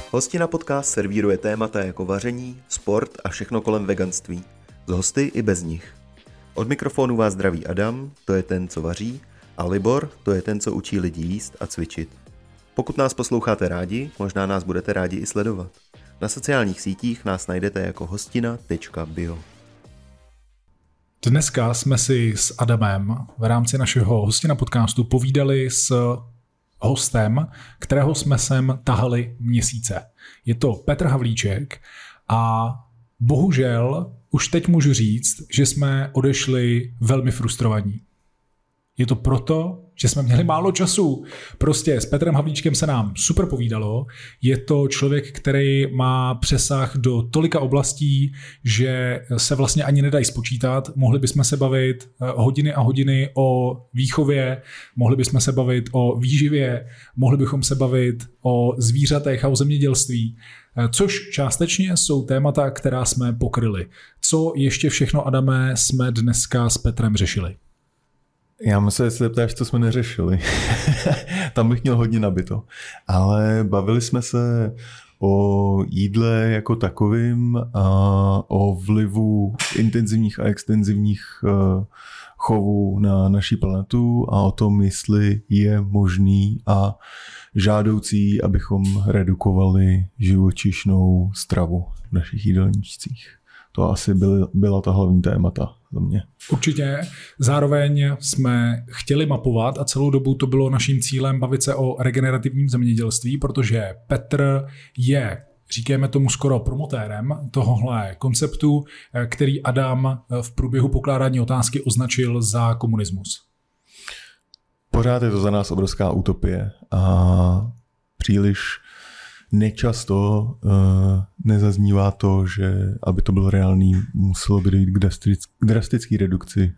Hostina podcast servíruje témata jako vaření, sport a všechno kolem veganství. Z hosty i bez nich. Od mikrofonu vás zdraví Adam, to je ten, co vaří, a Libor, to je ten, co učí lidi jíst a cvičit. Pokud nás posloucháte rádi, možná nás budete rádi i sledovat. Na sociálních sítích nás najdete jako hostina.bio. Dneska jsme si s Adamem v rámci našeho Hostina podcastu povídali s hostem, kterého jsme sem tahali měsíce. Je to Petr Havlíček a bohužel už teď můžu říct, že jsme odešli velmi frustrovaní. Je to proto, že jsme měli málo času. Prostě s Petrem Havlíčkem se nám super povídalo. Je to člověk, který má přesah do tolika oblastí, že se vlastně ani nedají spočítat. Mohli bychom se bavit hodiny a hodiny o výchově, mohli bychom se bavit o výživě, mohli bychom se bavit o zvířatech a o zemědělství, což částečně jsou témata, která jsme pokryli. Co ještě všechno, Adame, jsme dneska s Petrem řešili? Já myslím, jestli se ptáš, co jsme neřešili. Tam bych měl hodně nabito. Ale bavili jsme se o jídle jako takovým a o vlivu intenzivních a extenzivních chovů na naší planetu a o tom, jestli je možný a žádoucí, abychom redukovali živočišnou stravu v našich jídelníčcích. To asi byla ta hlavní témata za mě. Určitě. Zároveň jsme chtěli mapovat a celou dobu to bylo naším cílem bavit se o regenerativním zemědělství, protože Petr je, říkáme tomu skoro promotérem tohohle konceptu, který Adam v průběhu pokládání otázky označil za komunismus. Pořád je to za nás obrovská utopie a příliš nečasto nezaznívá to, že aby to bylo reálný, muselo by dojít k drastické redukci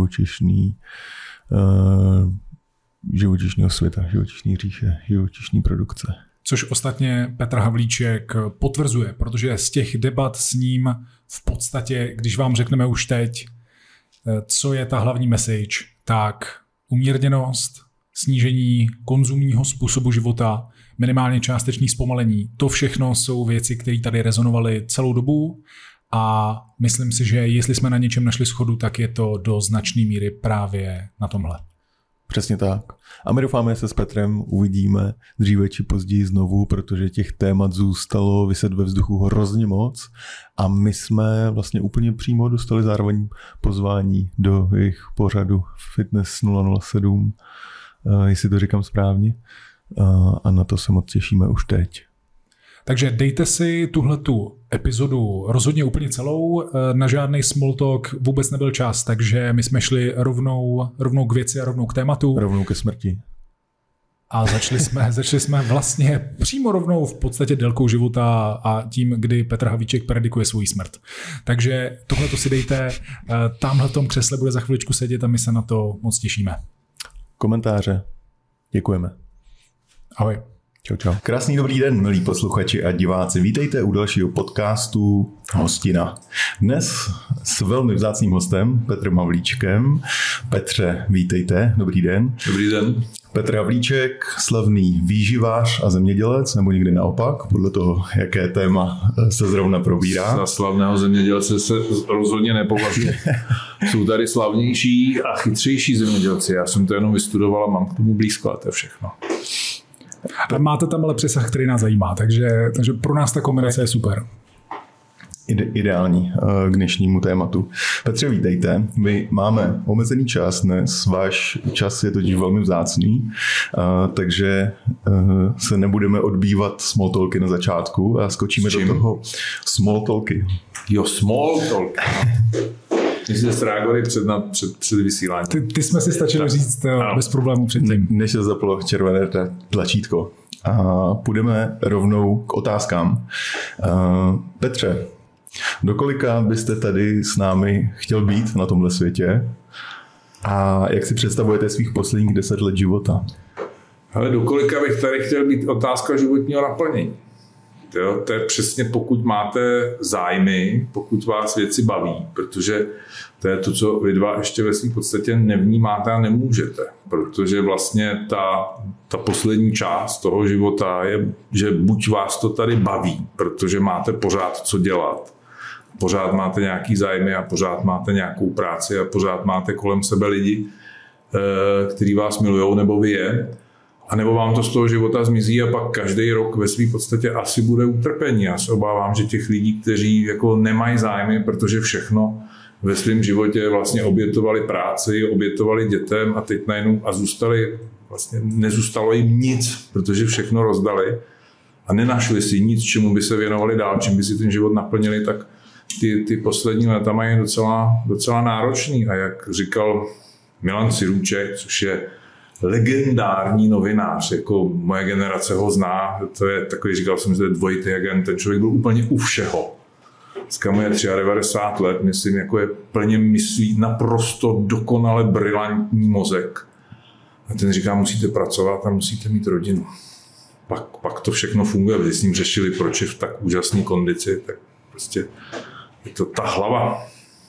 živočišného světa, živočišné říše, živočišné produkce. Což ostatně Petr Havlíček potvrzuje, protože z těch debat s ním v podstatě, když vám řekneme už teď, co je ta hlavní message, tak umírněnost, snížení konzumního způsobu života, minimálně částečný zpomalení. To všechno jsou věci, které tady rezonovaly celou dobu a myslím si, že jestli jsme na něčem našli shodu, tak je to do značné míry právě na tomhle. Přesně tak. A my doufáme, že se s Petrem uvidíme dříve či později znovu, protože těch témat zůstalo viset ve vzduchu hrozně moc a my jsme vlastně úplně přímo dostali zároveň pozvání do jejich pořadu Fitness 007, jestli to říkám správně. A na to se moc těšíme už teď. Takže dejte si tuhletu epizodu rozhodně úplně celou, na žádný small talk vůbec nebyl čas, takže my jsme šli rovnou k věci a rovnou k tématu. Rovnou ke smrti. A začali jsme vlastně přímo rovnou v podstatě délkou života a tím, kdy Petr Havlíček predikuje svou smrt. Takže tohleto si dejte, tamhle v tom křesle bude za chviličku sedět a my se na to moc těšíme. Komentáře. Děkujeme. Ahoj. Čau. Krásný dobrý den, milí posluchači a diváci. Vítejte u dalšího podcastu Hostina. Dnes s velmi vzácným hostem Petrem Havlíčkem. Petře, vítejte. Dobrý den. Dobrý den. Petr Havlíček, slavný výživář a zemědělec, nebo někdy naopak, podle toho, jaké téma se zrovna probírá. Za slavného zemědělce se rozhodně nepovažuje. Jsou tady slavnější a chytřejší zemědělci. Já jsem to jenom vystudoval a mám k tomu blízko a to je všechno. A máte tam ale přesah, který nás zajímá, takže pro nás ta kombinace je super. Ideální k dnešnímu tématu. Petře, vítejte. My máme omezený čas dnes, váš čas je totiž velmi vzácný, takže se nebudeme odbývat small talky na začátku a skočíme do toho small talky. Jo, small talk. My jsme se reagovali před vysíláním. Ty jsme si stačili říct bez problémů předtím. Než se zaplo červené tlačítko. A půjdeme rovnou k otázkám. Petře, do kolika byste tady s námi chtěl být na tomhle světě? A jak si představujete svých posledních 10 let života? Ale do kolika bych tady chtěl být otázka životního naplnění. Jo? To je přesně pokud máte zájmy, pokud vás věci baví, protože to je to, co vy dva ještě ve svým podstatě nevnímáte a nemůžete, protože vlastně ta poslední část toho života je, že buď vás to tady baví, protože máte pořád co dělat, pořád máte nějaký zájmy a pořád máte nějakou práci a pořád máte kolem sebe lidi, kteří vás milujou, nebo vy je, a nebo vám to z toho života zmizí a pak každý rok ve svým podstatě asi bude utrpení. Já se obávám, že těch lidí, kteří jako nemají zájmy, protože všechno ve svém životě vlastně obětovali práci, obětovali dětem a teď najednou a vlastně nezůstalo jim nic, protože všechno rozdali a nenašli si nic, čemu by se věnovali dál, čím by si ten život naplnili, tak ty poslední léta mají docela náročný. A jak říkal Milan Cirůček, což je legendární novinář, jako moje generace ho zná, to je takový, říkal jsem, že to je dvojitý agent, ten člověk byl úplně u všeho. Dneska mu je 93 let, myslím, jako je plně myslí naprosto dokonale brilantní mozek. A ten říká, musíte pracovat a musíte mít rodinu. Pak to všechno funguje, když s ním řešili, proč je v tak úžasné kondici, tak prostě je to ta hlava.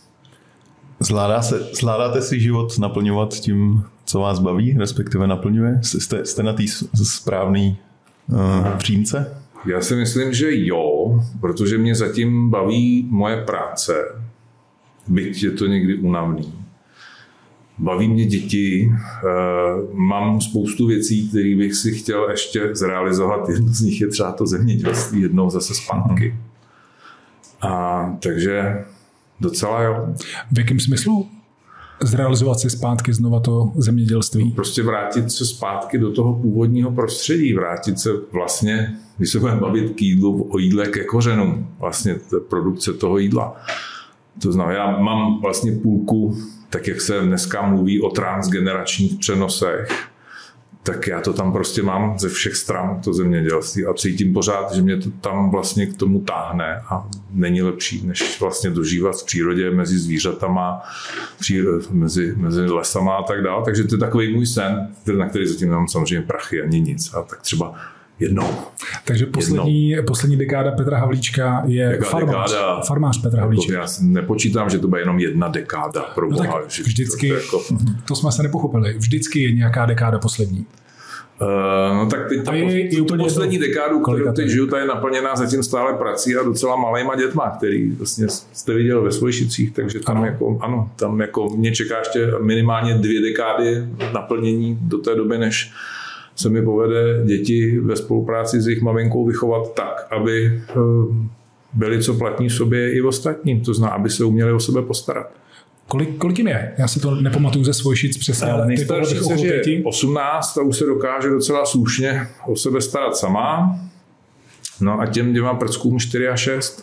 Zvládáte si život naplňovat tím, co vás baví, respektive naplňuje? Jste na té správné přímce? Já si myslím, že jo, protože mě zatím baví moje práce, byť je to někdy únavný. Baví mě děti, mám spoustu věcí, které bych si chtěl ještě zrealizovat. Jedno z nich je třeba to zemědělství, jednou zase zpátky. A takže docela jo. V jakém smyslu zrealizovat si zpátky znova to zemědělství? Prostě vrátit se zpátky do toho původního prostředí, vrátit se vlastně, když se budeme bavit k jídlu, o jídle ke kořenům, vlastně produkce toho jídla. To znamená, já mám vlastně půlku, tak jak se dneska mluví o transgeneračních přenosech, tak já to tam prostě mám ze všech stran, to zemědělství, a cítím pořád, že mě to tam vlastně k tomu táhne a není lepší, než vlastně dožívat v přírodě mezi zvířatama, mezi lesama a tak dále. Takže to je takový můj sen, na který zatím nemám samozřejmě prachy ani nic. A tak třeba jednou. Takže poslední dekáda Petra Havlíčka je farmář Petra Havlíček. Já nepočítám, že to bude jenom jedna dekáda pro Boha. No vždycky, to jsme se nepochopili, vždycky je nějaká dekáda poslední. No tak teď tu poslední dekádu, kterou teď žiju, ta je naplněná zatím stále prací a docela malejma dětma, který vlastně jste viděl ve Svojšicích, takže tam jako mě čeká ještě minimálně 2 dekády naplnění do té doby, než se mi povede děti ve spolupráci s jejich maminkou vychovat tak, aby byli co platní sobě i ostatním. To znamená, aby se uměli o sebe postarat. Kolik jim je? Já si to nepamatuju ze Svojšic přesně. Nejstarší dceři je 18 a už se dokáže docela slušně o sebe starat sama. No a těm 2 prckům 4 a 6.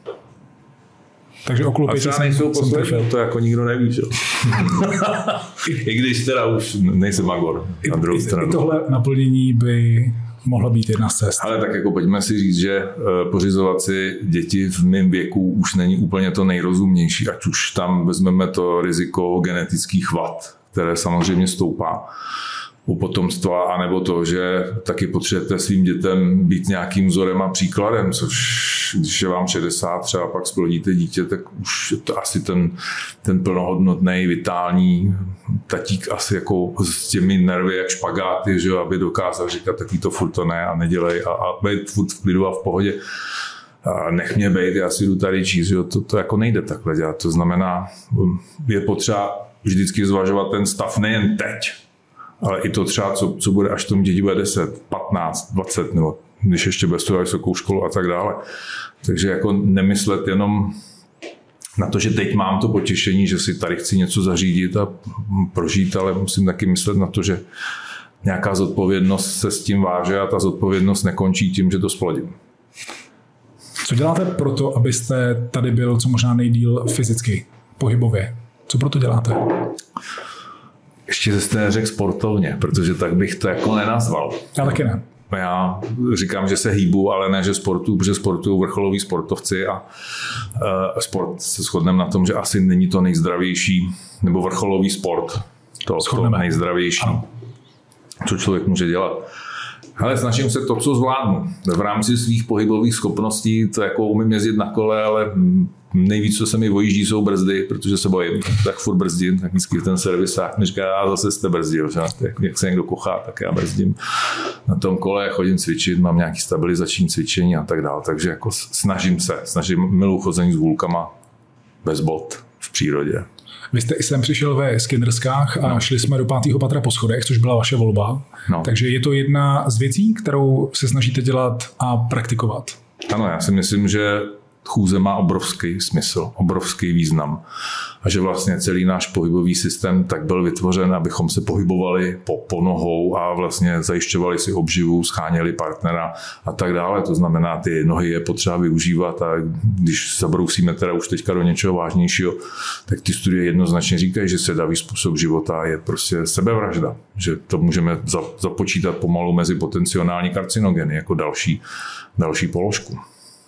Takže okolo 5 nejsou poslední, to jako nikdo neví, že? I když teda už nejsem magor na druhou stranu. I tohle naplnění by mohla být jedna z cest. Ale tak jako pojďme si říct, že pořizovat si děti v mém věku už není úplně to nejrozumnější, ať už tam vezmeme to riziko genetických vad, které samozřejmě stoupá u potomstva, anebo to, že taky potřebujete svým dětem být nějakým vzorem a příkladem, což když je vám 60 třeba pak splodíte dítě, tak už je to asi ten plnohodnotný, vitální tatík asi jako s těmi nervy jak špagáty, že aby dokázal říkat takový to furt to ne a nedělej a být furt v klidu a v pohodě. A nech mě bejt, já si jdu tady číst, že to jako nejde takhle dělat. To znamená, je potřeba vždycky zvažovat ten stav nejen teď, ale i to třeba, co bude, až tomu děti bude 10, 15, 20, nebo když ještě bude studovat vysokou školu a tak dále. Takže jako nemyslet jenom na to, že teď mám to potěšení, že si tady chci něco zařídit a prožít, ale musím taky myslet na to, že nějaká zodpovědnost se s tím váže a ta zodpovědnost nekončí tím, že to splodím. Co děláte pro to, abyste tady byl co možná nejdýl fyzicky, pohybově? Co pro to děláte? Ještě jste neřekl sportovně, protože tak bych to jako nenazval. Já taky ne. Já říkám, že se hýbu, ale ne, že sportuju, protože sportují vrcholoví sportovci a sport se shodneme na tom, že asi není to nejzdravější, nebo vrcholový sport, to nejzdravější, co člověk může dělat. Ale snažím se to, co zvládnu. V rámci svých pohybových schopností, to jako umím jezdit na kole, ale nejvíc, co se mi vojíždí, jsou brzdy, protože se bojím. Tak furt brzdím, tak vždycky ten servisák mi říká, já zase jste brzdil, že? Jak se někdo kochá, tak já brzdím. Na tom kole chodím cvičit, mám nějaký stabilizační cvičení a tak dále, takže jako miluji chození s hůlkama bez bot v přírodě. Vy jste i sem přišel ve Skinnerskách a šli jsme do 5. patra po schodech, což byla vaše volba. No. Takže je to jedna z věcí, kterou se snažíte dělat a praktikovat. Ano, já si myslím, že chůze má obrovský smysl, obrovský význam. A že vlastně celý náš pohybový systém tak byl vytvořen, abychom se pohybovali po nohou a vlastně zajišťovali si obživu, scháněli partnera a tak dále. To znamená, ty nohy je potřeba využívat a když zabrousíme teda už teďka do něčeho vážnějšího, tak ty studie jednoznačně říkají, že sedavý způsob života je prostě sebevražda. Že to můžeme započítat pomalu mezi potenciální karcinogeny jako další položku.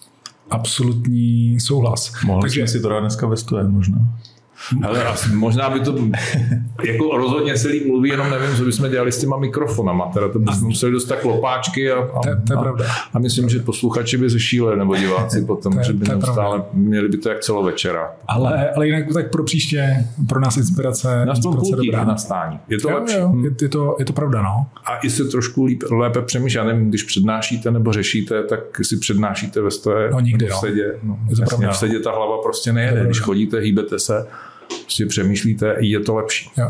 Absolutní souhlas. Mohli jsme si to dát dneska ve stoje možná. Ale možná by to, jako rozhodně se líp mluví, jenom nevím, co bychom dělali s těma mikrofonama. Teda to bychom museli dostat klopáčky to je pravda. A myslím, že posluchači by řešili, nebo diváci potom, že by neustále měli by to jak celovečera. Ale jinak tak pro příště, pro nás inspirace dobrá. Na stání. Je to lepší. Je to pravda, no. A i se trošku lépe přemýšlí. Já nevím, když přednášíte nebo řešíte, tak si přednášíte ve stoje. No nikdy, v sedě. V sedě ta hlava prostě nejede. Když chodíte, hýbete se, prostě přemýšlíte, je to lepší. Jo.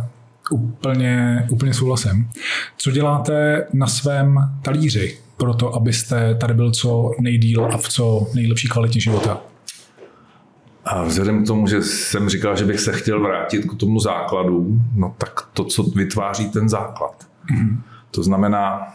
Úplně souhlasím. Co děláte na svém talíři pro to, abyste tady byl co nejdýl a v co nejlepší kvalitě života? A vzhledem k tomu, že jsem říkal, že bych se chtěl vrátit k tomu základu, no tak to, co vytváří ten základ. Mm-hmm. To znamená,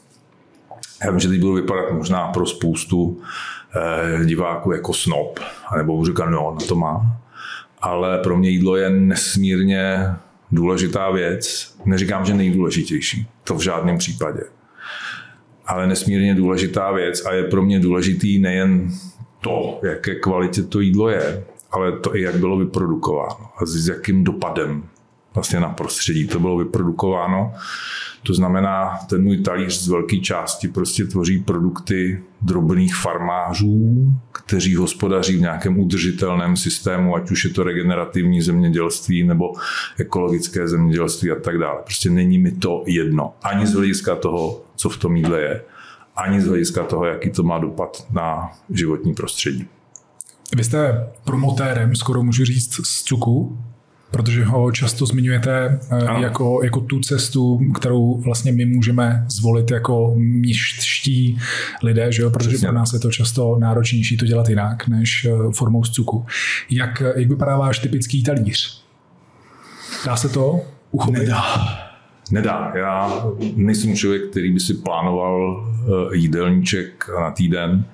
já vím, že teď budu vypadat možná pro spoustu diváků jako snob, anebo budu říkat, no, na to má. Ale pro mě jídlo je nesmírně důležitá věc. Neříkám, že nejdůležitější, to v žádném případě. Ale nesmírně důležitá věc a je pro mě důležitý nejen to, jaké kvalitě to jídlo je, ale to i jak bylo vyprodukováno a s jakým dopadem vlastně na prostředí to bylo vyprodukováno. To znamená, ten můj talíř z velké části prostě tvoří produkty drobných farmářů, kteří hospodaří v nějakém udržitelném systému, ať už je to regenerativní zemědělství nebo ekologické zemědělství a tak dále. Prostě není mi to jedno. Ani z hlediska toho, co v tom jídle je, ani z hlediska toho, jaký to má dopad na životní prostředí. Vy jste promotérem, skoro můžu říct, z cuku, protože ho často zmiňujete jako tu cestu, kterou vlastně my můžeme zvolit jako městští lidé, že jo? Protože přesně. Pro nás je to často náročnější to dělat jinak, než formou z cuku. Jak vypadá váš typický talíř? Dá se to uchopit? Nedá. Já nejsem člověk, který by si plánoval jídelníček na týden.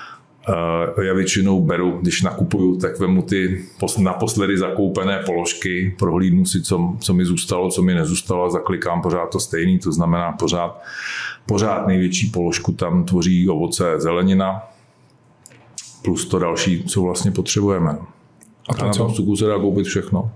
Já většinou beru, když nakupuju, tak vemu ty naposledy zakoupené položky, prohlídnu si, co mi zůstalo, co mi nezůstalo a zaklikám pořád to stejný, to znamená pořád největší položku tam tvoří ovoce, zelenina, plus to další, co vlastně potřebujeme. A na tom cuku se dá koupit všechno.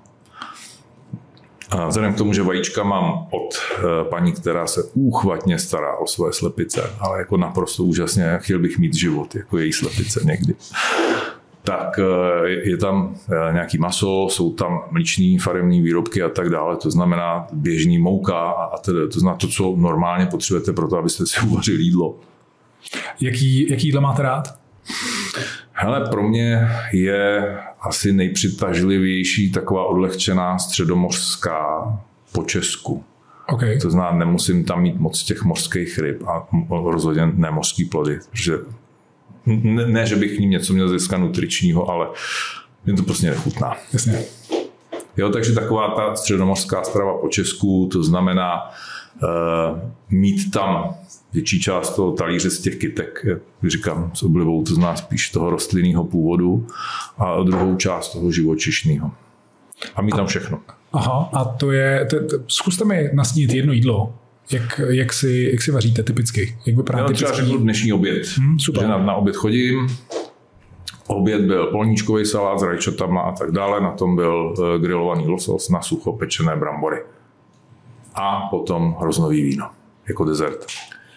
A vzhledem k tomu, že vajíčka mám od paní, která se úchvatně stará o svoje slepice, ale jako naprosto úžasně, chtěl bych mít život jako její slepice někdy. Tak je tam nějaký maso, jsou tam mléčné faremní výrobky a tak dále, to znamená běžný mouka a tedy, to znamená to, co normálně potřebujete pro to, abyste si uvařili jídlo. Jaký jídlo máte rád? Hele, pro mě je asi nejpřitažlivější taková odlehčená středomořská po Česku. Okay. To znamená, nemusím tam mít moc těch mořských ryb a rozhodně ne mořský plody. Protože ne, že bych k ním něco měl z hlediska nutričního, ale mě to prostě nechutná. Jasně. Jo, takže taková ta středomořská strava po Česku, to znamená mít tam větší část toho talíře z těch kytek, jak říkám, s oblibou, to znamená spíš toho rostlinného původu a druhou část toho živočišného. A mít tam všechno. Aha, a to je, zkuste mi nastínit jedno jídlo. Jak si vaříte typicky? Jak vypadá typický? Já třeba řeknu dnešní oběd. Super. Na oběd chodím. Oběd byl polníčkový salát s rajčatama a tak dále. Na tom byl grilovaný losos, na sucho pečené brambory. A potom hroznový víno jako dezert.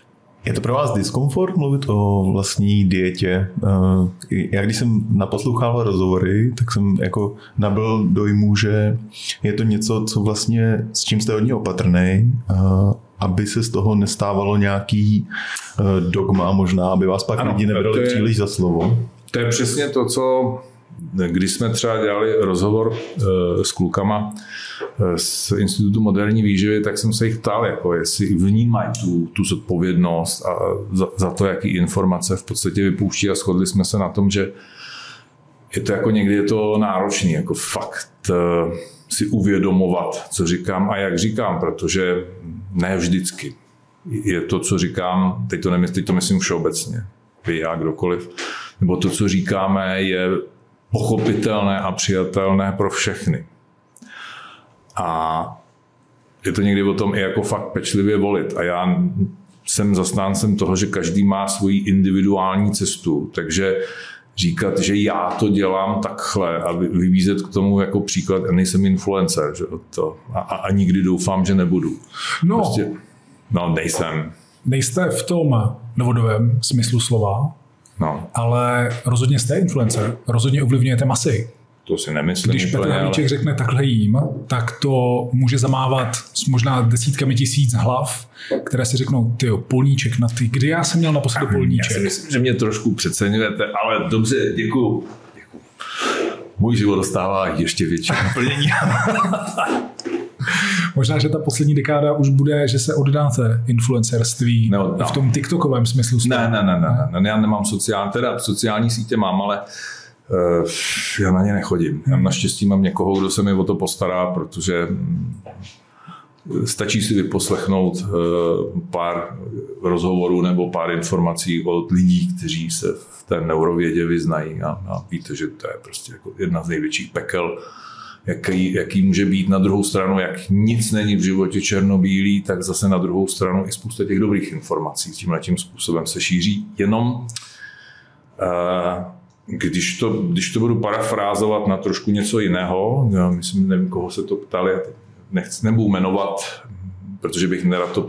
Je to pro vás diskomfort mluvit o vlastní dietě? Já když jsem naposlouchal rozhovory, tak jsem jako nabyl dojmu, že je to něco, co vlastně, s čím jste hodně opatrný, aby se z toho nestávalo nějaký dogma možná, aby vás pak lidi nebrali příliš za slovo. To je přesně to, co když jsme třeba dělali rozhovor s klukama z Institutu moderní výživy, tak jsem se jich ptal, jako jestli vnímají tu zodpovědnost a za to, jaký informace v podstatě vypouští, a shodli jsme se na tom, že je to jako někdy je to náročný, jako fakt si uvědomovat, co říkám a jak říkám, protože ne vždycky je to, co říkám, teď to myslím všeobecně, vy, já, kdokoliv, nebo to, co říkáme, je pochopitelné a přijatelné pro všechny. A je to někdy o tom i jako fakt pečlivě volit. A já jsem zastáncem toho, že každý má svoji individuální cestu, takže říkat, že já to dělám takhle a vybízet k tomu jako příklad, nejsem influencer, že to, a nikdy doufám, že nebudu. No, prostě, nejsem. Nejste v tom novodobém smyslu slova, no. Ale rozhodně jste influencer, rozhodně ovlivňujete masy. To si nemyslím. Když Petr Havlíček řekne takhle jím, tak to může zamávat s možná desítkami tisíc hlav, které si řeknou, tyjo, polníček na ty. Kdy já jsem měl naposledy polníček? Já si myslím, že mě trošku přeceňujete, ale dobře, děkuju. Můj život dostává ještě větší naplnění. Možná, že ta poslední dekáda už bude, že se oddáte influencerství v tom TikTokovém smyslu. Ne, já nemám sociální sítě mám, ale já na ně nechodím. Já naštěstí mám někoho, kdo se mi o to postará, protože stačí si vyposlechnout pár rozhovorů nebo pár informací od lidí, kteří se v té neurovědě vyznají a víte, že to je prostě jako jedna z největších pekel, jaký může být. Na druhou stranu, jak nic není v životě černobílý, tak zase na druhou stranu i spousta těch dobrých informací tímhletím způsobem se šíří. Jenom když to budu parafrázovat na trošku něco jiného, já myslím, nevím, koho se to ptali, nebudu jmenovat, protože bych nerad to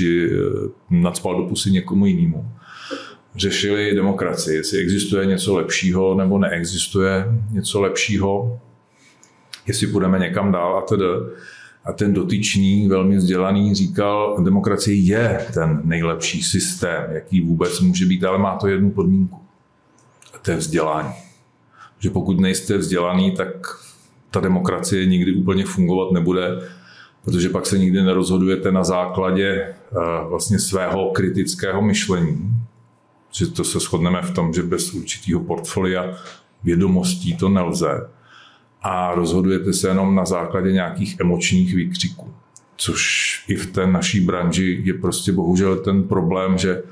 nacpal do pusy někomu jinému. Řešili demokracii, jestli existuje něco lepšího nebo neexistuje něco lepšího, jestli půjdeme někam dál a tedy. A ten dotyčný, velmi vzdělaný, říkal, demokracie je ten nejlepší systém, jaký vůbec může být, ale má to jednu podmínku. A to je vzdělání. Že pokud nejste vzdělaný, tak ta demokracie nikdy úplně fungovat nebude, protože pak se nikdy nerozhodujete na základě vlastně svého kritického myšlení. Že to se shodneme v tom, že bez určitého portfolia vědomostí to nelze. A rozhodujete se jenom na základě nějakých emočních výkřiků. Což i v té naší branži je prostě bohužel ten problém, že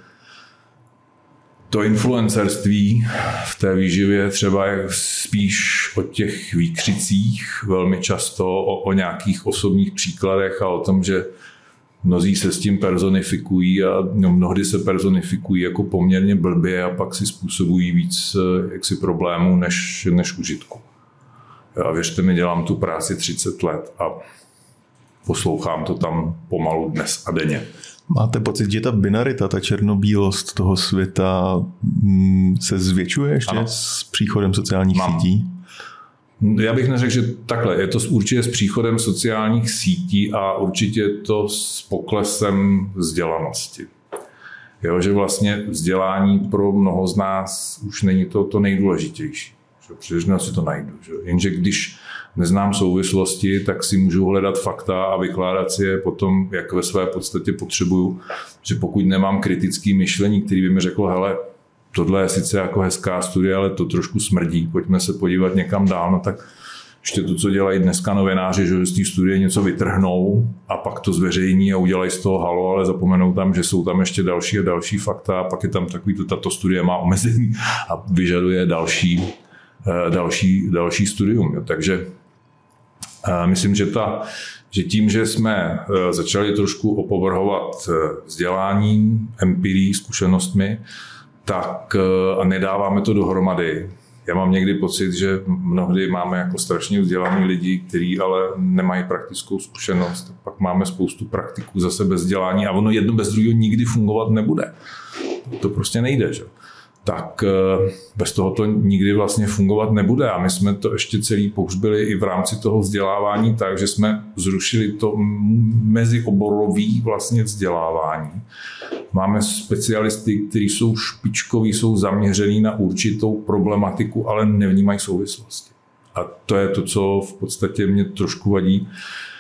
to influencerství v té výživě třeba je spíš o těch výkřicích, velmi často o nějakých osobních příkladech a o tom, že mnozí se s tím personifikují a mnohdy se personifikují jako poměrně blbě a pak si způsobují víc jaksi problémů než užitku. A věřte mi, dělám tu práci 30 let a poslouchám to tam pomalu dnes a denně. Máte pocit, že ta binarita, ta černobílost toho světa se zvětšuje ještě s příchodem sociálních sítí? Já bych neřekl, že takhle. Je to určitě s příchodem sociálních sítí a určitě je to s poklesem vzdělanosti. Jo, že vlastně vzdělání pro mnoho z nás už není to nejdůležitější. Protože si to najdu. Že? Jenže když neznám souvislosti, tak si můžu hledat fakta a vykládat si je potom, jak ve své podstatě potřebuju. Že pokud nemám kritické myšlení, který by mi řeklo, hele, tohle je sice jako hezká studie, ale to trošku smrdí, pojďme se podívat někam dál, no tak ještě to, co dělají dneska novináři, že z té studie něco vytrhnou a pak to zveřejní a udělají z toho halo, ale zapomenou tam, že jsou tam ještě další a další fakta a pak je tam takový, tato studie má omezení a vyžaduje další studium. Jo. Takže myslím, že tím, že jsme začali trošku opovrhovat vzděláním, empirií, zkušenostmi, tak a nedáváme to dohromady, Já mám někdy pocit, že mnohdy máme jako strašně vzdělaný lidi, kteří ale nemají praktickou zkušenost. Pak máme spoustu praktiků zase bez vzdělání a ono jedno bez druhého nikdy fungovat nebude. To prostě nejde, že? Tak bez toho to nikdy vlastně fungovat nebude. A my jsme to ještě celý pohřbili i v rámci toho vzdělávání tak, že jsme zrušili to mezioborový vlastně vzdělávání. Máme specialisty, kteří jsou špičkoví, jsou zaměřený na určitou problematiku, ale nevnímají souvislosti. A to je to, co v podstatě mě trošku vadí,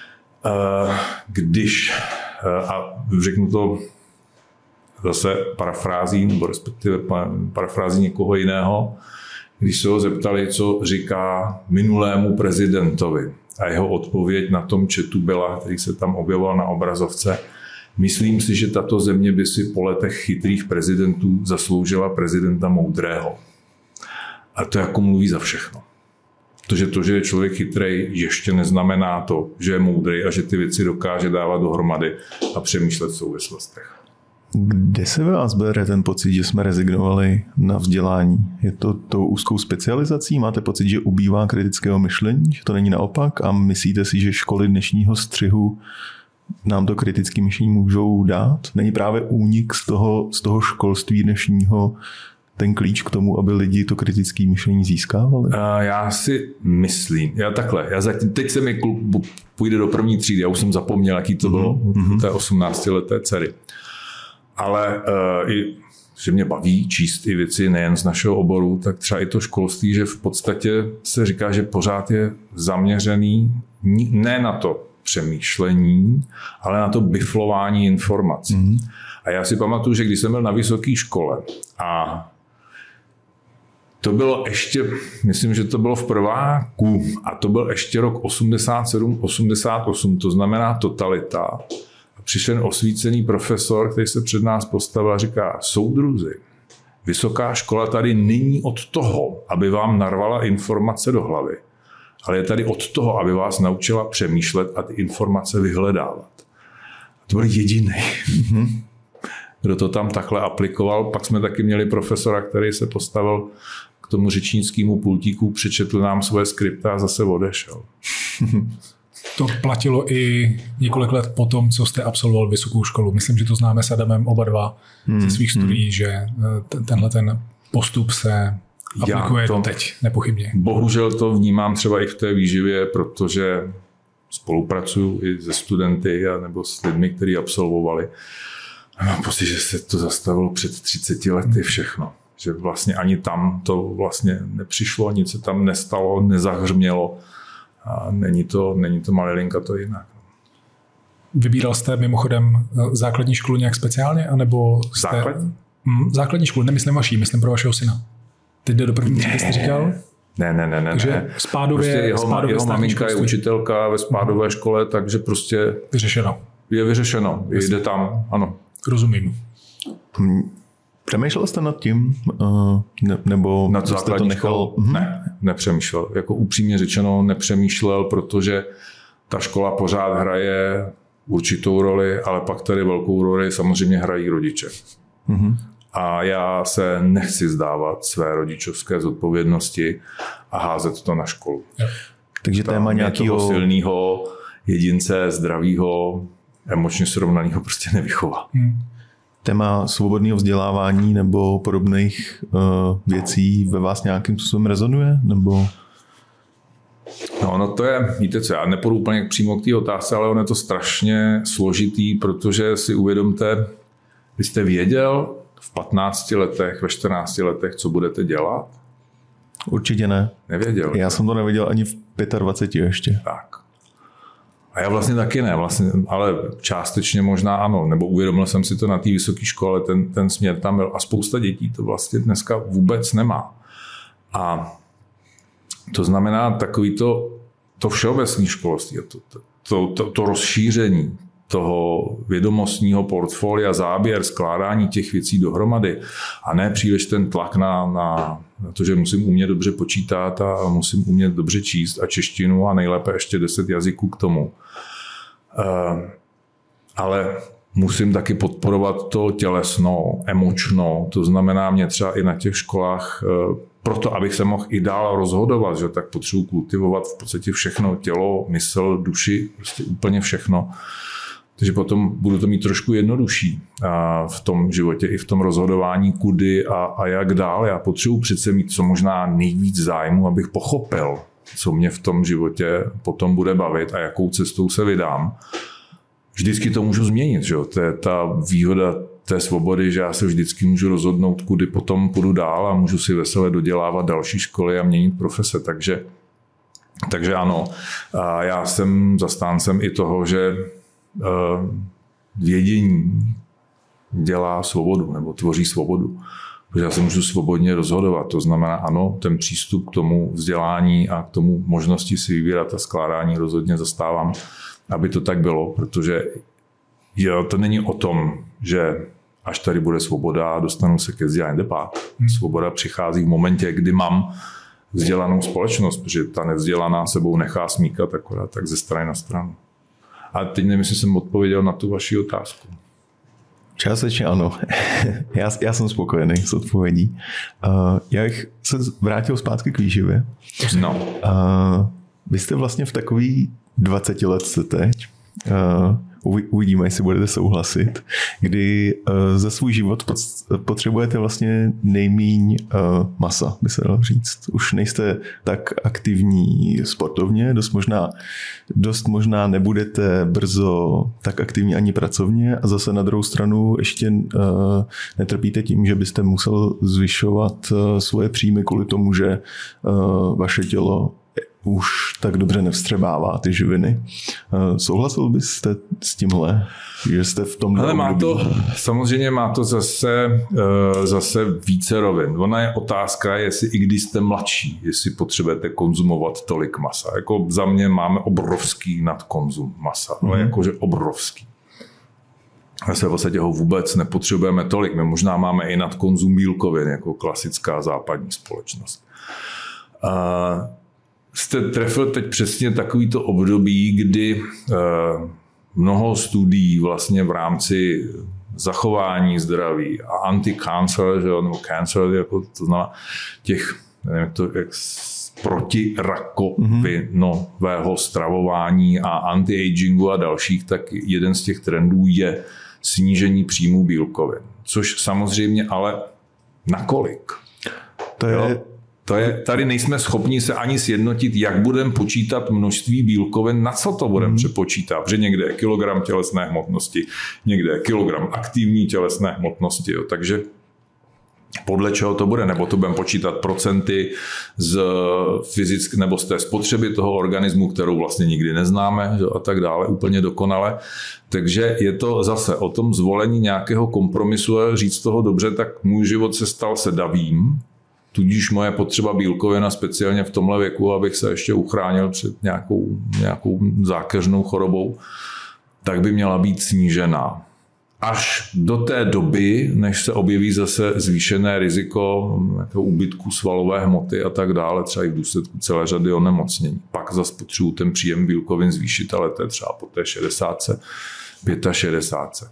když, a řeknu to zase parafrází, nebo respektive parafrází někoho jiného, když se ho zeptali, co říká minulému prezidentovi. A jeho odpověď na tom chatu byla, který se tam objevoval na obrazovce, myslím si, že tato země by si po letech chytrých prezidentů zasloužila prezidenta moudrého. A to jako mluví za všechno. To, že je člověk chytrej, ještě neznamená to, že je moudrý a že ty věci dokáže dávat dohromady a přemýšlet v souvislostech. Kde se ve vás bere ten pocit, že jsme rezignovali na vzdělání? Je to tou úzkou specializací? Máte pocit, že ubývá kritického myšlení? Že to není naopak? A myslíte si, že školy dnešního střihu nám to kritické myšlení můžou dát? Není právě únik z toho školství dnešního ten klíč k tomu, aby lidi to kritické myšlení získávali? Já si myslím, teď se mi klub půjde do první třídy, já už jsem zapomněl, jaký to bylo té 18leté dcery. Ale že mě baví číst i věci nejen z našeho oboru, tak třeba i to školství, že v podstatě se říká, že pořád je zaměřený ne na to přemýšlení, ale na to biflování informací. A já si pamatuju, že když jsem byl na vysoké škole a to bylo ještě, myslím, že to bylo v prváku a to byl ještě rok 87-88, to znamená totalita. Přišel osvícený profesor, který se před nás postavil a říká, soudruzi, vysoká škola tady není od toho, aby vám narvala informace do hlavy, ale je tady od toho, aby vás naučila přemýšlet a ty informace vyhledávat. A to byl jediný, kdo to tam takhle aplikoval. Pak jsme taky měli profesora, který se postavil k tomu řečnickému pultíku, přečetl nám svoje skripta a zase odešel. To platilo i několik let po tom, co jste absolvoval vysokou školu. Myslím, že to známe s Adamem oba dva ze svých studií, že tenhle ten postup se aplikuje teď, nepochybně. Bohužel to vnímám třeba i v té výživě, protože spolupracuju i se studenty nebo s lidmi, kteří absolvovali. A mám pocit, že se to zastavilo před 30 lety všechno. Že vlastně ani tam to vlastně nepřišlo, nic se tam nestalo, nezahřmělo. A není to malilinka, to jinak. Vybíral jste mimochodem základní školu nějak speciálně, anebo jste... Základní školu, nemyslím vaší, myslím pro vašeho syna. Teď jde do první třídy, jste říkal? Ne. Takže Spádově, prostě jeho maminka je učitelka ve Spádové škole, takže prostě... Vyřešeno. Je vyřešeno, jde tam, ano. Rozumím. Přemýšlel jste nad tím, nebo nad jste to nechal? Ne, nepřemýšlel. Jako upřímně řečeno nepřemýšlel, protože ta škola pořád hraje určitou roli, ale pak tady velkou roli samozřejmě hrají rodiče. A já se nechci zdávat své rodičovské zodpovědnosti a házet to na školu. Takže téma nějakého silného jedince, zdravého, emočně srovnaného prostě nevychová. Téma svobodného vzdělávání nebo podobných věcí ve vás nějakým způsobem rezonuje? Nebo... No to je, víte co, já nepůjdu úplně přímo k té otázce, ale ono je to strašně složitý, protože si uvědomte, vy jste věděl v 15 letech, ve 14 letech, co budete dělat? Určitě ne. Nevěděl. Já jsem to nevěděl ani v 25 ještě. Tak. A já vlastně taky ne, ale částečně možná ano, nebo uvědomil jsem si to na té vysoké škole, ten směr tam byl a spousta dětí to vlastně dneska vůbec nemá. A to znamená takový to všeobecné školství, to rozšíření toho vědomostního portfolia, záběr, skládání těch věcí dohromady a ne příliš ten tlak na to, že musím umět dobře počítat a musím umět dobře číst a češtinu a nejlépe ještě 10 jazyků k tomu. Ale musím taky podporovat to tělesno, emočno, to znamená mě třeba i na těch školách proto, abych se mohl i dál rozhodovat, že tak potřebuji kultivovat v podstatě všechno, tělo, mysl, duši, prostě úplně všechno. Takže potom budu to mít trošku jednodušší v tom životě i v tom rozhodování, kudy a jak dál. Já potřebuji přece mít co možná nejvíc zájmu, abych pochopil, co mě v tom životě potom bude bavit a jakou cestou se vydám. Vždycky to můžu změnit, že jo? To je ta výhoda té svobody, že já se vždycky můžu rozhodnout, kudy potom půjdu dál a můžu si veselé dodělávat další školy a měnit profese. Takže ano, já jsem zastáncem i toho, že vědění dělá svobodu nebo tvoří svobodu. Protože já se můžu svobodně rozhodovat. To znamená, ano, ten přístup k tomu vzdělání a k tomu možnosti si vybírat a skládání rozhodně zastávám, aby to tak bylo, protože to není o tom, že až tady bude svoboda a dostanu se ke vzdělání depát. Svoboda přichází v momentě, kdy mám vzdělanou společnost, protože ta nevzdělaná sebou nechá smíkat akorát tak ze strany na stranu. A teď nevím, jestli jsem odpověděl na tu vaši otázku. Částečně ano. Já jsem spokojený s odpovědí. Já bych se vrátil zpátky k výživě. No. Vy jste vlastně v takový 20 let jste teď. Uvidíme, jestli budete souhlasit, kdy za svůj život potřebujete vlastně nejmíň masa, by se dalo říct. Už nejste tak aktivní sportovně, dost možná nebudete brzo tak aktivní ani pracovně a zase na druhou stranu ještě netrpíte tím, že byste musel zvyšovat svoje příjmy kvůli tomu, že vaše tělo už tak dobře nevstřebává ty živiny. Souhlasil byste s tímhle, že jste v tomhle samozřejmě má to zase více rovin. Ona je otázka, jestli i když jste mladší, jestli potřebujete konzumovat tolik masa. Jako za mě máme obrovský nadkonzum masa, ale jakože obrovský. A se v podstatě ho vůbec nepotřebujeme tolik. My možná máme i nadkonzum bílkovin, jako klasická západní společnost. Jste trefil teď přesně takovýto období, kdy mnoho studií vlastně v rámci zachování zdraví a anti-cancer, nebo cancer, jako to znamená těch, nevím, jak protirakovinového stravování a anti-agingu a dalších, tak jeden z těch trendů je snížení příjmu bílkovin. Což samozřejmě ale nakolik? Tady nejsme schopni se ani sjednotit, jak budeme počítat množství bílkovin, na co to budeme přepočítat. Protože někde je kilogram tělesné hmotnosti, někde je kilogram aktivní tělesné hmotnosti. Jo. Takže podle čeho to bude? Nebo to budeme počítat procenty z fyzické nebo z té spotřeby toho organismu, kterou vlastně nikdy neznáme, že, a tak dále, úplně dokonale. Takže je to zase o tom zvolení nějakého kompromisu a říct toho dobře, tak můj život se stal sedavým, tudíž moje potřeba bílkovina speciálně v tomhle věku, abych se ještě uchránil před nějakou zákeřnou chorobou, tak by měla být snížená. Až do té doby, než se objeví zase zvýšené riziko úbytku svalové hmoty a tak dále, třeba i v důsledku celé řady onemocnění. Pak zase potřebuji ten příjem bílkovin zvýšit, ale to je třeba po té 60, 65.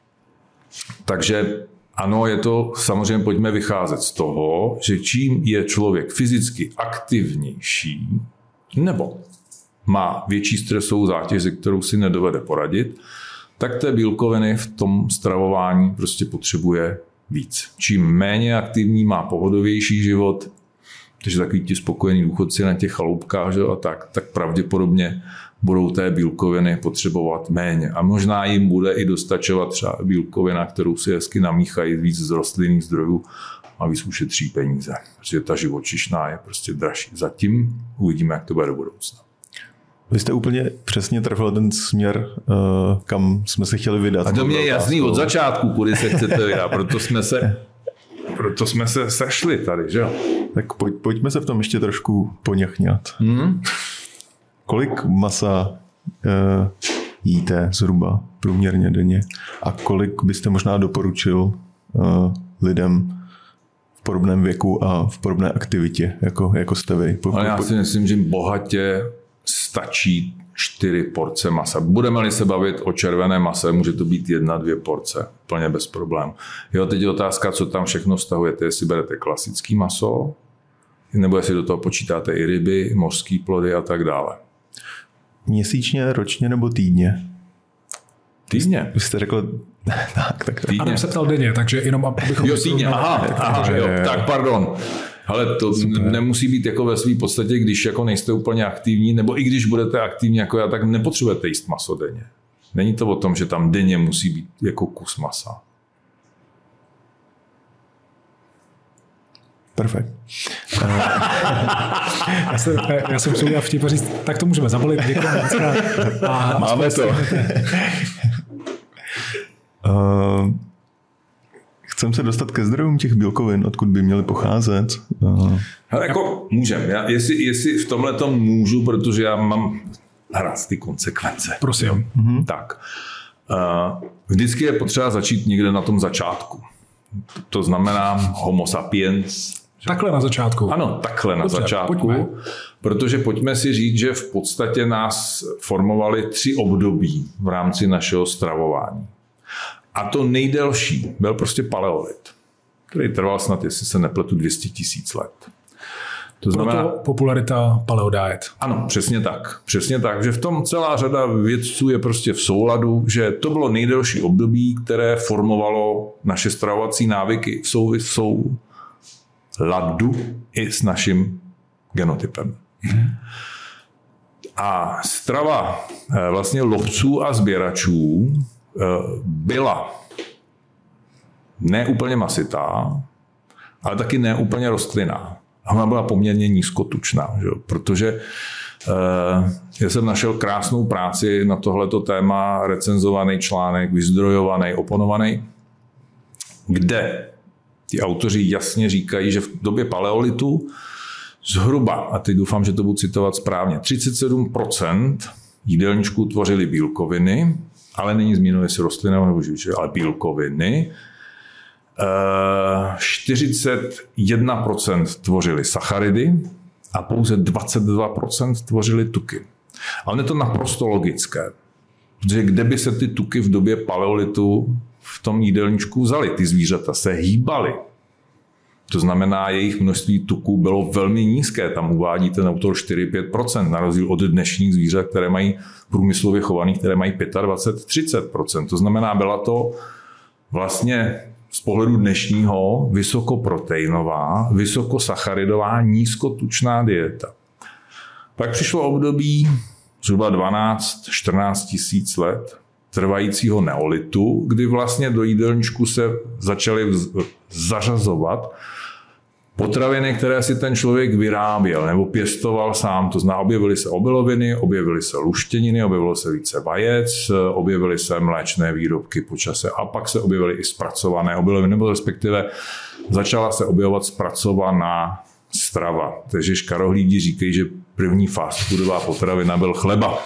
Takže ano, je to, samozřejmě pojďme vycházet z toho, že čím je člověk fyzicky aktivnější, nebo má větší stresovou zátěž, se kterou si nedovede poradit, tak té bílkoviny v tom stravování prostě potřebuje víc. Čím méně aktivní, má pohodovější život, takže takový ti spokojení důchodci na těch chaloupkách, že, a tak pravděpodobně budou té bílkoviny potřebovat méně. A možná jim bude i dostačovat třeba bílkovina, kterou si hezky namíchají víc z rostlinných zdrojů a víc ušetří peníze. Protože ta živočišná je prostě dražší. Zatím uvidíme, jak to bude do budoucna. Vy jste úplně přesně trefil ten směr, kam jsme se chtěli vydat. A to mě je jasný od začátku, kudy se chcete vydat. Proto jsme se sešli tady, že jo? Tak pojďme se v tom ještě trošku poněchňat. Kolik masa jíte zhruba průměrně denně a kolik byste možná doporučil lidem v podobném věku a v podobné aktivitě, jako jste vy? Ale já si myslím, že bohatě stačí 4 porce masa. Budeme-li se bavit o červené mase, může to být 1-2 porce, plně bez problémů. Jo, teď je otázka, co tam všechno vztahujete, jestli berete klasický maso, nebo jestli do toho počítáte i ryby, mořské plody a tak dále. Měsíčně, ročně nebo týdně? Týdně. Vy jste řekl... tak. Týdně. Adam se ptal denně, takže jenom abychom... Jo, týdně, jo, tak pardon. Ale to nemusí být jako ve své podstatě, když jako nejste úplně aktivní, nebo i když budete aktivní jako já, tak nepotřebujete jíst maso denně. Není to o tom, že tam denně musí být jako kus masa. Perfekt. Já jsem si udělal vtip říct, tak to můžeme zabalit, děkujeme. Máme to. Chcem se dostat ke zdrojům těch bílkovin, odkud by měly pocházet. Hele, jako můžem. Jestli v tomhletom můžu, protože já mám rád ty konsekvence. Prosím. Tak. Vždycky je potřeba začít někde na tom začátku. To znamená homo sapiens. Takhle na začátku. Ano, takhle na začátku. Pojďme. Protože pojďme si říct, že v podstatě nás formovaly 3 období v rámci našeho stravování. A to nejdelší byl prostě paleolit, který trval snad, jestli se nepletu, 200 000 let. To znamená, proto popularita paleodiet. Ano, přesně tak. Přesně tak, že v tom celá řada vědců je prostě v souladu, že to bylo nejdelší období, které formovalo naše stravovací návyky v souladu i s naším genotypem. A strava vlastně lovců a sběračů byla neúplně masitá, ale taky neúplně rostlinná. A ona byla poměrně nízkotučná, že? Protože já jsem našel krásnou práci na tohleto téma, recenzovaný článek, vyzdrojovaný, oponovaný, kde ti autoři jasně říkají, že v době paleolitu zhruba, a teď doufám, že to budu citovat správně, 37% jídelníčků tvořily bílkoviny, ale není zmíněno, jestli rostlinného nebo živočišné, ale bílkoviny. 41% tvořily sacharidy a pouze 22% tvořily tuky. Ale je to naprosto logické, protože kde by se ty tuky v době paleolitu v tom jídelníčku vzaly? Ty zvířata se hýbaly. To znamená, jejich množství tuků bylo velmi nízké. Tam uvádí ten autor 4-5%, na rozdíl od dnešních zvířat, které mají průmyslově chovaných, které mají 25-30%. To znamená, byla to vlastně z pohledu dnešního vysokoproteinová, vysokosacharidová, nízkotučná dieta. Pak přišlo období zhruba 12-14 tisíc let trvajícího neolitu, kdy vlastně do jídelníčku se začaly zařazovat potraviny, které si ten člověk vyráběl nebo pěstoval sám. To znamená, objevily se obiloviny, objevily se luštěniny, objevilo se více vajec, objevily se mléčné výrobky po čase a pak se objevily i zpracované obiloviny, nebo respektive začala se objevovat zpracovaná strava. Takže škarohlídi říkají, že první fast foodová potravina byl chleba.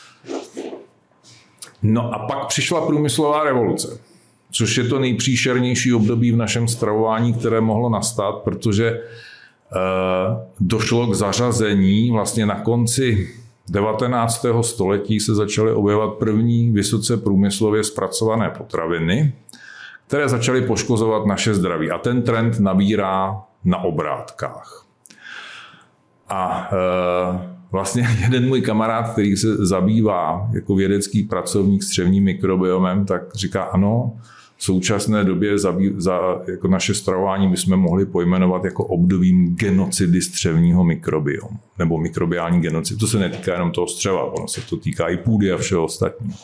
No a pak přišla průmyslová revoluce, což je to nejpříšernější období v našem stravování, které mohlo nastat, protože došlo k zařazení vlastně na konci 19. století se začaly objevovat první vysoce průmyslově zpracované potraviny, které začaly poškozovat naše zdraví. A ten trend nabírá na obrátkách. A vlastně jeden můj kamarád, který se zabývá jako vědecký pracovník s střevním mikrobiomem, tak říká, ano, v současné době jako naše stravování bychom mohli pojmenovat jako obdobím genocidy střevního mikrobiomu, nebo mikrobiální genocid. To se netýká jenom toho střeva, ono se to týká i půdy a všeho ostatního.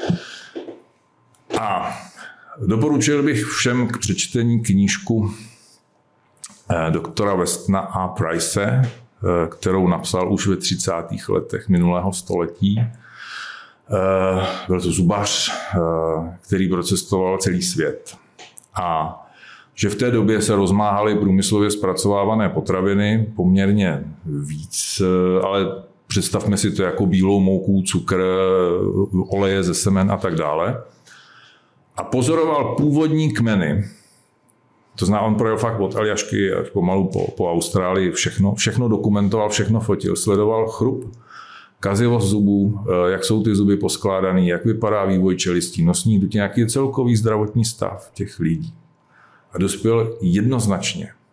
A doporučil bych všem k přečtení knížku doktora Westona a Price, kterou napsal už ve 30. letech minulého století. Byl to zubař, který procestoval celý svět. A že v té době se rozmáhaly průmyslově zpracovávané potraviny poměrně víc, ale představme si to jako bílou mouku, cukr, oleje ze semen a tak dále. A pozoroval původní kmeny. To znamená, on projel fakt od Aljašky až pomalu po Austrálii, všechno dokumentoval, všechno fotil, sledoval chrup, kazivost zubů, jak jsou ty zuby poskládané, jak vypadá vývoj čelistí, nosních dutí, jaký je celkový zdravotní stav těch lidí. A dospěl jednoznačně k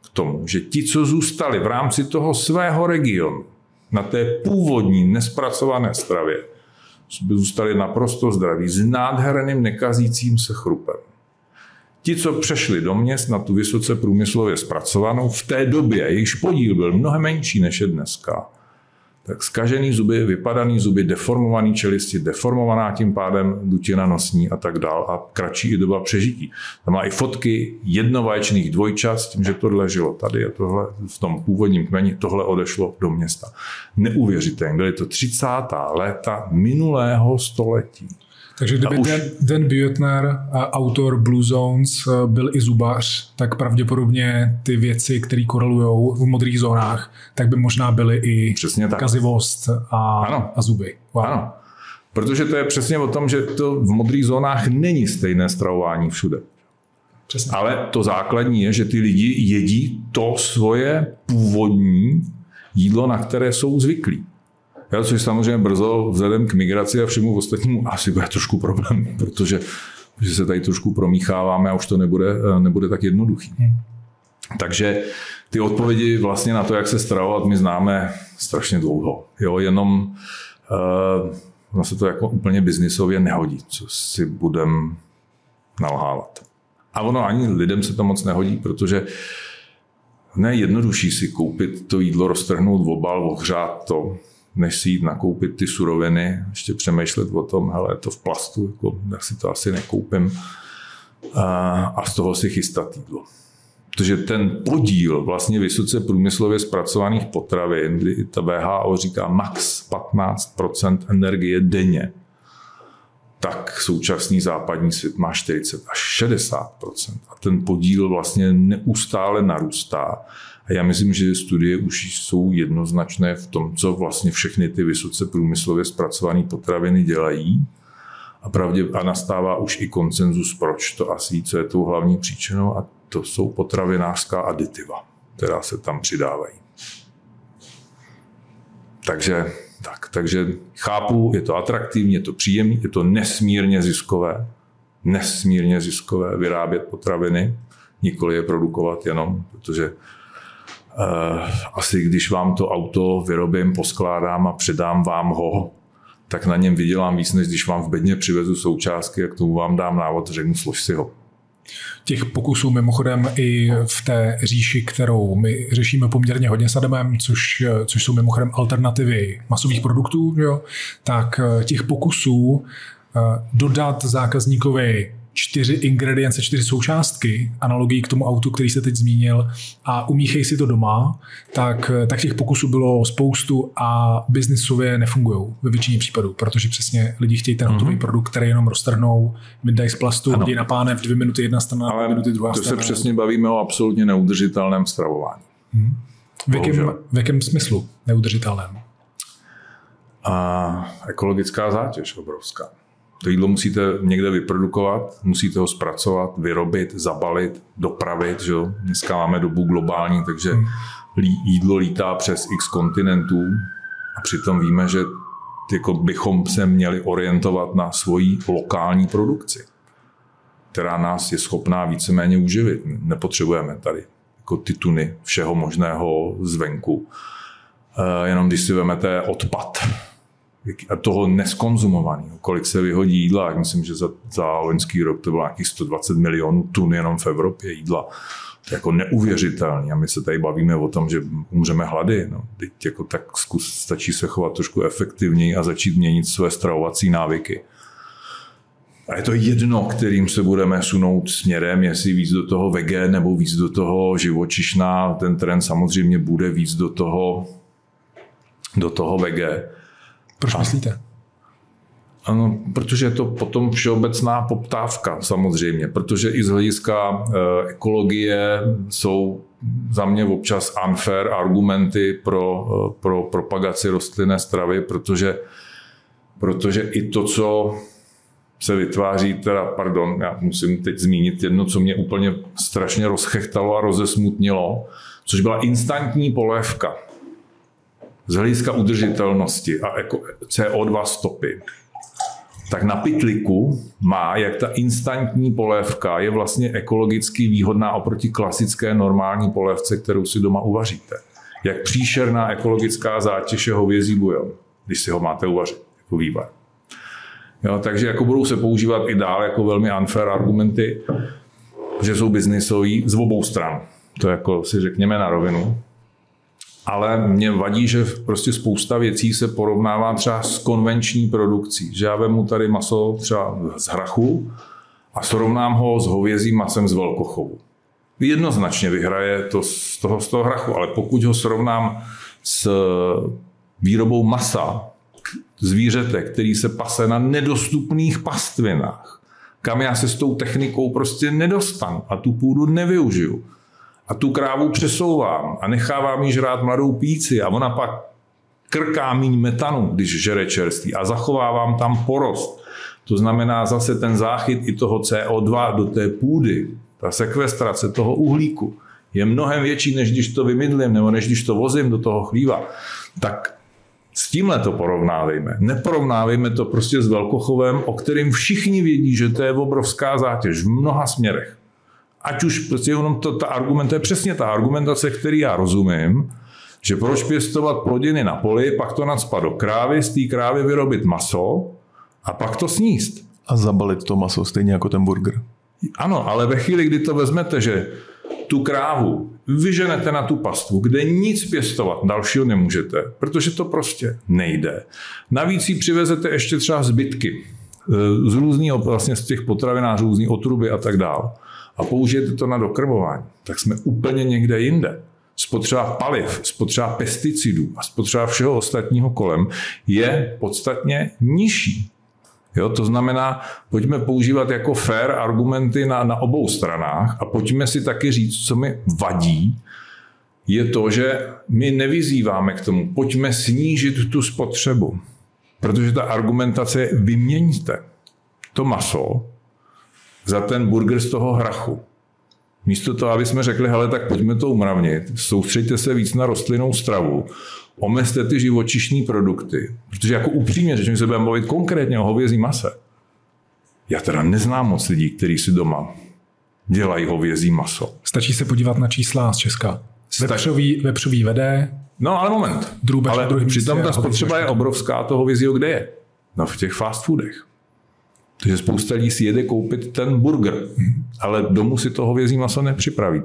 tomu, že ti, co zůstali v rámci toho svého regionu, na té původní nespracované stravě, zůstali naprosto zdraví, s nádherným nekazícím se chrupem. Ti, co přešli do měst na tu vysoce průmyslově zpracovanou, v té době, jejichž podíl byl mnohem menší než je dneska, tak zkažený zuby, vypadaný zuby, deformovaný čelisti, deformovaná tím pádem dutina nosní a tak dál a kratší i doba přežití. Tam má i fotky jednovaječných dvojčat s tím, že tohle žilo tady a tohle v tom původním kmeni, tohle odešlo do města. Neuvěřitelné, byly to 30. léta minulého století. Takže kdyby Dan Buettner, autor Blue Zones, byl i zubař, tak pravděpodobně ty věci, které korelujou v modrých zónách, tak by možná byly i kazivost a zuby. Wow. Ano, protože to je přesně o tom, že to v modrých zónách není stejné stravování všude. Přesně. Ale to základní je, že ty lidi jedí to svoje původní jídlo, na které jsou zvyklí. Což samozřejmě brzo vzhledem k migraci a všemu ostatnímu asi bude trošku problém, protože se tady trošku promícháváme a už to nebude tak jednoduchý. Takže ty odpovědi vlastně na to, jak se stravovat, my známe strašně dlouho. Jenom se to jako úplně biznisově nehodí, co si budem nalhávat. A ono ani lidem se to moc nehodí, protože ne jednodušší si koupit to jídlo, roztrhnout v obal, ohřát to, než si jít nakoupit ty suroviny, ještě přemýšlet o tom, hele, je to v plastu, jako, tak si to asi nekoupím a z toho si chystat jídlo. Protože ten podíl vlastně vysoce průmyslově zpracovaných potravin, kdy ta WHO říká max 15% energie denně, tak současný západní svět má 40 až 60%. A ten podíl vlastně neustále narůstá. A já myslím, že studie už jsou jednoznačné v tom, co vlastně všechny ty vysoce průmyslově zpracované potraviny dělají. A nastává už i konsenzus, proč to asi, co je tou hlavní příčinou, a to jsou potravinářská aditiva, která se tam přidávají. Takže chápu, je to atraktivní, je to příjemné, je to nesmírně ziskové vyrábět potraviny, nikoli je produkovat jenom, protože asi když vám to auto vyrobím, poskládám a předám vám ho, tak na něm vydělám víc, než když vám v bedně přivezu součástky a k tomu vám dám návod, řeknu, slož si ho. Těch pokusů mimochodem i v té říši, kterou my řešíme poměrně hodně s Adamem, což jsou mimochodem alternativy masových produktů, jo? Tak těch pokusů dodat zákazníkovi 4 ingredience, 4 součástky, analogii k tomu autu, který se teď zmínil, a umíchej si to doma, tak těch pokusů bylo spoustu a biznisově nefungují ve většině případů, protože přesně lidi chtějí ten hotový produkt, který jenom roztrhnou, vydají z plastu, hodí na pánev, v 2 minuty jedna strana, 2 minuty druhá strana. To se přesně bavíme o absolutně neudržitelném stravování. V jakém smyslu neudržitelném? A ekologická zátěž obrovská. To jídlo musíte někde vyprodukovat, musíte ho zpracovat, vyrobit, zabalit, dopravit. Že? Dneska máme dobu globální, takže jídlo lítá přes x kontinentů a přitom víme, že jako bychom se měli orientovat na svoji lokální produkci, která nás je schopná víceméně uživit. Nepotřebujeme tady jako ty tuny všeho možného zvenku. Jenom když si vezmete odpad, a toho neskonzumovaného, kolik se vyhodí jídla, myslím, že za loňský rok to bylo nějakých 120 milionů tun jenom v Evropě jídla. To je jako neuvěřitelné. A my se tady bavíme o tom, že umřeme hlady. No, teď jako tak stačí se chovat trošku efektivněji a začít měnit své stravovací návyky. A je to jedno, kterým se budeme sunout směrem, jestli víc do toho vege nebo víc do toho živočišná. Ten trend samozřejmě bude víc do toho vege. Proč myslíte? Ano, protože je to potom všeobecná poptávka samozřejmě, protože i z hlediska ekologie jsou za mě občas unfair argumenty pro propagaci rostlinné stravy, protože i to, co se vytváří, já musím teď zmínit jedno, co mě úplně strašně rozchechtalo a rozesmutnilo, což byla instantní polévka. Z hlediska udržitelnosti a CO2 stopy. tak na pytliku má, jak ta instantní polévka je vlastně ekologicky výhodná oproti klasické normální polévce, kterou si doma uvaříte. Jak příšerná ekologická zátěž je hovězí bujon, když si ho máte uvařit jako vývar. Jo, takže jako budou se používat i dál jako velmi unfair argumenty, že jsou biznisový z obou stran. To jako si řekněme na rovinu. Ale mě vadí, že prostě spousta věcí se porovnává třeba s konvenční produkcí. Že já vemu tady maso třeba z hrachu a srovnám ho s hovězím masem z velkochovu. Jednoznačně vyhraje to z toho hrachu, ale pokud ho srovnám s výrobou masa zvířete, který se pase na nedostupných pastvinách, kam já se s tou technikou prostě nedostanu a tu půdu nevyužiju, a tu krávu přesouvám a nechávám jí žrát mladou píci a ona pak krká míň metanu, když žere čerství a zachovávám tam porost. To znamená zase ten záchyt i toho CO2 do té půdy, ta sekvestrace toho uhlíku je mnohem větší, než když to vymydlím nebo než když to vozím do toho chlíva. Tak s tímhle to porovnávejme. Neporovnávejme to prostě s velkochovem, o kterým všichni vědí, že to je obrovská zátěž v mnoha směrech. Ať už prostě jenom ta argumentace, je přesně ta argumentace, který já rozumím, že proč pěstovat plodiny na poli, pak to nacpat do krávy, z té krávy vyrobit maso a pak to sníst. A zabalit to maso, stejně jako ten burger. Ano, ale ve chvíli, kdy to vezmete, že tu krávu vyženete na tu pastvu, kde nic pěstovat dalšího nemůžete, protože to prostě nejde. Navíc si přivezete ještě třeba zbytky z různého, vlastně z těch potravinářů, různý otruby a tak dále. A použijete to na dokrmování, tak jsme úplně někde jinde. Spotřeba paliv, spotřeba pesticidů a spotřeba všeho ostatního kolem je podstatně nižší. Jo, to znamená, pojďme používat jako fair argumenty na obou stranách a pojďme si taky říct, co mi vadí, je to, že my nevyzýváme k tomu, pojďme snížit tu spotřebu, protože ta argumentace je vyměňte to maso za ten burger z toho hrachu. Místo toho, aby jsme řekli, hele, tak pojďme to umravnit, soustřeďte se víc na rostlinnou stravu, omezte ty živočišní produkty, protože jako upřímně řečeno, se budeme bavit konkrétně o hovězí mase. Já teda neznám moc lidí, kteří si doma dělají hovězí maso. Stačí se podívat na čísla z Česka. Vepřový vede. No ale moment. Drůbež ale přitom ta spotřeba je obrovská toho hovězího, kde je? No v těch fast foodech. Takže spousta lidí si jede koupit ten burger, ale domů si to hovězí maso nepřipraví.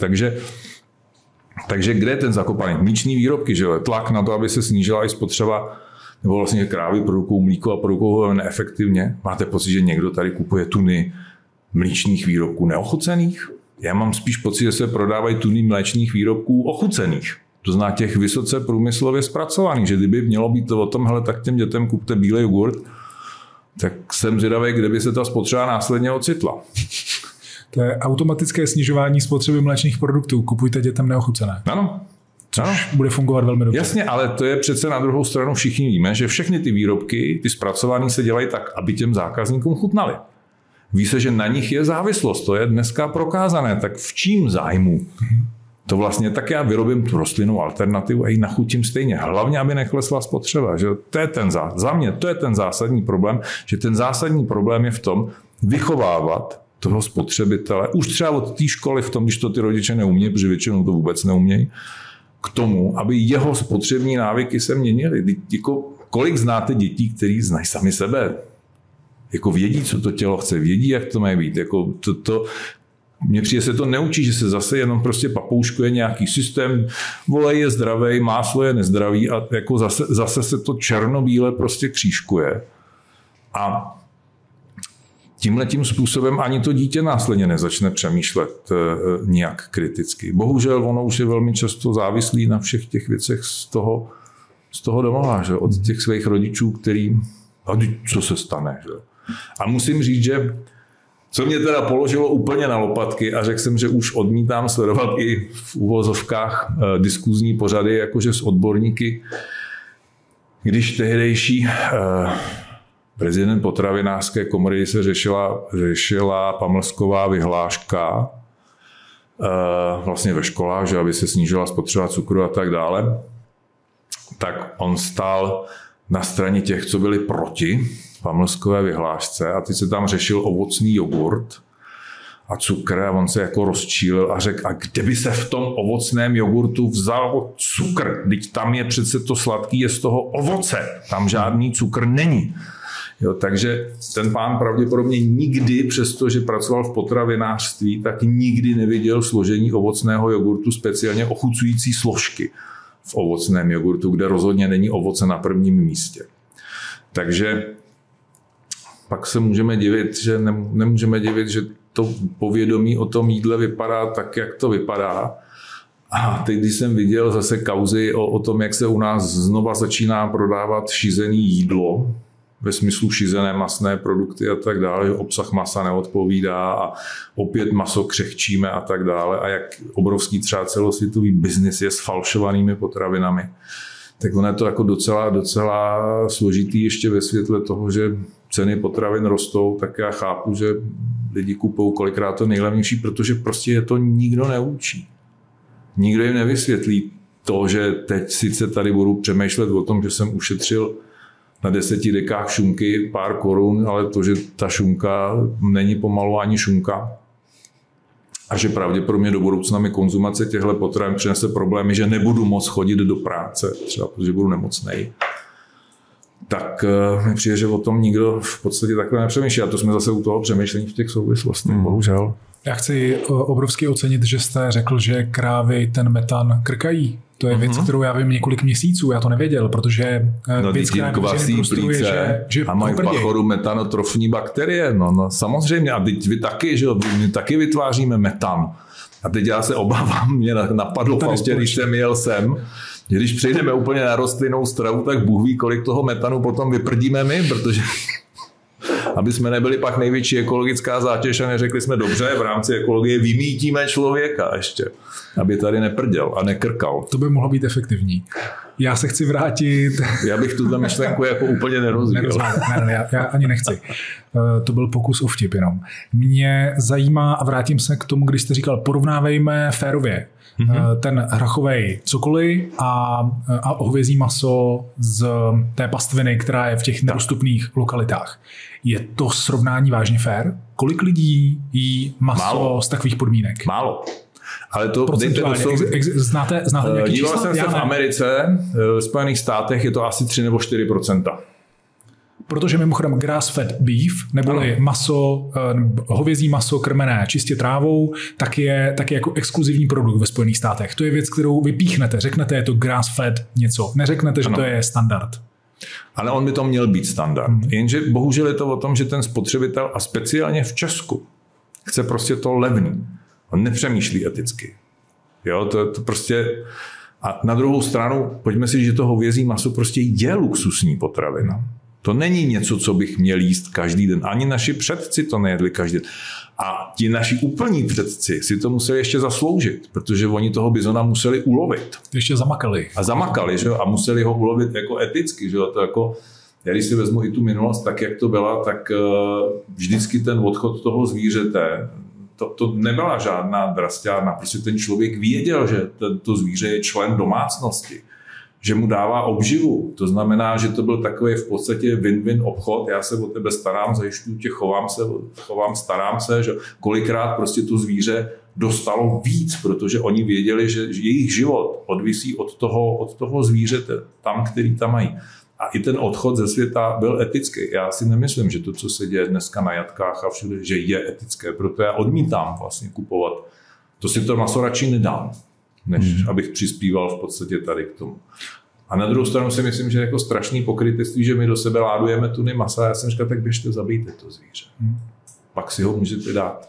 Takže kde je ten zakopaný? Mlíčný výrobky, že tlak na to, aby se snížila i spotřeba, nebo vlastně krávy produkují mlíko a produkují ho neefektivně. Máte pocit, že někdo tady kupuje tuny mlíčných výrobků neochucených? Já mám spíš pocit, že se prodávají tuny mléčných výrobků ochucených. To znamená těch vysoce průmyslově zpracovaných, že kdyby mělo být to o tom, hele, tak těm dětem kupte bílej jogurt, tak jsem zvědavý, kde by se ta spotřeba následně ocitla. To je automatické snižování spotřeby mléčných produktů. Kupujte dětem neochucené. Ano. Což bude fungovat velmi dobře. Jasně, ale to je přece na druhou stranu všichni víme, že všechny ty výrobky, ty zpracované se dělají tak, aby těm zákazníkům chutnaly. Ví se, že na nich je závislost, to je dneska prokázané, tak v čím zájmu? To vlastně tak já vyrobím tu rostlinnou alternativu a ji nachutím stejně. Hlavně, aby neklesla spotřeba. Že to je za mě to je ten zásadní problém, že ten zásadní problém je v tom vychovávat toho spotřebitele, už třeba od té školy v tom, když to ty rodiče neumějí, protože většinou to vůbec neumějí, k tomu, aby jeho spotřební návyky se měnily. Jako, kolik znáte dětí, který znají sami sebe? Jako vědí, co to tělo chce, vědí, jak to má být. Jako mně přijde, se to neučí, že se zase jenom prostě papouškuje nějaký systém, volej je zdravý, máslo je nezdravý a jako zase se to černobíle prostě křížkuje. A tímhletím způsobem ani to dítě následně nezačne přemýšlet nijak kriticky. Bohužel ono už je velmi často závislý na všech těch věcech z toho domova, že? Od těch svých rodičů, který, co se stane. Že? A musím říct, že co mě teda položilo úplně na lopatky a řekl jsem, že už odmítám sledovat i v uvozovkách diskuzní pořady, jakože s odborníky, když tehdejší prezident potravinářské komory se řešila pamlsková vyhláška vlastně ve školách, že aby se snížila spotřeba cukru a tak dále, tak on stál na straně těch, co byli proti, v Amlskové vyhlášce a teď se tam řešil ovocný jogurt a cukr a on se jako rozčílil a řekl, a kde by se v tom ovocném jogurtu vzal cukr? Teď tam je přece to sladký, je z toho ovoce, tam žádný cukr není. Jo, takže ten pán pravděpodobně nikdy, přestože pracoval v potravinářství, tak nikdy neviděl složení ovocného jogurtu, speciálně ochucující složky v ovocném jogurtu, kde rozhodně není ovoce na prvním místě. Takže pak se můžeme divit, že nemůžeme divit, že to povědomí o tom jídle vypadá tak, jak to vypadá. A teď, když jsem viděl zase kauzy o tom, jak se u nás znova začíná prodávat šizené jídlo, ve smyslu šizené masné produkty a tak dále, že obsah masa neodpovídá a opět maso křehčíme a tak dále a jak obrovský třeba celosvětový biznis je s falšovanými potravinami. Tak ono je to jako docela složitý ještě ve světle toho, že ceny potravin rostou, tak já chápu, že lidi kupují kolikrát to nejlevnější, protože prostě je to nikdo neučí. Nikdo jim nevysvětlí to, že teď sice tady budu přemýšlet o tom, že jsem ušetřil na 10 dekách šunky pár korun, ale to, že ta šunka není pomalu ani šunka a že pravděpodobně do budoucna mi konzumace těchto potravin přinese problémy, že nebudu moc chodit do práce, třeba protože budu nemocnej, tak mi přijde, že o tom nikdo v podstatě takhle nepřemýšlí. A to jsme zase u toho přemýšlení v těch souvislostech, bohužel. Já chci obrovsky ocenit, že jste řekl, že krávy ten metan krkají. To je věc, kterou já vím několik měsíců, já to nevěděl, protože věc, která kvasí plíce že a mají v pachoru metanotrofní bakterie. No, samozřejmě. A teď vy taky, že my taky vytváříme metan. A teď já se obávám, mě napadlo vlastně, když jsem jel sem, že když přejdeme úplně na rostlinnou stravu, tak Bůh ví, kolik toho metanu potom vyprdíme my, protože aby jsme nebyli pak největší ekologická zátěž a neřekli jsme dobře, v rámci ekologie vymítíme člověka ještě, aby tady neprděl a nekrkal. To by mohlo být efektivní. Já se chci vrátit... Já bych tuto myšlenku jako úplně nerozvíjel. Ne, já ani nechci. To byl pokus o vtip jenom. Mě zajímá, a vrátím se k tomu, když jste říkal, porovnávejme férově ten hrachovej cokoliv a hovězí maso z té pastviny, která je v těch nedostupných lokalitách. Je to srovnání vážně fér? Kolik lidí jí maso z takových podmínek? Málo. Ale to znáte nějaký díval čísla? jsem se v Americe, v Spojených státech je to asi 3 nebo 4%. Protože mimochodem grass-fed beef, neboli maso, hovězí maso krmené čistě trávou, tak je jako exkluzivní produkt ve Spojených státech. To je věc, kterou vypíchnete, řeknete, je to grass-fed něco. Neřeknete, že to je standard. Ale on by to měl být standard. Jenže bohužel je to o tom, že ten spotřebitel, a speciálně v Česku, chce prostě to levný. On nepřemýšlí eticky. Jo, to prostě... A na druhou stranu, pojďme si, že to hovězí maso prostě je luxusní potravina. To není něco, co bych měl jíst každý den. Ani naši předci to nejedli každý den. A ti naši úplní předci si to museli ještě zasloužit, protože oni toho bizona museli ulovit. Ještě zamakali. A zamakali, že jo? A museli ho ulovit jako eticky. Že jo? To jako, já když si vezmu i tu minulost, tak jak to byla, tak vždycky ten odchod toho zvířete, to nebyla žádná drastiárna. Prostě ten člověk věděl, že to zvíře je člen domácnosti, že mu dává obživu. To znamená, že to byl takový v podstatě win-win obchod. Já se o tebe starám, zajišťuju tě, starám se, že kolikrát prostě to zvíře dostalo víc, protože oni věděli, že jejich život odvisí od toho zvířete, tam, který tam mají. A i ten odchod ze světa byl etický. Já si nemyslím, že to, co se děje dneska na jatkách a všude, že je etické. Proto já odmítám vlastně kupovat. To si to maso radši nedám, než abych přispíval v podstatě tady k tomu. A na druhou stranu si myslím, že jako strašný pokrytectví, že my do sebe ládujeme tuny masa. Já jsem říkal, tak běžte, zabijte to zvíře. Pak si ho můžete dát.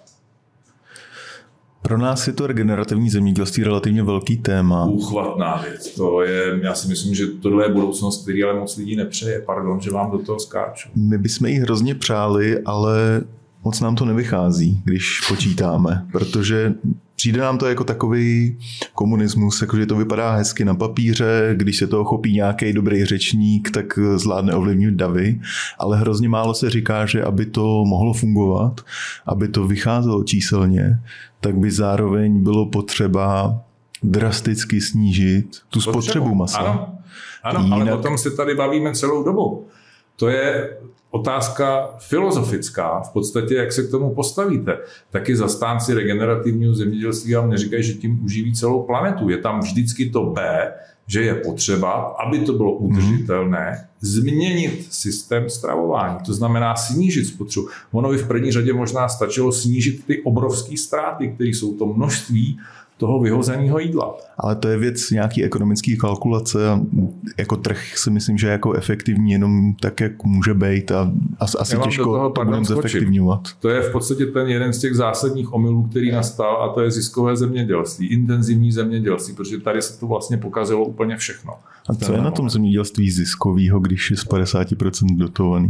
Pro nás je to regenerativní zemědělství relativně velký téma. Úchvatná věc. To je, já si myslím, že tohle je budoucnost, který ale moc lidí nepřeje. Pardon, že vám do toho skáču. My bychom jí hrozně přáli, ale moc nám to nevychází, když počítáme, protože přijde nám to jako takový komunismus, jakože to vypadá hezky na papíře, když se toho chopí nějaký dobrý řečník, tak zvládne ovlivnit davy, ale hrozně málo se říká, že aby to mohlo fungovat, aby to vycházelo číselně, tak by zároveň bylo potřeba drasticky snížit tu spotřebu masa. Ano, ale o tom se tady bavíme celou dobu. to je otázka filozofická, v podstatě, jak se k tomu postavíte. Taky zastánci regenerativního zemědělství vám neříkají, že tím uživí celou planetu. Je tam vždycky to B, že je potřeba, aby to bylo udržitelné, změnit systém stravování. To znamená snížit spotřebu. Ono by v první řadě možná stačilo snížit ty obrovské ztráty, které jsou to množství toho vyhozeného jídla. Ale to je věc nějaký ekonomický kalkulace a jako trh si myslím, že je jako efektivní jenom tak, jak může být a asi těžko to budeme zefektivňovat. To je v podstatě ten jeden z těch zásadních omylů, který nastal, a to je ziskové zemědělství, intenzivní zemědělství, protože tady se to vlastně pokazilo úplně všechno. A co je na tom zemědělství ziskového, když je z 50% dotovaný?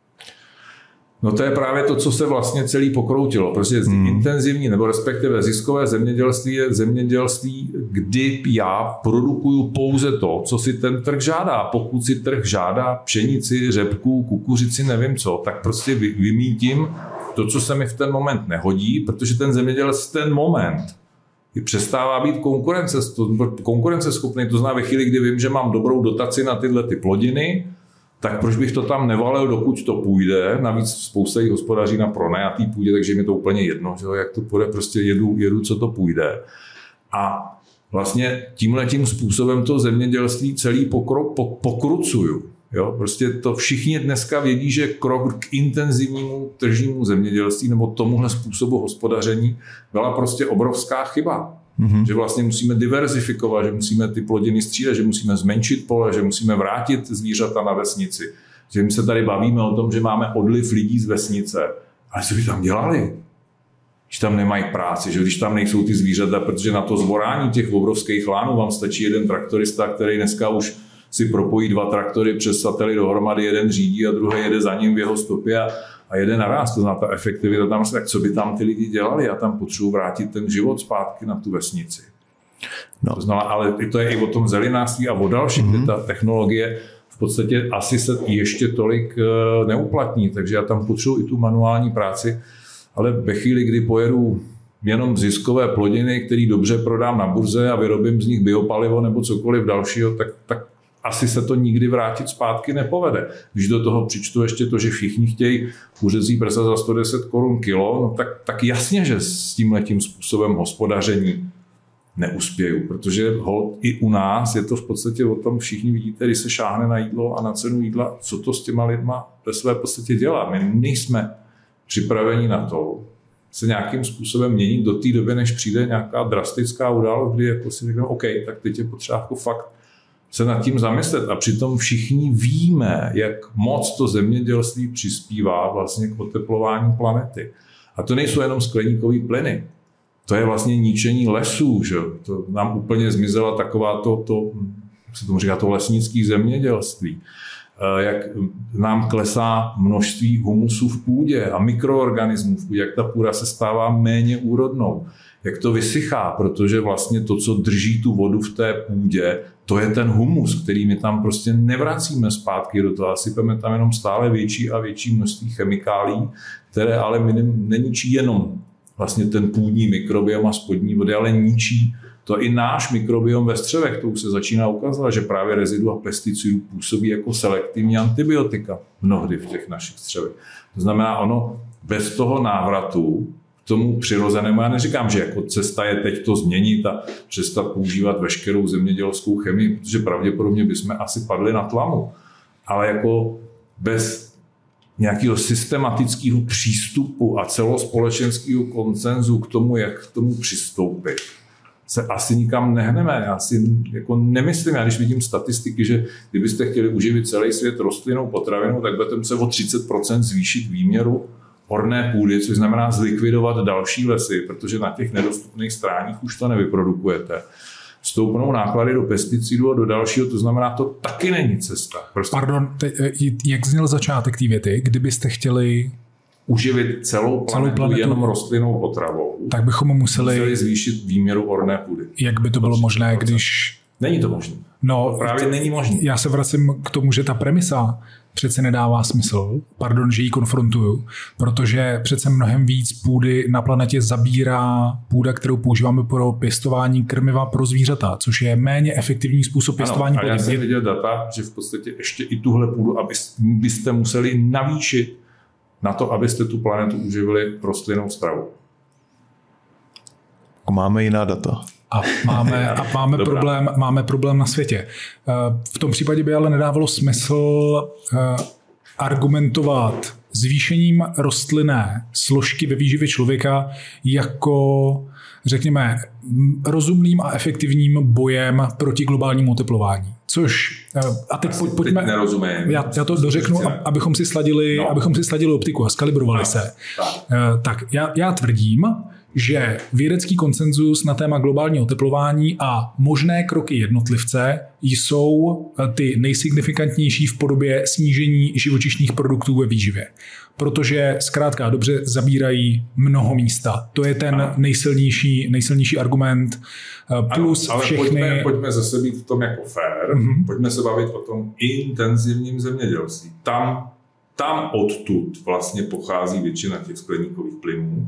No to je právě to, co se vlastně celý pokroutilo. Prostě intenzivní nebo respektive ziskové zemědělství je zemědělství, kdy já produkuju pouze to, co si ten trh žádá. Pokud si trh žádá pšenici, řepku, kukuřici, nevím co, tak prostě vymítím to, co se mi v ten moment nehodí, protože ten zemědělec v ten moment přestává být konkurenceschopný. To znamená, ve chvíli, kdy vím, že mám dobrou dotaci na tyhle ty plodiny, tak proč bych to tam nevalil, dokud to půjde. Navíc spousta jich hospodaří na pronajatý půdě, takže mi to úplně jedno, že jak to půjde, prostě jedu, co to půjde. A vlastně tímhletím způsobem to zemědělství celý pokrucuju. Jo? Prostě to všichni dneska vědí, že krok k intenzivnímu tržnímu zemědělství nebo tomuhle způsobu hospodaření byla prostě obrovská chyba. Že vlastně musíme diverzifikovat, že musíme ty plodiny střídat, že musíme zmenšit pole, že musíme vrátit zvířata na vesnici. Že my se tady bavíme o tom, že máme odliv lidí z vesnice. Ale co by tam dělali? Když tam nemají práci, že když tam nejsou ty zvířata, protože na to zvorání těch obrovských lánů vám stačí jeden traktorista, který dneska už si propojí 2 traktory přes satelit dohromady, jeden řídí a druhý jede za ním v jeho stopě a jede naraz. To znamená, ta efektivita tam, tak co by tam ty lidi dělali? Já tam potřebuji vrátit ten život zpátky na tu vesnici. No. To znamená, ale to je i o tom zelinářství a o dalších, kde ta technologie v podstatě asi se ještě tolik neuplatní, takže já tam potřebuji i tu manuální práci, ale ve chvíli, kdy pojedu jenom ziskové plodiny, které dobře prodám na burze a vyrobím z nich biopalivo nebo cokoliv dalšího, tak asi se to nikdy vrátit zpátky nepovede. Když do toho přičtu ještě to, že všichni chtějí kuřecí prsa za 110 korun kilo, no tak jasně, že s tímhletím způsobem hospodaření neuspěju, protože i u nás je to v podstatě o tom, všichni vidíte, když se šáhne na jídlo a na cenu jídla, co to s těma lidma ve své podstatě dělá. My nejsme připraveni na to se nějakým způsobem měnit do té doby, než přijde nějaká drastická událost, kdy jako si řekneme, OK, tak teď je potřeba jako fakt se nad tím zamyslet. A přitom všichni víme, jak moc to zemědělství přispívá vlastně k oteplování planety. A to nejsou jenom skleníkové plyny. To je vlastně ničení lesů. Že? To nám úplně zmizela taková jak se tomu říká, to lesnické zemědělství. Jak nám klesá množství humusu v půdě a mikroorganismů v půdě, jak ta půda se stává méně úrodnou, jak to vysychá, protože vlastně to, co drží tu vodu v té půdě, to je ten humus, který my tam prostě nevracíme zpátky do toho a sypeme tam jenom stále větší a větší množství chemikálí, které ale neničí jenom vlastně ten půdní mikrobiom a spodní vody, ale ničí to i náš mikrobiom ve střevech. To už se začíná ukazovat, že právě rezidua pesticidů působí jako selektivní antibiotika mnohdy v těch našich střevech. To znamená, ono bez toho návratu k tomu přirozenému, já neříkám, že jako cesta je teď to změnit a přestat používat veškerou zemědělskou chemii, protože pravděpodobně bychom asi padli na tlamu. Ale jako bez nějakého systematického přístupu a celospolečenského konsenzu k tomu, jak k tomu přistoupit, se asi nikam nehneme. Já si jako nemyslím, já když vidím statistiky, že kdybyste chtěli uživit celý svět rostlinnou potravinou, tak budete se o 30% zvýšit výměru orné půdy, což znamená zlikvidovat další lesy, protože na těch nedostupných stráních už to nevyprodukujete. Stoupnou náklady do pesticidů a do dalšího, to znamená, to taky není cesta. Prostě... Pardon, jak zněl začátek té věty? Kdybyste chtěli uživit celou planetu jenom rostlinnou potravou, tak bychom museli zvýšit výměru orné půdy. Jak by to bylo možné, když... Není to možné. No, to právě není možné. Já se vracím k tomu, že ta premisa přece nedává smysl, že ji konfrontuju, protože přece mnohem víc půdy na planetě zabírá půda, kterou používáme pro pěstování krmiva pro zvířata, což je méně efektivní způsob pěstování. Ano, a já jsem viděl data, že v podstatě ještě i tuhle půdu byste museli navýšit na to, abyste tu planetu uživili rostlinnou stravou. Máme jiná data. A máme problém na světě. V tom případě by ale nedávalo smysl argumentovat zvýšením rostlinné složky ve výživě člověka jako, řekněme, rozumným a efektivním bojem proti globálnímu oteplování. Což, a teď pojďme, já to dořeknu, abychom si sladili optiku a skalibrovali se. Tak já tvrdím, že vědecký konsenzus na téma globálního oteplování a možné kroky jednotlivce jsou ty nejsignifikantnější v podobě snížení živočišných produktů ve výživě. Protože zkrátka dobře zabírají mnoho místa. To je ten nejsilnější argument. Plus ale všechny... pojďme zase být v tom jako fair. Pojďme se bavit o tom intenzivním zemědělství. Tam odtud vlastně pochází většina těch skleníkových plynů.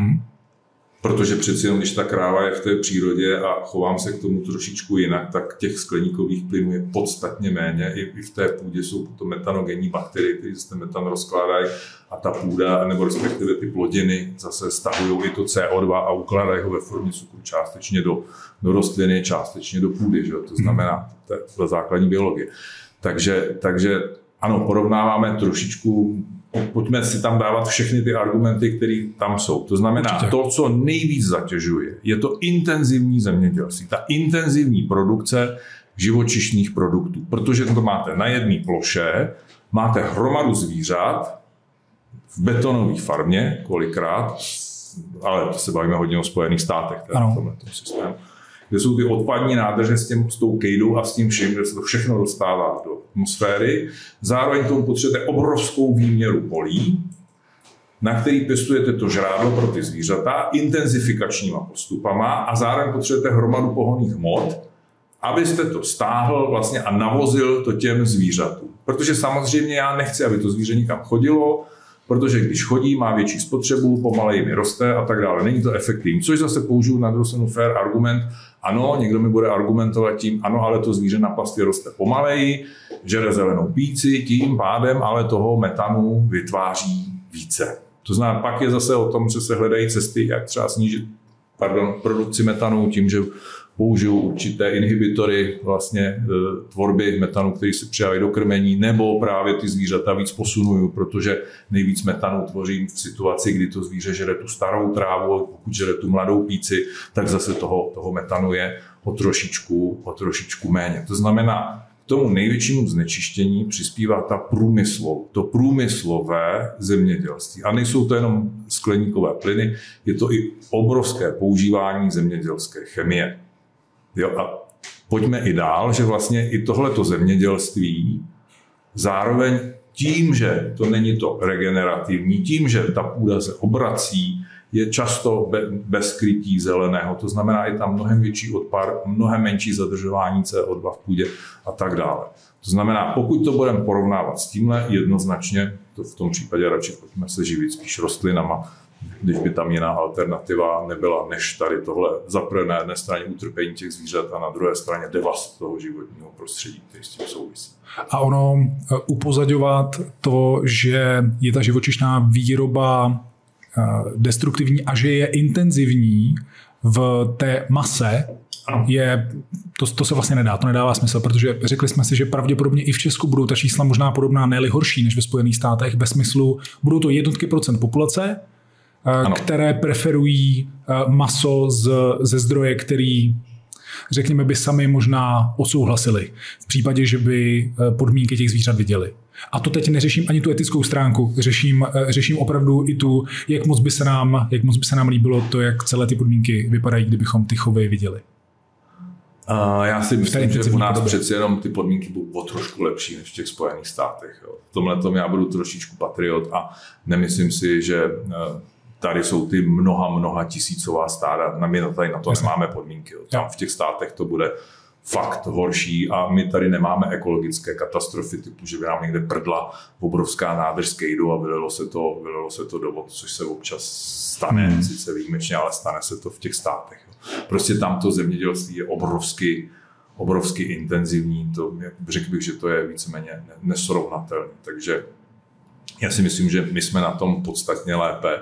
Protože přeci jenom, když ta kráva je v té přírodě a chovám se k tomu trošičku jinak, tak těch skleníkových plynů je podstatně méně. I v té půdě jsou potom metanogenní bakterie, které se ten metan rozkládají a ta půda, nebo respektive ty plodiny zase stahují i to CO2 a ukládají ho ve formě cukru částečně do rostliny, částečně do půdy. Že? To znamená, to je základní biologie. Takže ano, porovnáváme trošičku. Pojďme si tam dávat všechny ty argumenty, které tam jsou. To znamená, to, co nejvíc zatěžuje, je to intenzivní zemědělství. Ta intenzivní produkce živočišných produktů. Protože to máte na jedné ploše, máte hromadu zvířat v betonové farmě, kolikrát, ale to se bavíme hodně o Spojených státech, teda v tomhle systému, kde jsou ty odpadní nádrže s tou kejdou a s tím vším, kde se to všechno dostává do atmosféry. Zároveň tomu potřebujete obrovskou výměru polí, na který pěstujete to žrádlo pro ty zvířata intenzifikačníma postupama a zároveň potřebujete hromadu pohonných hmot, abyste to stáhl vlastně a navozil to těm zvířatům. Protože samozřejmě já nechci, aby to zvíře nikam chodilo, protože když chodí, má větší spotřebu, pomaleji mi roste a tak dále. Není to efektivní. Což zase použiju na druhou stranu fair argument. Ano, někdo mi bude argumentovat tím, ano, ale to zvíře na pastvě roste pomaleji, žere zelenou píci, tím pádem ale toho metanu vytváří více. To znamená, pak je zase o tom, že se hledají cesty, jak třeba snížit produkci metanu tím, že použiju určité inhibitory vlastně tvorby metanu, který se přidávají do krmení, nebo právě ty zvířata víc posunuju, protože nejvíc metanu tvořím v situaci, kdy to zvíře žere tu starou trávu, pokud žere tu mladou píci, tak zase toho metanu je o trošičku méně. To znamená, k tomu největšímu znečištění přispívá to průmyslové zemědělství. A nejsou to jenom skleníkové plyny, je to i obrovské používání zemědělské chemie. Jo, a pojďme i dál, že vlastně i tohleto zemědělství zároveň tím, že to není to regenerativní, tím, že ta půda se obrací, je často bez krytí zeleného, to znamená, je tam mnohem větší odpar, mnohem menší zadržování CO2 v půdě a tak dále. To znamená, pokud to budeme porovnávat s tímhle, jednoznačně, to v tom případě radši pojďme se živit spíš rostlinama, když by tam jiná alternativa nebyla, než tady tohle zaprvé na jedné straně utrpení těch zvířat a na druhé straně devast toho životního prostředí, který s tím souvisí. A ono upozadňovat to, že je ta živočišná výroba destruktivní a že je intenzivní v té mase, to se vlastně nedá, to nedává smysl, protože řekli jsme si, že pravděpodobně i v Česku budou ta čísla možná podobná, ne-li horší než ve Spojených státech, ve smyslu, budou to jednotky procent populace, které preferují maso ze zdroje, který, řekněme, by sami možná odsouhlasili v případě, že by podmínky těch zvířat viděli. A to teď neřeším ani tu etickou stránku, řeším opravdu i tu, jak moc by se nám líbilo to, jak celé ty podmínky vypadají, kdybychom ty chovy viděli. Já si myslím, že u nás přece jenom ty podmínky budou o trošku lepší než v těch Spojených státech. Jo. V tomhletom já budu trošičku patriot a nemyslím si, že tady jsou ty mnoha tisícová stáda, my tady na to nemáme podmínky. Jo. Tam v těch státech to bude fakt horší a my tady nemáme ekologické katastrofy typu, že by nám někde prdla obrovská nádrž z kejdu a vylilo se to do vod, což se občas stane, sice výjimečně, ale stane se to v těch státech. Prostě tam to zemědělství je obrovsky intenzivní, řekl bych, že to je víceméně nesrovnatelné. Takže já si myslím, že my jsme na tom podstatně lépe.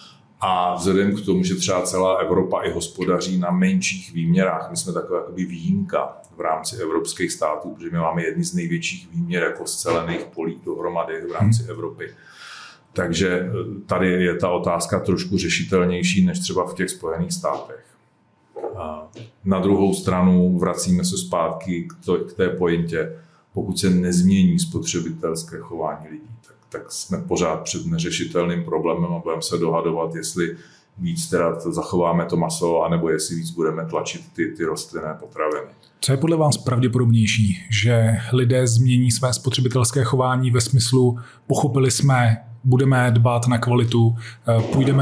A vzhledem k tomu, že třeba celá Evropa i hospodaří na menších výměrách, my jsme taková jakoby výjimka v rámci evropských států, protože my máme jedny z největších výměr jako scelených polí dohromady v rámci Evropy. Takže tady je ta otázka trošku řešitelnější než třeba v těch Spojených státech. A na druhou stranu vracíme se zpátky k té pointě, pokud se nezmění spotřebitelské chování lidí, tak jsme pořád před neřešitelným problémem a budeme se dohadovat, jestli víc teda zachováme to maso, anebo jestli víc budeme tlačit ty rostlinné potraviny. Co je podle vás pravděpodobnější, že lidé změní své spotřebitelské chování ve smyslu pochopili jsme, budeme dbát na kvalitu, půjdeme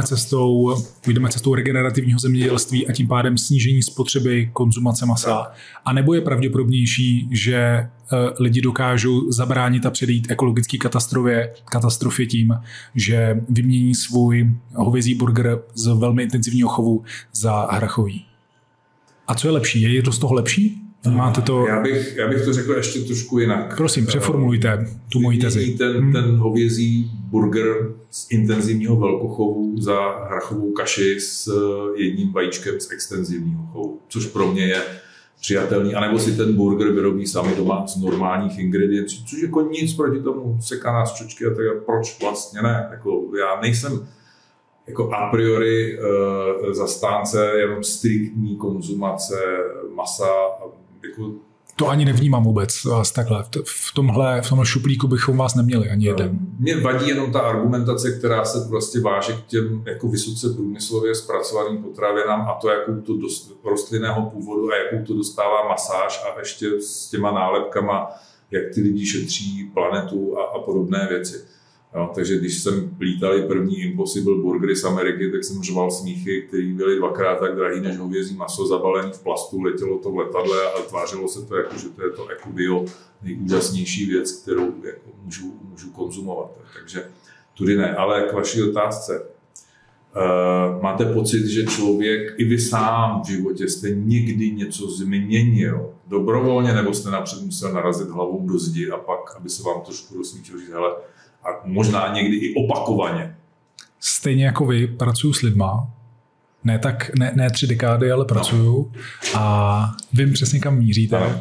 cestou regenerativního zemědělství a tím pádem snížení spotřeby konzumace masa, a nebo je pravděpodobnější, že lidi dokážou zabránit a předejít ekologické katastrofě tím, že vymění svůj hovězí burger z velmi intenzivního chovu za hrachový. A co je lepší? Je to z toho lepší? Máte to... Já bych to řekl ještě trošku jinak. Prosím, přeformulujte tu moji tezi. Ten hovězí burger z intenzivního velkochovu za hrachovou kaši s jedním vajíčkem z extenzivního chovu, což pro mě je přijatelný. A nebo si ten burger vyrobí sami doma z normálních ingrediencí, což jako nic proti tomu, sekaná z čočky a tak, proč vlastně ne? Jako, já nejsem jako a priori zastánce jenom striktní konzumace masa. Jako... To ani nevnímám vůbec takhle. V tomhle šuplíku bychom vás neměli ani jeden. Mně vadí jenom ta argumentace, která se vlastně váže k těm jako vysoce průmyslově zpracovaným potravinám a to, jakou to rostlinného původu a jakou to dostává masáž a ještě s těma nálepkama, jak ty lidi šetří planetu a podobné věci. No, takže když jsem plítali první Impossible burgery z Ameriky, tak jsem řval smíchy, které byly 2x tak drahý než hovězí maso zabalené v plastu, letělo to v letadle a tvářilo se to jako, že to je to ekobio, nejúžasnější věc, kterou jako můžu konzumovat. Takže tudy ne, ale k vaší otázce. Máte pocit, že člověk, i vy sám v životě jste někdy něco změnil dobrovolně, nebo jste napřed musel narazit hlavou do zdi a pak, aby se vám trošku rozsvítil, říct, hele, a možná někdy i opakovaně. Stejně jako vy, pracuji s lidma, ne 3 dekády, ale pracuju a vím přesně, kam míříte.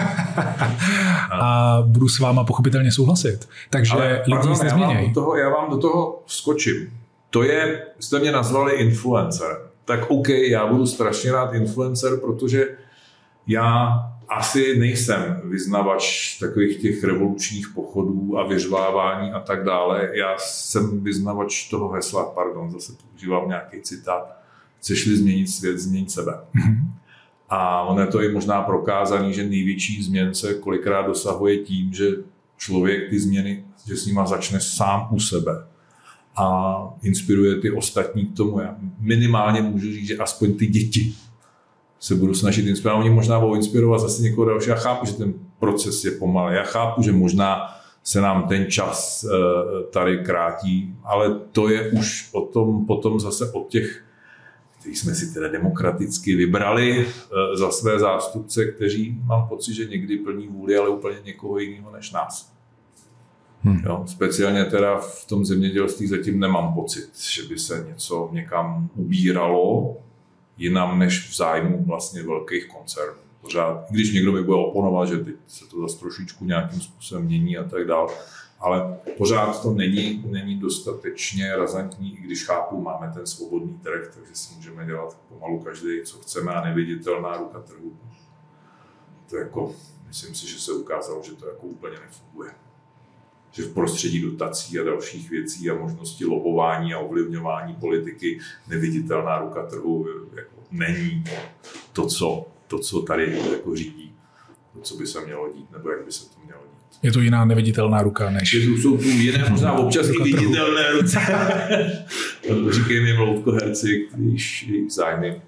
A budu s váma pochopitelně souhlasit. Takže lidi nic nezměnějí. Já vám do toho skočím. Jste mě nazvali influencer. Tak OK, já budu strašně rád influencer, protože já asi nejsem vyznavač takových těch revolučních pochodů a vyřvávání a tak dále. Já jsem vyznavač toho hesla, zase používám nějaký citát, chceš-li změnit svět, změň sebe. A ono je to i možná prokázaný, že největší změn se kolikrát dosahuje tím, že člověk ty změny, že s nima začne sám u sebe a inspiruje ty ostatní k tomu. Já minimálně můžu říct, že aspoň ty děti se budu snažit inspirovat. Oni možná budou inspirovat zase někoho dalšího. Já chápu, že ten proces je pomalý. Já chápu, že možná se nám ten čas tady krátí, ale to je už potom zase od těch, kteří jsme si teda demokraticky vybrali za své zástupce, kteří mám pocit, že někdy plní vůli, ale úplně někoho jiného než nás. Jo, speciálně teda v tom zemědělství zatím nemám pocit, že by se něco někam ubíralo jinam než v zájmu vlastně velkých koncernů. Pořád, když někdo mi bude oponovat, že teď se to zase trošičku nějakým způsobem mění a tak dále, ale pořád to není dostatečně razantní, i když chápu, máme ten svobodný trh, takže si můžeme dělat pomalu každý, co chceme a neviditelná ruka trhu. To jako, myslím si, že se ukázalo, že to jako úplně nefunguje. Že v prostředí dotací a dalších věcí a možnosti lobování a ovlivňování politiky neviditelná ruka trhu jako není to, co tady jako řídí, to, co by se mělo dít, nebo jak by se to mělo dít. Je to jiná neviditelná ruka, než... Jsou tu jiné, možná občas i viditelné ruce. Říkají mi loutkoherci, když jejich zájmy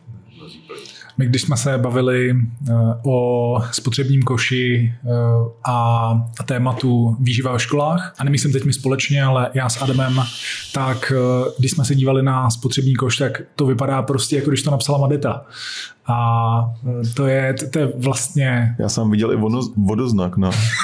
mnozí plní. My když jsme se bavili o spotřebním koši a tématu výživa ve školách, a nemyslím teď my společně, ale já s Adamem, tak když jsme se dívali na spotřební koš, tak to vypadá prostě jako když to napsala Madeta. A to je vlastně... Já jsem viděl i vodoznak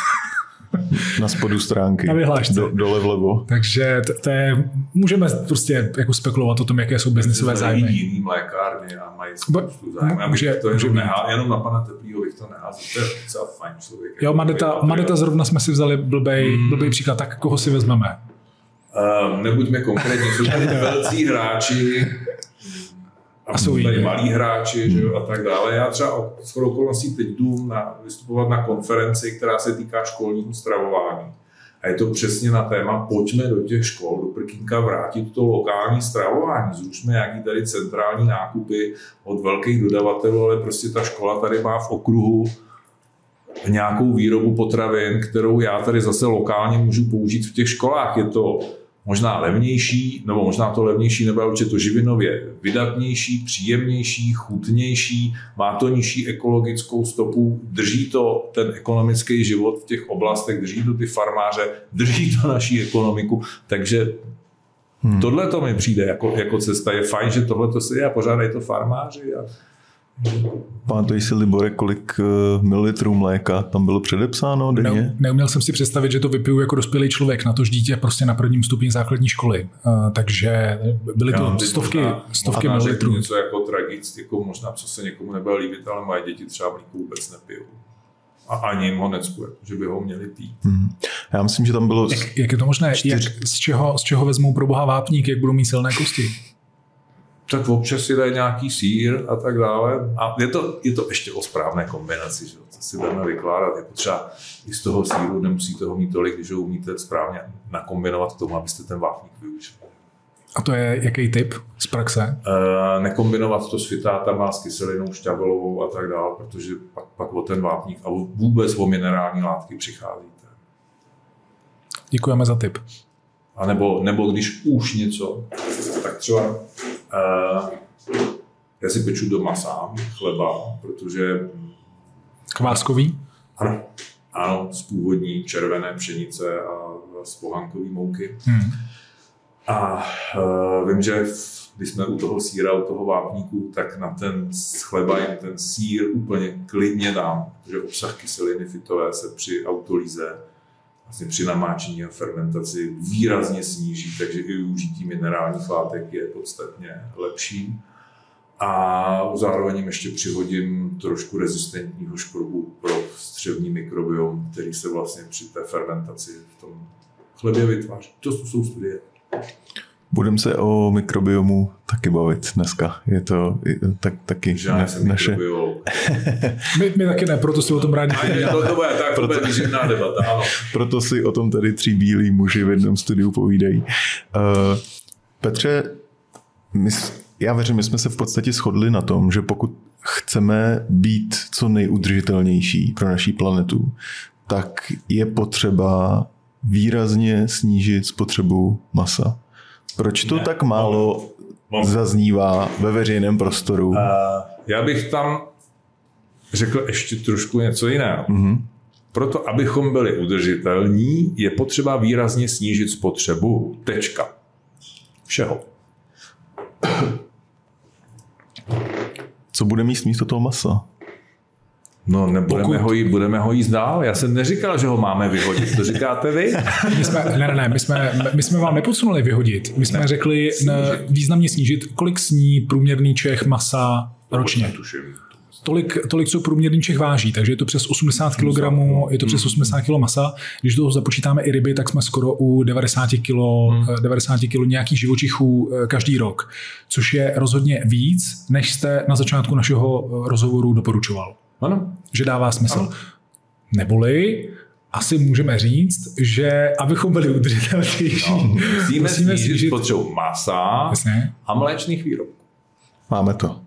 na spodu stránky. Na vyhlášce. Dole vlevo. Takže to je, můžeme prostě jako spekulovat o tom, jaké jsou biznisové zájmy. Jiný mlékárny a mají spoustu zájmy. Jenom na pana Teplýho bych to neházal. To je docela fajn člověk. Jo, Madeta zrovna jsme si vzali blbej příklad. Tak koho si vezmeme? Nebuďme konkrétní. Jsou tady velcí hráči a jsou tady malí hráči, že jo, a tak dále. Já třeba shodou okolností teď jdu vystupovat na konferenci, která se týká školního stravování. A je to přesně na téma, pojďme do těch škol, do prkínka vrátit to lokální stravování. Zrušme nějaký tady centrální nákupy od velkých dodavatelů, ale prostě ta škola tady má v okruhu nějakou výrobu potravin, kterou já tady zase lokálně můžu použít v těch školách. Je to možná levnější, nebo možná to levnější, nebo určitě to živinově vydatnější, příjemnější, chutnější, má to nižší ekologickou stopu, drží to ten ekonomický život v těch oblastech, drží to ty farmáře, drží to naší ekonomiku, takže tohle to mi přijde jako cesta. Je fajn, že tohle to se je a pořádají to farmáři. Pamatuji si, Libore, kolik mililitrů mléka tam bylo předepsáno denně? Neuměl jsem si představit, že to vypiju jako dospělý člověk, na tož dítě prostě na prvním stupni základní školy. Takže byly to stovky mililitrů. Něco jako tragické, jako možná, co se někomu nebude líbit, ale moje děti třeba mlíko vůbec nepijou. A ani jim ho necpuje, že by ho měli pít. Já myslím, že tam bylo... Jak je to možné? Z čeho vezmou pro boha vápník, jak budou mít silné kosti? Tak občas si dají nějaký sýr a tak dále. A je to ještě o správné kombinaci, že? Co si budeme vykládat. Je potřeba i z toho sýru, nemusíte ho mít tolik, když ho umíte správně nakombinovat k tomu, abyste ten vápník využili. A to je jaký typ z praxe? Nekombinovat to s fitátama, s kyselinou šťavelovou a tak dále, protože pak o ten vápník a vůbec o minerální látky přicházíte. Děkujeme za tip. A nebo když už něco, tak třeba já si peču doma sám chleba, protože... Kváskový? Ano, z původní červené pšenice a z pohankový mouky. A vím, že když jsme u toho sýra, u toho vápníku, tak na ten chleba jen ten sýr úplně klidně dám, protože obsah kyseliny fitové se při autolíze, vlastně při namáčení a fermentaci výrazně sníží, takže i využití minerálních látek je podstatně lepší. A zároveň jim ještě přihodím trošku rezistentního škrobu pro střevní mikrobiom, který se vlastně při té fermentaci v tom chlebě vytváří. To jsou studie. Budeme se o mikrobiomu taky bavit dneska. Je to taky naše... my taky ne, proto si o tom rádi povídáme. To bude tak, to výživná debata, ano. Proto si o tom tady 3 bílí muži v jednom studiu povídají. Petře, já věřím, my jsme se v podstatě shodli na tom, že pokud chceme být co nejudržitelnější pro naší planetu, tak je potřeba výrazně snížit spotřebu masa. Proč to tak málo zaznívá ve veřejném prostoru? Já bych tam řekl ještě trošku něco jiného. Proto, abychom byli udržitelní, je potřeba výrazně snížit spotřebu. Tečka. Všeho. Co bude mít místo toho masa? No, budeme ho jíst dál. Já jsem neříkal, že ho máme vyhodit. To říkáte vy? My jsme vám nepodsunuli vyhodit. My jsme řekli významně snížit. Kolik sní průměrný Čech masa ročně? Tolik, co průměrný Čech váží, takže je to přes 80 kg, je to přes 80 kg masa. Když toho započítáme i ryby, tak jsme skoro u 90 kg nějakých živočichů každý rok, což je rozhodně víc, než jste na začátku našeho rozhovoru doporučoval. Ano. Že dává smysl. Ano. Neboli asi můžeme říct, že abychom byli udržitelnější, musíme snížit spotřebu masa a mléčných výrobků. Máme to.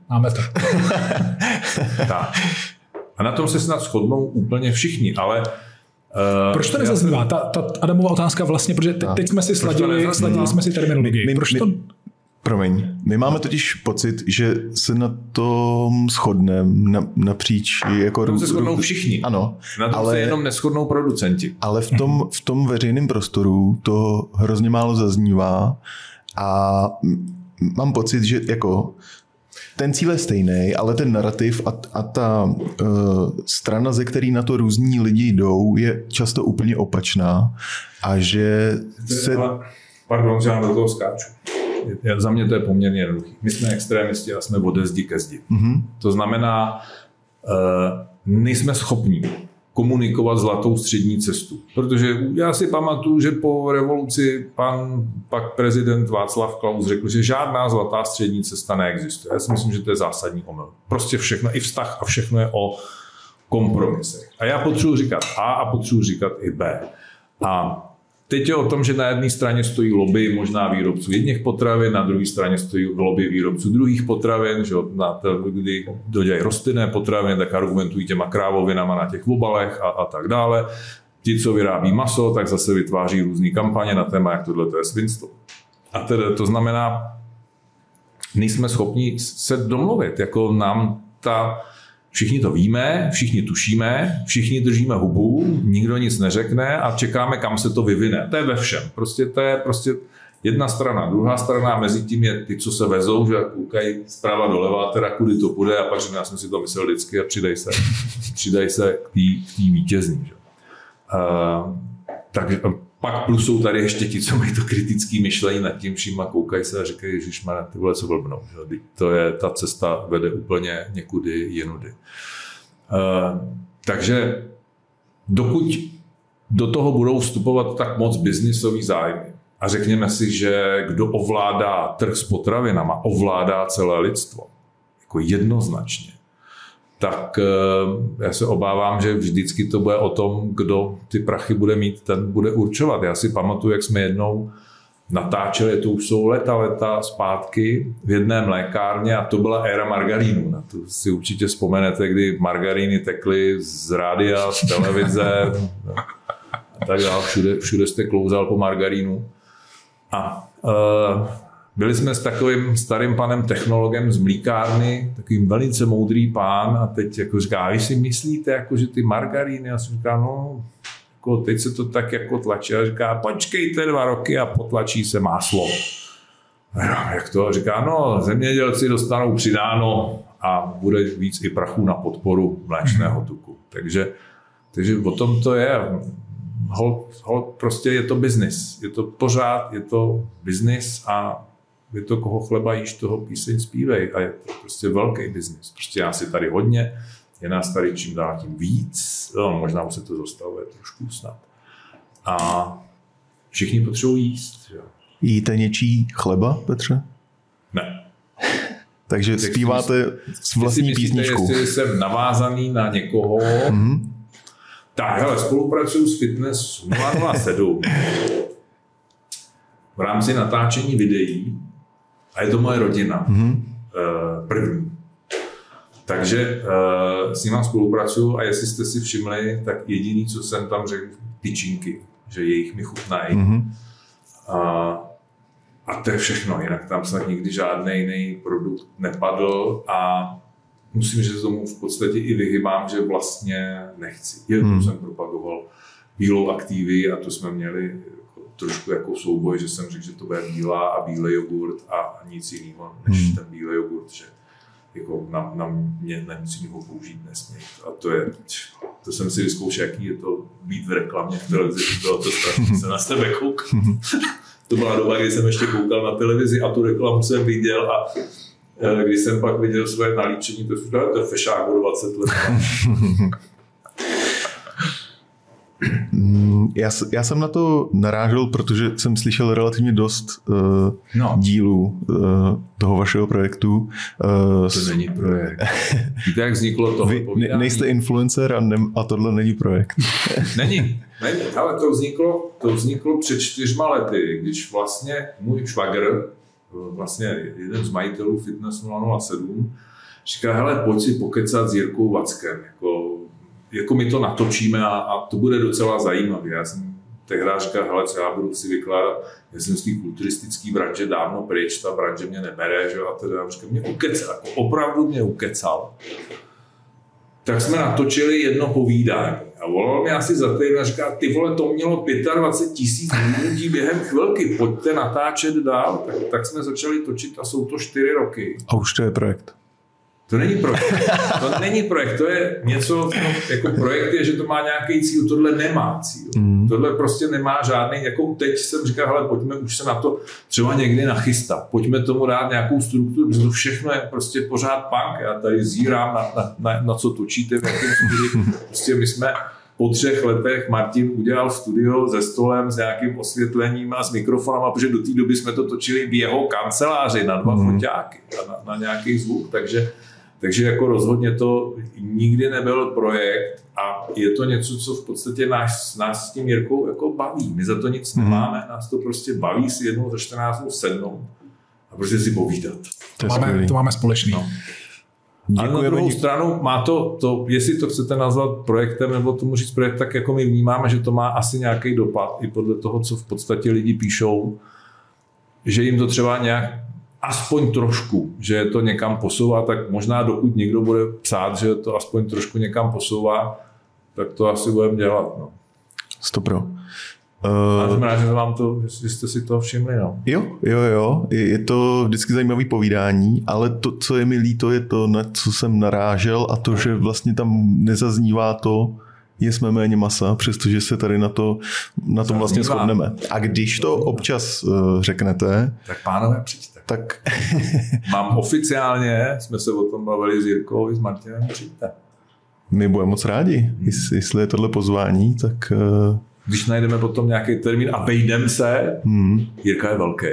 Tak. A na tom se snad shodnou úplně všichni, ale... Proč to nezaznívá? Ta Adamova otázka vlastně, protože teď jsme si sladili jsme si terminologii. Proč to... Promiň, my máme totiž pocit, že se na tom shodneme napříč. Jako se shodnou všichni. Ano. Na tom se jenom neshodnou producenti. Ale v tom veřejném prostoru to hrozně málo zaznívá a mám pocit, že jako ten cíl je stejný, ale ten narrativ a ta strana, ze který na to různí lidi jdou, je často úplně opačná a že se... Pardon, že já do toho skáču. Za mě to je poměrně jednoduchý. My jsme extrémisti a jsme ode zdi ke zdi. Mm-hmm. To znamená, nejsme schopní komunikovat zlatou střední cestu. Protože já si pamatuju, že po revoluci pak prezident Václav Klaus řekl, že žádná zlatá střední cesta neexistuje. Já si myslím, že to je zásadní omyl. Prostě všechno, i vztah a všechno je o kompromisech. A já potřebuji říkat A a potřebuji říkat i B. A teď je o tom, že na jedné straně stojí lobby možná výrobců jedných potravin, na druhé straně stojí lobby výrobců druhých potravin, že kdy dodělají rostlinné potraviny, tak argumentují těma krávovinama na těch obalech a tak dále. Ti, co vyrábí maso, tak zase vytváří různé kampaně na téma, jak tohle je svinstvo. A tedy to znamená, nejsme schopni se domluvit, jako nám všichni to víme, všichni tušíme, všichni držíme hubu, nikdo nic neřekne a čekáme, kam se to vyvine. To je ve všem. To je prostě jedna strana. Druhá strana mezi tím je ty, co se vezou, že koukají zprava doleva, teda kudy to půjde a pak, že já jsem si to myslel vždycky a přidají se k té vítězní. Že? Takže pak plus jsou tady ještě ti, co mají to kritické myšlení nad tím vším a koukají se a říkají, ježišmarja, ty vole, co blbnou. Ta cesta vede úplně někudy jinudy. Takže dokud do toho budou vstupovat tak moc biznisový zájmy a řekněme si, že kdo ovládá trh s potravinama, ovládá celé lidstvo, jako jednoznačně, tak já se obávám, že vždycky to bude o tom, kdo ty prachy bude mít, ten bude určovat. Já si pamatuju, jak jsme jednou natáčeli, to už jsou leta zpátky v jedné mlékárně a to byla éra margarínu. Na to si určitě vzpomenete, kdy margaríny tekly z rádia, z televize a tak dále. Všude jste klouzal po margarínu. A byli jsme s takovým starým panem technologem z mlíkárny, takovým velice moudrý pán a teď jako říká, vy si myslíte, jako, že ty margaríny? A jsem říká, no, jako teď se to tak jako tlačí a říká, počkejte 2 roky a potlačí se máslo. A jak to? A říká, no, zemědělci dostanou přidáno a bude víc i prachu na podporu mléčného tuku. Takže o tom to je. Hold, prostě je to biznis. Je to pořád, je to biznis a je to koho chleba jíš, toho píseň zpívej. A je to prostě velký biznis. Prostě já si tady hodně, je nás tady čím dál tím víc, možná už se to zastavuje trošku snad. A všichni potřebují jíst. Jo. Jíte něčí chleba, Petře? Ne. Takže zpíváte s vlastní písničkou. Jestli jsem navázaný na někoho, tak hele, spolupracuju s Fitness 007 v rámci natáčení videí a je to moje rodina. První. Takže s nima spolupracuju a jestli jste si všimli, tak jediný, co jsem tam řekl, tyčinky, že jejich mi chutnají. A to je všechno, jinak tam snad nikdy žádný jiný produkt nepadl a musím, že se tomu v podstatě i vyhybám, že vlastně nechci. Jednou jsem propagoval bílou aktivii a to jsme měli trošku jako souboj, že jsem řekl, že to bude bílá a bílej jogurt a nic jiného než ten bílej jogurt, že jako na mě na nic jiného použít nesmějí. A to jsem si vyzkoušel, jaký je to být v reklamě v televizi, bylo to strašně, se na tebe koukal. To byla doba, kdy jsem ještě koukal na televizi a tu reklamu jsem viděl a když jsem pak viděl své nalíčení, to je fešák o 20 let. Já jsem na to narážel, protože jsem slyšel relativně dost dílů toho vašeho projektu. To není projekt. Víte, jak vzniklo to? Vy nejste influencer a tohle není projekt. Není. Ale to vzniklo před 4 lety, když vlastně můj švagr, vlastně jeden z majitelů Fitness 007, říká, hele, pojď si pokecat s Jirkou Vackem, jako my to natočíme a to bude docela zajímavé. tehdy říkal, hele, co já budu si vykládat, já jsem z té kulturistické branže dávno pryč, ta branže mě nebere, že? A teda říkal, mě ukecal, jako opravdu mě ukecal. Tak jsme natočili jedno povídání a volal mě asi za týden a říká, ty vole, to mělo 25 000 minutí během chvilky, pojďte natáčet dál. Tak jsme začali točit a jsou to 4 roky. A už to je projekt. To není projekt. To není projekt, to je něco, jako projekt je, že to má nějaký cíl, tohle nemá cíl. Tohle prostě nemá žádný, jako teď jsem říkal, hele, pojďme už se na to třeba někdy nachystat, pojďme tomu dát nějakou strukturu, protože to všechno je prostě pořád punk, já tady zírám na co točíte, v jakém studiu. Prostě my jsme po 3 letech Martin udělal studio se stolem, s nějakým osvětlením a s mikrofonem, protože do té doby jsme to točili v jeho kanceláři na 2 foťáky a na nějaký zvuk, takže jako rozhodně to nikdy nebyl projekt a je to něco, co v podstatě nás s tím Jirkou jako baví. My za to nic nemáme, nás to prostě baví si jednou za 14 dnů sednout a prostě si povídat. To máme společný. No. Ale na druhou stranu má to, jestli to chcete nazvat projektem nebo tomu říct projekt, tak jako my vnímáme, že to má asi nějaký dopad i podle toho, co v podstatě lidi píšou, že jim to třeba nějak aspoň trošku, že to někam posouvá, tak možná dokud někdo bude psát, že to aspoň trošku někam posouvá, tak to asi budeme dělat. No. 100%. A jsem rád, že vám to, že jste si to všimli. No. Jo. Je to vždycky zajímavé povídání, ale to, co je mi líto, je to, na co jsem narážel a to, že vlastně tam nezaznívá to, jsme méně masa, přestože se tady na tom vlastně shodneme. A když to občas řeknete... Tak pánové, přijďte. Tak... Mám oficiálně, jsme se o tom bavili s Jirkou i s Martinem, přijďte. My budeme moc rádi, jestli je tohle pozvání, tak... Když najdeme potom nějaký termín a vejdem se, Jirka je velký.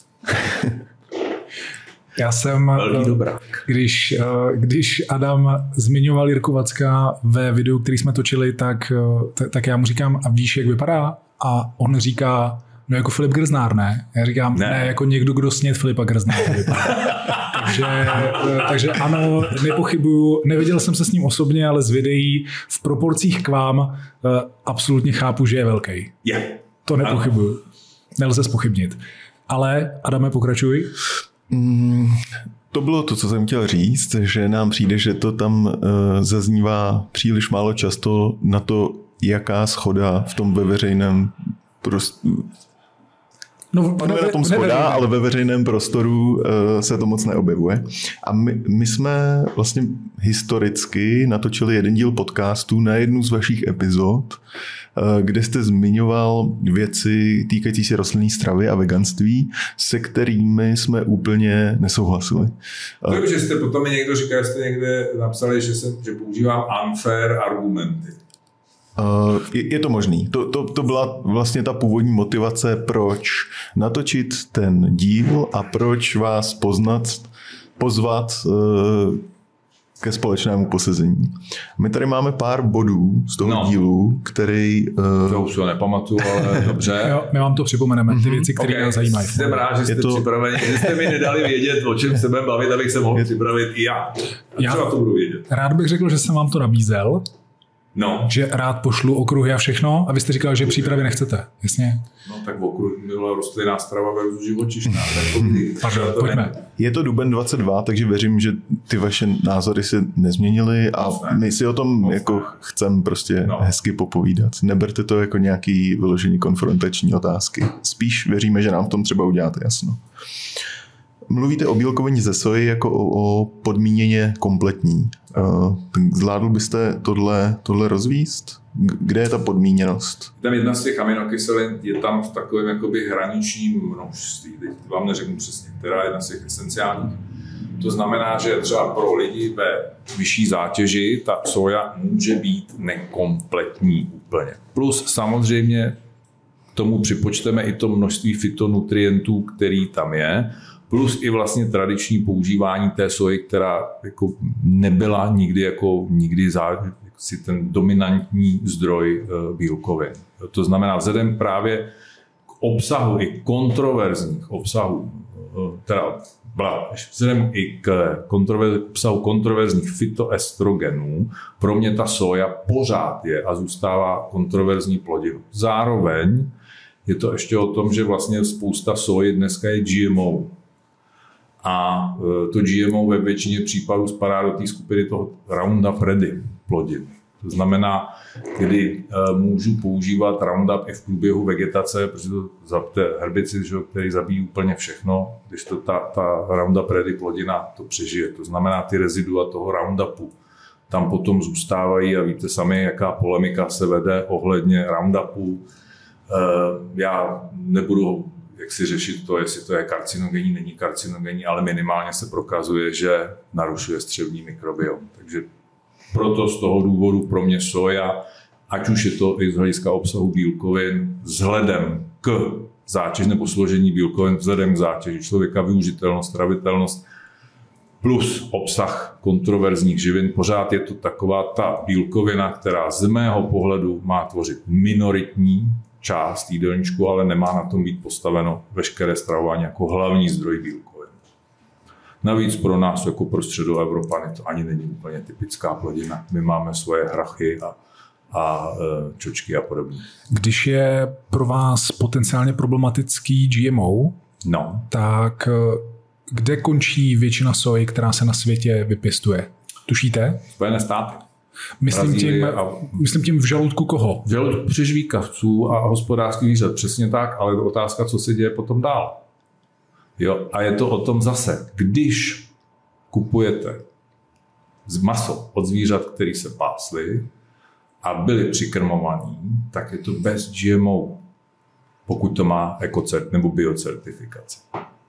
Já jsem, velký dobrák. Když Adam zmiňoval Jirku Vacka ve videu, který jsme točili, tak já mu říkám, a víš, jak vypadá? A on říká, no jako Filip Grznár, ne? Já říkám, ne jako někdo, kdo sněd Filipa Grznára vypadá. takže ano, nepochybuju, neviděl jsem se s ním osobně, ale z videí v proporcích k vám absolutně chápu, že je velký. To nepochybuju. Nelze zpochybnit. Ale Adame, pokračuj. To bylo to, co jsem chtěl říct, že nám přijde, že to tam zaznívá příliš málo často na to, jaká shoda v tom ve veřejném panuje na tom shoda, ale ve veřejném prostoru se to moc neobjevuje. A my jsme vlastně historicky natočili 1 díl podcastu na jednu z vašich epizod, kde jste zmiňoval věci týkající se rostlinné stravy a veganství, se kterými jsme úplně nesouhlasili. To, že jste potom mi někdo říkal, jste někde napsali, že používám unfair argumenty. Je to možný. To byla vlastně ta původní motivace, proč natočit ten díl a proč vás pozvat ke společnému posezení. My tady máme pár bodů z toho dílu, který... To už to nepamatuju, ale dobře. Jo, my vám to připomeneme, ty věci, které nás zajímají. Jsem rád, že jste připraveni, že jste mi nedali vědět, o čem se budeme bavit, abych se mohl připravit i já. A třeba to budu vědět. Rád bych řekl, že jsem vám to nabízel. No. Že rád pošlu okruhy a všechno a vy jste říkal, že přípravy nechcete, jasně? No tak okruh byla rostlinná strava versus živočišná. Pardon, pojďme. Je to duben 22, takže věřím, že ty vaše názory se nezměnily a my si o tom jako chcem prostě hezky popovídat. Neberte to jako nějaký vyložení konfrontační otázky. Spíš věříme, že nám v tom třeba uděláte jasno. Mluvíte o bílkovině ze soji jako o podmíněně kompletní. Zvládl byste tohle rozvíst? Kde je ta podmíněnost? Tam jedna z těch aminokyselin je tam v takovém jakoby hraničním množství. Teď vám neřeknu přesně, která je jedna z těch esenciálních. To znamená, že třeba pro lidi ve vyšší zátěži ta soja může být nekompletní úplně. Plus samozřejmě k tomu připočteme i to množství fytonutrientů, který tam je. Plus i vlastně tradiční používání té soji, která jako nebyla nikdy si ten dominantní zdroj bílkovin. To znamená, vzhledem právě k obsahu i kontroverzních obsahů, teda vzhledem i k obsahu kontroverzních fytoestrogenů, pro mě ta soja pořád je a zůstává kontroverzní plodinou. Zároveň je to ještě o tom, že vlastně spousta soji dneska je GMO. A to GMO ve většině případů spadá do té skupiny toho Roundup Ready plodin. To znamená, kdy můžu používat Roundup i v průběhu vegetace, protože to je herbicid, který zabíjí úplně všechno, když to ta Roundup Ready plodina to přežije. To znamená, ty rezidua toho Roundupu tam potom zůstávají a víte sami, jaká polemika se vede ohledně Roundupu. Já nebudu si řešit to, jestli to je karcinogenní, není karcinogenní, ale minimálně se prokazuje, že narušuje střevní mikrobiom. Takže proto z toho důvodu pro mě soja, ať už je to i z hlediska obsahu bílkovin, vzhledem k zátěži nebo složení bílkovin, vzhledem k zátěži člověka, využitelnost, stravitelnost, plus obsah kontroverzních živin, pořád je to taková ta bílkovina, která z mého pohledu má tvořit minoritní část jídelníčku, ale nemá na tom být postaveno veškeré stravování jako hlavní zdroj bílkovin. Navíc pro nás, jako pro Středoevropany, to ani není úplně typická plodina. My máme svoje hrachy a čočky a podobně. Když je pro vás potenciálně problematický GMO, tak kde končí většina soji, která se na světě vypěstuje? Tušíte? Spojené státy. Myslím tím v žaludku koho? V žaludku přežvíkavců a hospodářských zvířat, přesně tak, ale je otázka, co se děje potom dál. Jo, a je to o tom zase, když kupujete maso od zvířat, které se pásly a byly přikrmovaní, tak je to bez GMO, pokud to má ekocert nebo biocertifikaci.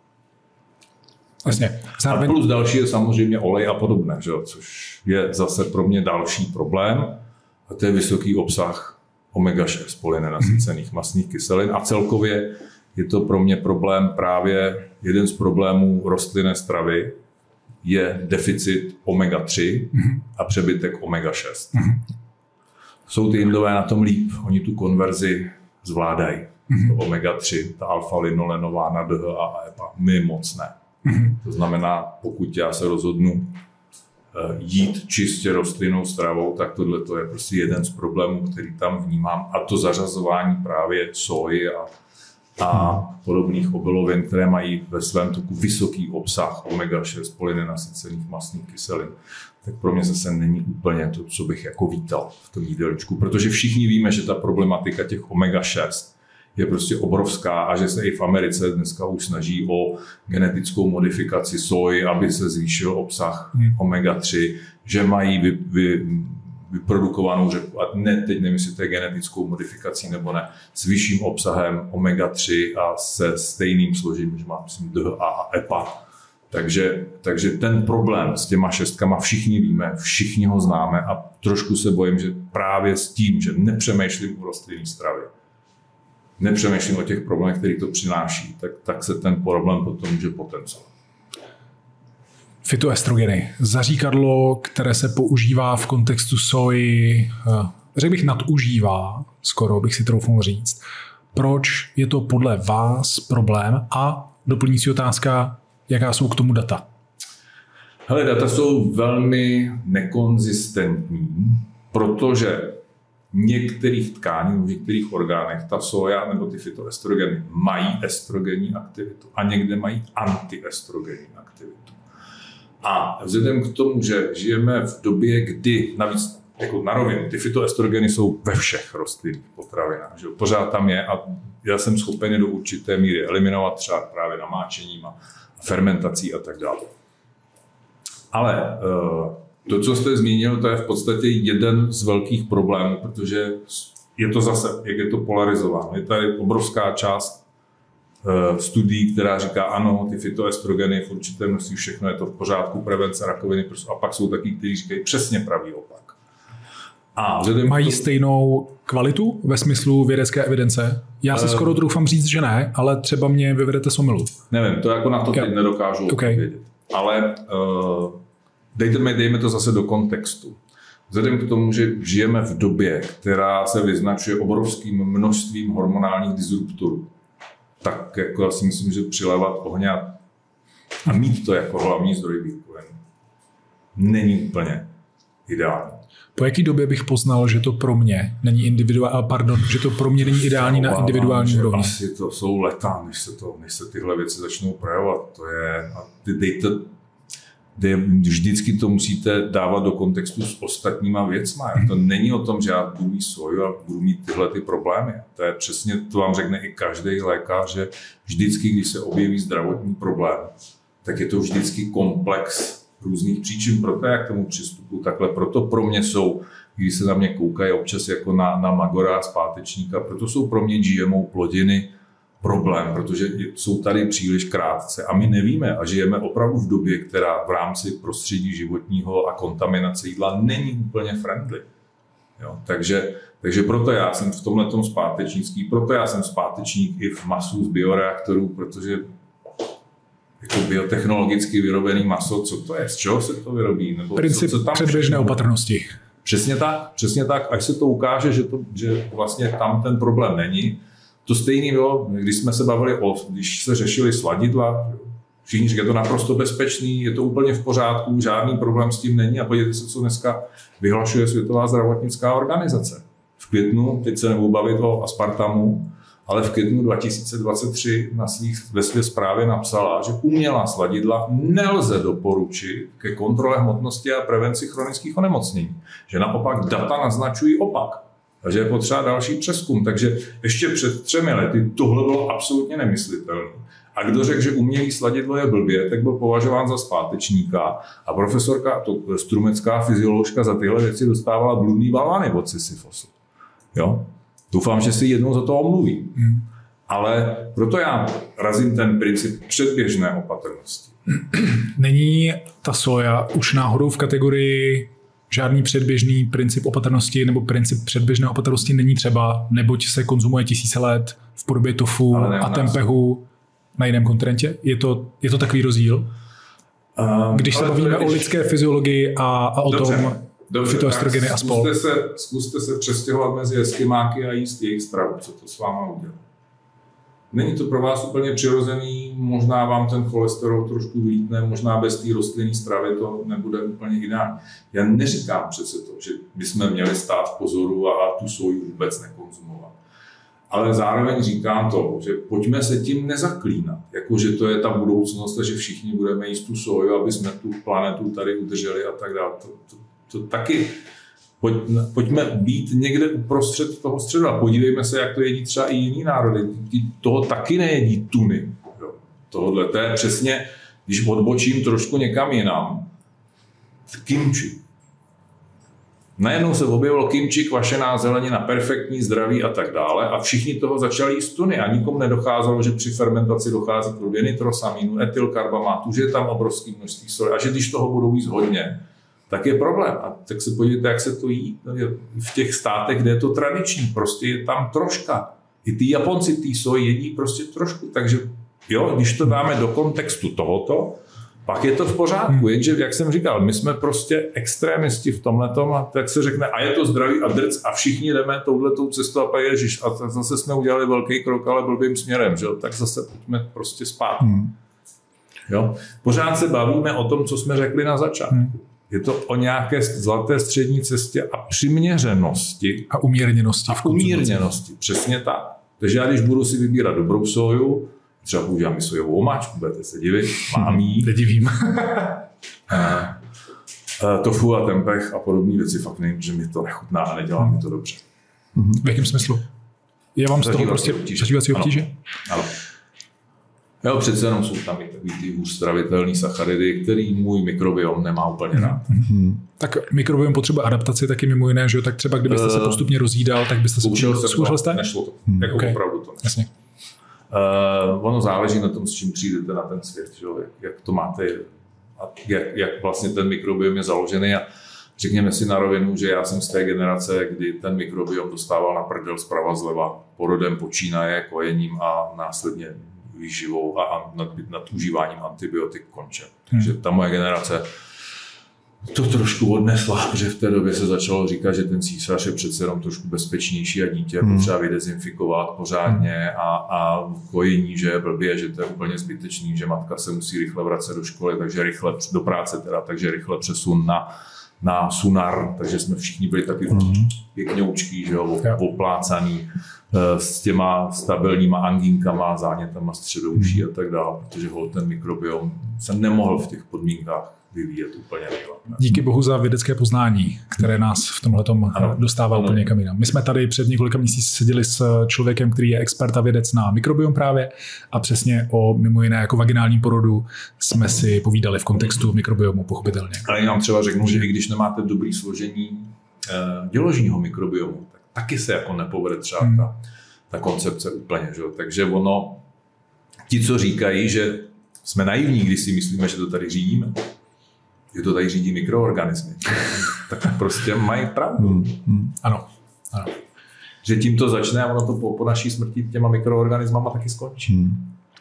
Jasně. A plus další je samozřejmě olej a podobné, že? Což je zase pro mě další problém a to je vysoký obsah omega-6 polynenasycených mastných kyselin a celkově je to pro mě problém právě jeden z problémů rostlinné stravy je deficit omega-3 a přebytek omega-6. Jsou ty Indové na tom líp, oni tu konverzi zvládají. To omega-3, ta alfa-linolenová na DHA a EPA, my moc ne. To znamená, pokud já se rozhodnu jít čistě rostlinnou stravou, tak tohle je prostě jeden z problémů, který tam vnímám. A to zařazování právě soji a podobných obilovin, které mají ve svém tuku vysoký obsah omega-6 polynenasycených mastných kyselin, tak pro mě zase není úplně to, co bych jako vítal v tom jídelníčku. Protože všichni víme, že ta problematika těch omega-6 je prostě obrovská a že se i v Americe dneska už snaží o genetickou modifikaci soji, aby se zvýšil obsah omega-3, že mají vyprodukovanou řepku, a teď nevím, jestli to je genetickou modifikací nebo ne, s vyšším obsahem omega-3 a se stejným složením, že má myslím DHA a EPA. Takže ten problém s těma šestkama všichni víme, všichni ho známe a trošku se bojím, že právě s tím, že nepřemýšlím o rostlinné stravě, nepřemýšlím o těch problémech, který to přináší, tak se ten problém potom může potenciovat. Fytoestrogeny. Zaříkadlo, které se používá v kontextu soji, řekl bych nadužívá, skoro bych si troufnul říct. Proč je to podle vás problém? A doplňující otázka, jaká jsou k tomu data? Hele, data jsou velmi nekonzistentní, protože v některých tkáních, v některých orgánech ta soja nebo ty fytoestrogeny mají estrogenní aktivitu a někde mají antiestrogenní aktivitu. A vzhledem k tomu, že žijeme v době, kdy navíc jako na rovinu, ty fytoestrogeny jsou ve všech rostlinných potravinách, že pořád tam je a já jsem schopen je do určité míry eliminovat třeba právě namáčením a fermentací a tak dále. Ale to, co jste zmínil, to je v podstatě jeden z velkých problémů, protože je to zase, jak je to polarizováno. Je tady obrovská část studií, která říká, ano, ty fytoestrogeny v určitém množství, všechno je to v pořádku, prevence rakoviny, a pak jsou taky, kteří říkají přesně pravý opak. A mají stejnou kvalitu ve smyslu vědecké evidence? Já se skoro troufám říct, že ne, ale třeba mě vyvedete z omylu. Nevím, to jako na to teď nedokážu odpovědět. Ale dejme to zase do kontextu. Vzhledem k tomu, že žijeme v době, která se vyznačuje obrovským množstvím hormonálních disruptorů, tak jako já si myslím, že přilévat ohně a A mít to jako hlavní zdroj bílkovin není úplně ideální. Po jaký době bych poznal, že to pro mě není že to pro mě není ideální na individuální úrovni? Asi to jsou leta, než se tyhle věci začnou projevovat. To je, vždycky to musíte dávat do kontextu s ostatníma věcma. To není o tom, že já budu mít soju a budu mít tyhle ty problémy. To je přesně, to vám řekne i každý lékař, že vždycky, když se objeví zdravotní problém, tak je to vždycky komplex různých příčin, proto já k tomu přistupuji takhle. Proto pro mě jsou, když se na mě koukají občas jako na magora zpátečníka, proto jsou pro mě GMO plodiny problém, protože jsou tady příliš krátce a my nevíme a žijeme opravdu v době, která v rámci prostředí životního a kontaminace jídla není úplně friendly. Jo? Takže proto já jsem v tomhletom zpátečnický, proto já jsem zpátečník i v masu z bioreaktorů, protože jako biotechnologicky vyrobený maso, co to je, z čeho se to vyrobí? Nebo princip co tam předběžné opatrnosti. Přesně tak, až se to ukáže, že vlastně tam ten problém není. To stejné bylo, když jsme se bavili když se řešili sladidla, všichni říkají, je to naprosto bezpečný, je to úplně v pořádku, žádný problém s tím není a podívejte se, co dneska vyhlašuje Světová zdravotnická organizace. V květnu, teď se nebudu bavit o aspartamu, ale v květnu 2023 ve své zprávě napsala, že umělá sladidla nelze doporučit ke kontrole hmotnosti a prevenci chronických onemocnění. Že naopak data naznačují opak. A že je potřeba další přezkum. Takže ještě před 3 lety tohle bylo absolutně nemyslitelné. A kdo řekl, že umělý sladidlo je blbě, tak byl považován za zpátečníka. A profesorka strumecká fyzioložka za tyhle věci dostávala bludný balvany od Sisyfosu. Jo? Doufám, že si jednou za to omluví. Ale proto já razím ten princip předběžné opatrnosti. Není ta soja už náhodou v kategorii žádný předběžný princip opatrnosti nebo princip předběžné opatrnosti není třeba, neboť se konzumuje tisíce let v podobě tofu a tempehu na jiném kontinentě? Je to takový rozdíl? Když se bavíme o lidské fyziologii a o tom fytoestrogeny a spol. Zkuste se přestěhovat mezi Eskimáky a jíst jejich stravu, co to s váma udělá. Není to pro vás úplně přirozený, možná vám ten cholesterol trošku vylítne, možná bez té rostlinné stravy to nebude úplně ideální. Já neříkám přece to, že bychom měli stát v pozoru a tu soju vůbec nekonzumovat. Ale zároveň říkám to, že pojďme se tím nezaklínat, jako že to je ta budoucnost a že všichni budeme jíst tu soju, aby jsme tu planetu tady udrželi a tak dále. To taky pojďme být někde uprostřed toho středu a podívejme se, jak to jedí třeba i jiný národy. Toho taky nejedí tuny. Tohle, to je přesně, když odbočím trošku někam jinam, kimči. Najednou se objevilo kimči, kvašená zelenina, perfektní, zdraví a tak dále a všichni toho začali jíst tuny a nikomu nedocházelo, že při fermentaci dochází k tvorbě nitrosamínu, etylkarbamátů, že je tam obrovské množství soli a že když toho budou jíst hodně, tak je problém. A tak se podívejte, jak se to jí v těch státech, kde je to tradiční. Prostě je tam troška. I ty Japonci tý soji jedí prostě trošku. Takže jo, když to dáme do kontextu tohoto, pak je to v pořádku. Jenže, jak jsem říkal, my jsme prostě extrémisti v tomhletom a tak se řekne, a je to zdravý a drc a všichni jdeme touhletou cestou a pak ježiš. A tak zase jsme udělali velký krok, ale blbým směrem. Že? Tak zase pojďme prostě spát. Jo? Pořád se bavíme o tom, co jsme řekli na začátku. Je to o nějaké zlaté střední cestě a přiměřenosti. A umírněnosti. A umírněnosti, přesně tak. Takže já, když budu si vybírat dobrou soju, třeba udělám i sojovou omáčku, budete se divit, mám jí. Nedivím. Tofu a tempeh a podobné věci, fakt nevím, že mi to nechutná a nedělá mi to dobře. V jakém smyslu? Je vám z toho prostě zažívací obtíže? Ano. Jo, přece jenom jsou tam i takový ty hůř stravitelný sacharidy, který můj mikrobiom nemá úplně rád. Tak mikrobiom potřebuje adaptaci taky mimo jiné, že jo? Tak třeba kdybyste se postupně rozjídal, tak byste se zkoušel jste? Nešlo to. Jako opravdu to nešlo. Jasně. Ono záleží na tom, s čím přijdete na ten svět, že? Jak to máte, jak vlastně ten mikrobiom je založený a řekněme si na rovinu, že já jsem z té generace, kdy ten mikrobiom dostával na prdel zprava zleva, porodem počínaje, kojením a následně výživou a nadužíváním antibiotik konče. Takže ta moje generace to trošku odnesla, protože v té době se začalo říkat, že ten císař je přece jenom trošku bezpečnější a dítě potřeba vydezinfikovat pořádně a kojení, že je blbě, že to je úplně zbytečný, že matka se musí rychle vracet do školy, takže rychle do práce teda, takže rychle přesun na Sunar, takže jsme všichni byli taky pěkňoučký, že jo, oplácaný s těma stabilníma angínkama, zánětama středouší a tak dále, protože ten mikrobiom se nemohl v těch podmínkách vyvíjet úplně nejlépe. Díky bohu za vědecké poznání, které nás v tomhletom dostává úplně někam jinam. My jsme tady před několika měsíci seděli s člověkem, který je expert a vědec na mikrobiom právě a přesně o mimo jiné jako vaginální porodu jsme si povídali v kontextu mikrobiomu pochopitelně. Ale já vám třeba řeknu, že i když nemáte dobrý složení děložního mikrobiomu, tak taky se jako nepovede třeba ta koncepce úplně. Že? Takže ono, ti, co říkají, že jsme naivní, když si myslíme, že to tady řídíme, že to tady řídí mikroorganismy, tak prostě mají pravdu. Ano. Že tím to začne a ono to po naší smrti těma mikroorganismama taky skončí.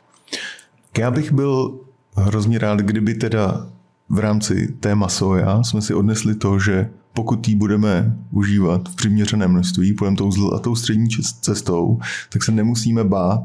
Já bych byl hrozně rád, kdyby teda v rámci téma soja jsme si odnesli to, že pokud ji budeme užívat v přiměřeném množství, půjdeme tou zlatou střední cestou, tak se nemusíme bát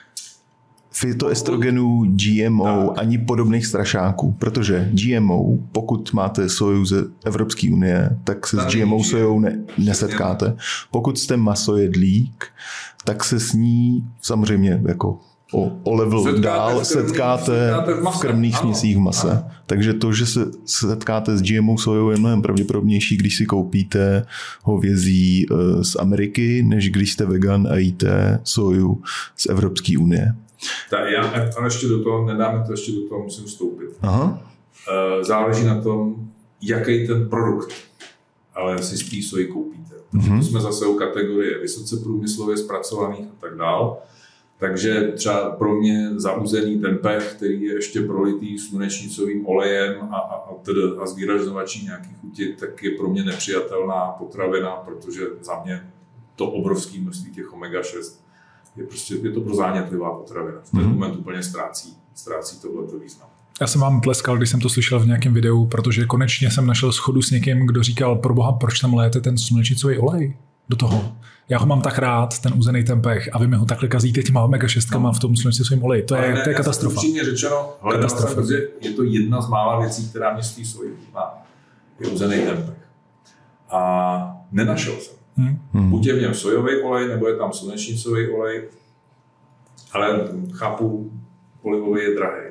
fytoestrogenů, GMO ani podobných strašáků, protože GMO, pokud máte soju ze Evropské unie, tak se s GMO sojou nesetkáte. Pokud jste masojedlík, tak se s ní samozřejmě jako o level dál setkáte v krmných směsích v mase. Takže to, že se setkáte s GMO sojou, je mnohem pravděpodobnější, když si koupíte hovězí z Ameriky, než když jste vegan a jíte soju z Evropské unie. Ale ještě do toho, nedáme to, ještě do toho musím vstoupit. Aha. Záleží na tom, jaký ten produkt, ale si spíš soji koupíte. To jsme zase u kategorie vysoce průmyslově zpracovaných a tak dál. Takže třeba pro mě zauzený tempeh, který je ještě prolitý slunečnicovým olejem a zvýrazňovačí nějaký chuti, tak je pro mě nepřijatelná potravina, protože za mě to obrovské množství těch omega-6 je to pro zánětlivá potravina. V ten moment úplně ztrácí tohleto význam. Já jsem vám tleskal, když jsem to slyšel v nějakém videu, protože konečně jsem našel shodu s někým, kdo říkal, proboha, proč tam léte ten slunečnicový olej do toho? Já ho mám tak rád, ten uzený tempeh, a vy mi ho takhle kazíte těma omega-6 v tom slunečnicovém oleji. To je katastrofa. Upřímně řečeno, hledal jsem, protože je to jedna z mála věcí, která mě z té soji je uzený tempeh. A nenašel jsem. Buď je v něm sojový olej, nebo je tam slunečnicový olej, ale chápu, olivový je drahý.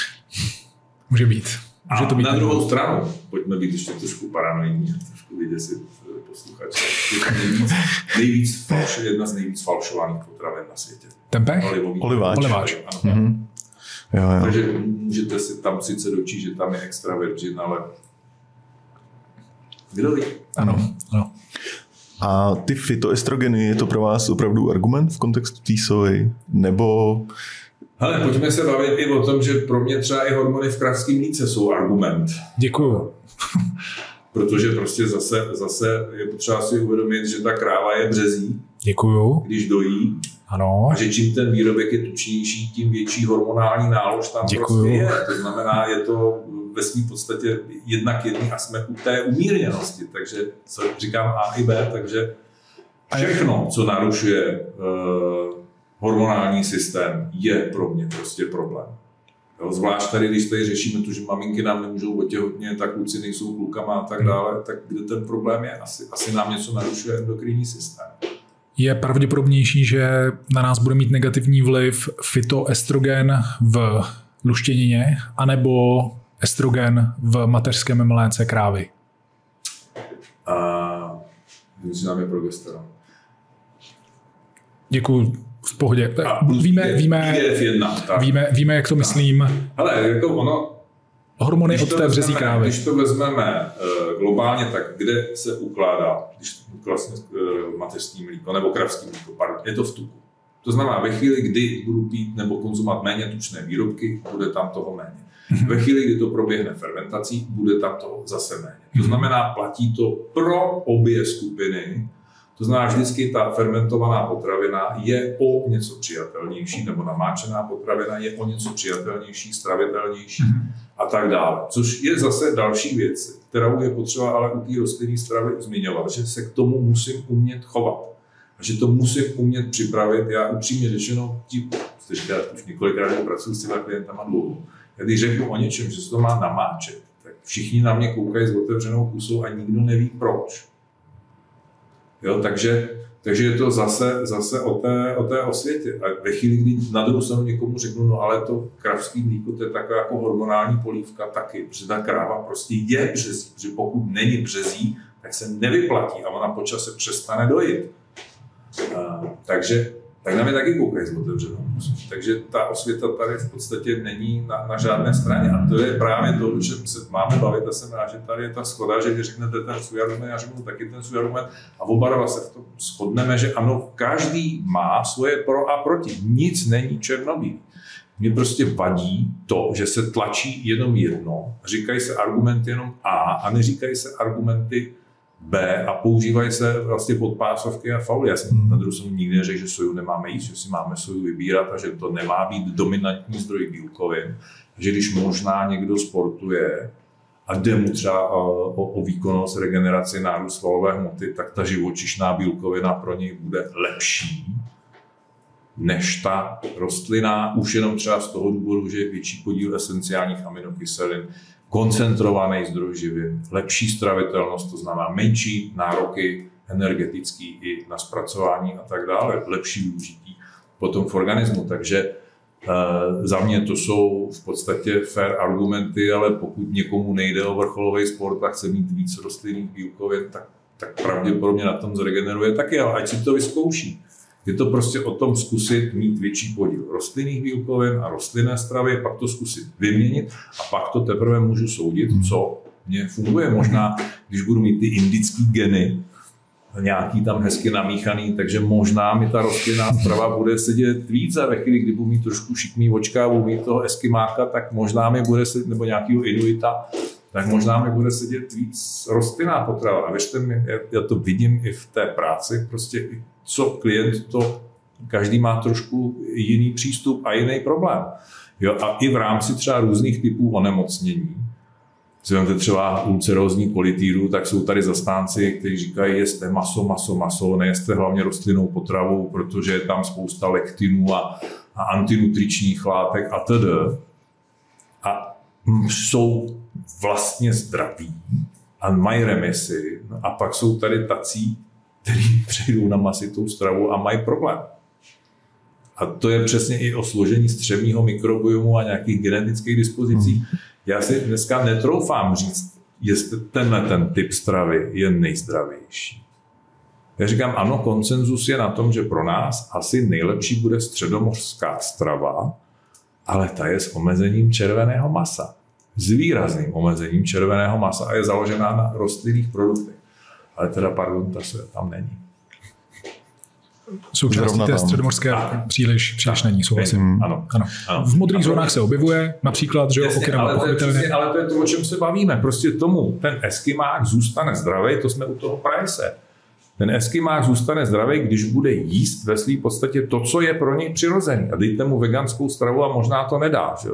Může být. Může to být na druhou stranu, pojďme být ještě trošku paranoidní, trošku vyděsit posluchače. Jedna z nejvíc falšovaných potravin na světě. Tempeh? Oliváč. Ano. Jo. Takže můžete si tam sice dočíst, že tam je extra virgin, ale kdo ví? Ano. A ty fytoestrogeny, je to pro vás opravdu argument v kontextu té soji? Nebo... Hele, pojďme se bavit i o tom, že pro mě třeba i hormony v kravském mlíce jsou argument. Děkuju. Protože prostě zase je potřeba si uvědomit, že ta kráva je březí. Děkuju. Když dojí. Ano. A že čím ten výrobek je tučnější, tím větší hormonální nálož tam prostě je. To znamená, je to ve své podstatě jednak jedný a jsme u té umírněnosti. Takže co říkám A i B, takže všechno, co narušuje hormonální systém, je pro mě prostě problém. Jo, zvlášť tady, když tady řešíme to, že maminky nám nemůžou otěhotnět, tak kluci nejsou klukama a tak dále, tak kde ten problém je? Asi nám něco narušuje endokrinní systém. Je pravděpodobnější, že na nás bude mít negativní vliv fytoestrogen v luštěnině anebo estrogen v mateřském mléce krávy? Nám je progesteron. Děkuju. V pohodě. Víme, jak to myslím. Ale jako ono... Hormony od té březí krávy. Když to vezmeme globálně, tak kde se ukládá, když vlastně mateřské mlíko nebo kravské mlíko, je to v tuku. To znamená, ve chvíli, kdy budu pít nebo konzumovat méně tučné výrobky, bude tam toho méně. Ve chvíli, kdy to proběhne fermentací, bude tam toho zase méně. To znamená, platí to pro obě skupiny. To znamená, vždycky ta fermentovaná potravina je o něco přijatelnější, nebo namáčená potravina je o něco přijatelnější, stravitelnější a tak dále. Což je zase další věc. kterou je potřeba ale u té rostlinné stravy zmiňovat, že se k tomu musím umět chovat. A že to musím umět připravit. Já upřímně řečeno, jste říkal, už několikrát pracuji s těma klientama dlouho. Já když řeknu o něčem, že se to má namáčet, tak všichni na mě koukají s otevřenou pusou a nikdo neví proč. Jo, takže je to zase o té osvětě. A ve chvíli, kdy na druhou stranu někomu řeknu, no ale to kravský mlíko, to je taková jako hormonální polívka taky, protože ta kráva prostě je březí, protože pokud není březí, tak se nevyplatí a ona po čase přestane dojit. Tak na mě taky koukají s otevřenou pusou. Takže ta osvěta tady v podstatě není na žádné straně. A to je právě to, o čem se máme bavit. A jsem rád, že tady je ta shoda, že vy řeknete ten svůj argument, já řeknu taky ten svůj argument a oba dva se v tom shodneme, že ano, každý má svoje pro a proti. Nic není černobílý. Mně prostě vadí to, že se tlačí jenom jedno, říkají se argumenty jenom a neříkají se argumenty B a používají se vlastně podpásovky a fauly. Já jsem na druhou stranu nikdy neřekl, že soju nemáme jíst, že si máme soju vybírat a že to nemá být dominantní zdroj bílkovin. Že když možná někdo sportuje a jde mu třeba o výkonnost, regeneraci, nárůst svalové hmoty, tak ta živočišná bílkovina pro něj bude lepší než ta rostlinná, už jenom třeba z toho důvodu, že je větší podíl esenciálních aminokyselin, koncentrovaný zdroj živin, lepší stravitelnost, to znamená menší nároky energetický i na zpracování a tak dále, lepší využití potom v organismu. Takže za mě to jsou v podstatě fair argumenty, ale pokud někomu nejde o vrcholový sport a chce mít víc rostlinných bílkovin, tak pravděpodobně na tom zregeneruje taky, ale ať si to vyzkouší. Je to prostě o tom zkusit mít větší podíl rostlinných bílkovin a rostlinné stravy, pak to zkusit vyměnit a pak to teprve můžu soudit, co mně funguje. Možná, když budu mít ty indický geny, nějaký tam hezky namíchaný, takže možná mi ta rostlinná strava bude sedět víc a ve chvíli, kdy budu mít trošku šikmý očka, budu mít toho eskimáka, tak možná mi bude sedět, nebo nějakýho inuita, tak možná mi bude sedět víc rostlinná potrava. A věřte mi, já to vidím i v té práci, prostě co klient, to každý má trošku jiný přístup a jiný problém. Jo, a i v rámci třeba různých typů onemocnění, Zvemte třeba ulcerózní kolitíru, tak jsou tady zastánci, kteří říkají, jeste maso, nejeste hlavně rostlinnou potravu, protože je tam spousta lektinů a antinutričních látek a td. A jsou vlastně zdraví a mají remisi. No a pak jsou tady tací, kteří přejdou na masitou stravu a mají problém. A to je přesně i o složení střevního mikrobiomu a nějakých genetických dispozicích. Já si dneska netroufám říct, jestli ten typ stravy je nejzdravější. Já říkám, ano, konsenzus je na tom, že pro nás asi nejlepší bude středomořská strava, ale ta je s omezením červeného masa. S výrazným omezením červeného masa a je založená na rostlinných produktech. Ale teda, pardon, ta soja tam není. Součástí té středomořské příliš není, souhlasím. Ano. V modrých zónách se objevuje, například, že ale to je to, o čem se bavíme. Prostě tomu ten eskimák zůstane zdravý, to jsme u toho prajse. Ten eskimák zůstane zdravý, když bude jíst ve své podstatě to, co je pro něj přirozený. A dejte mu veganskou stravu a možná to nedá. Že?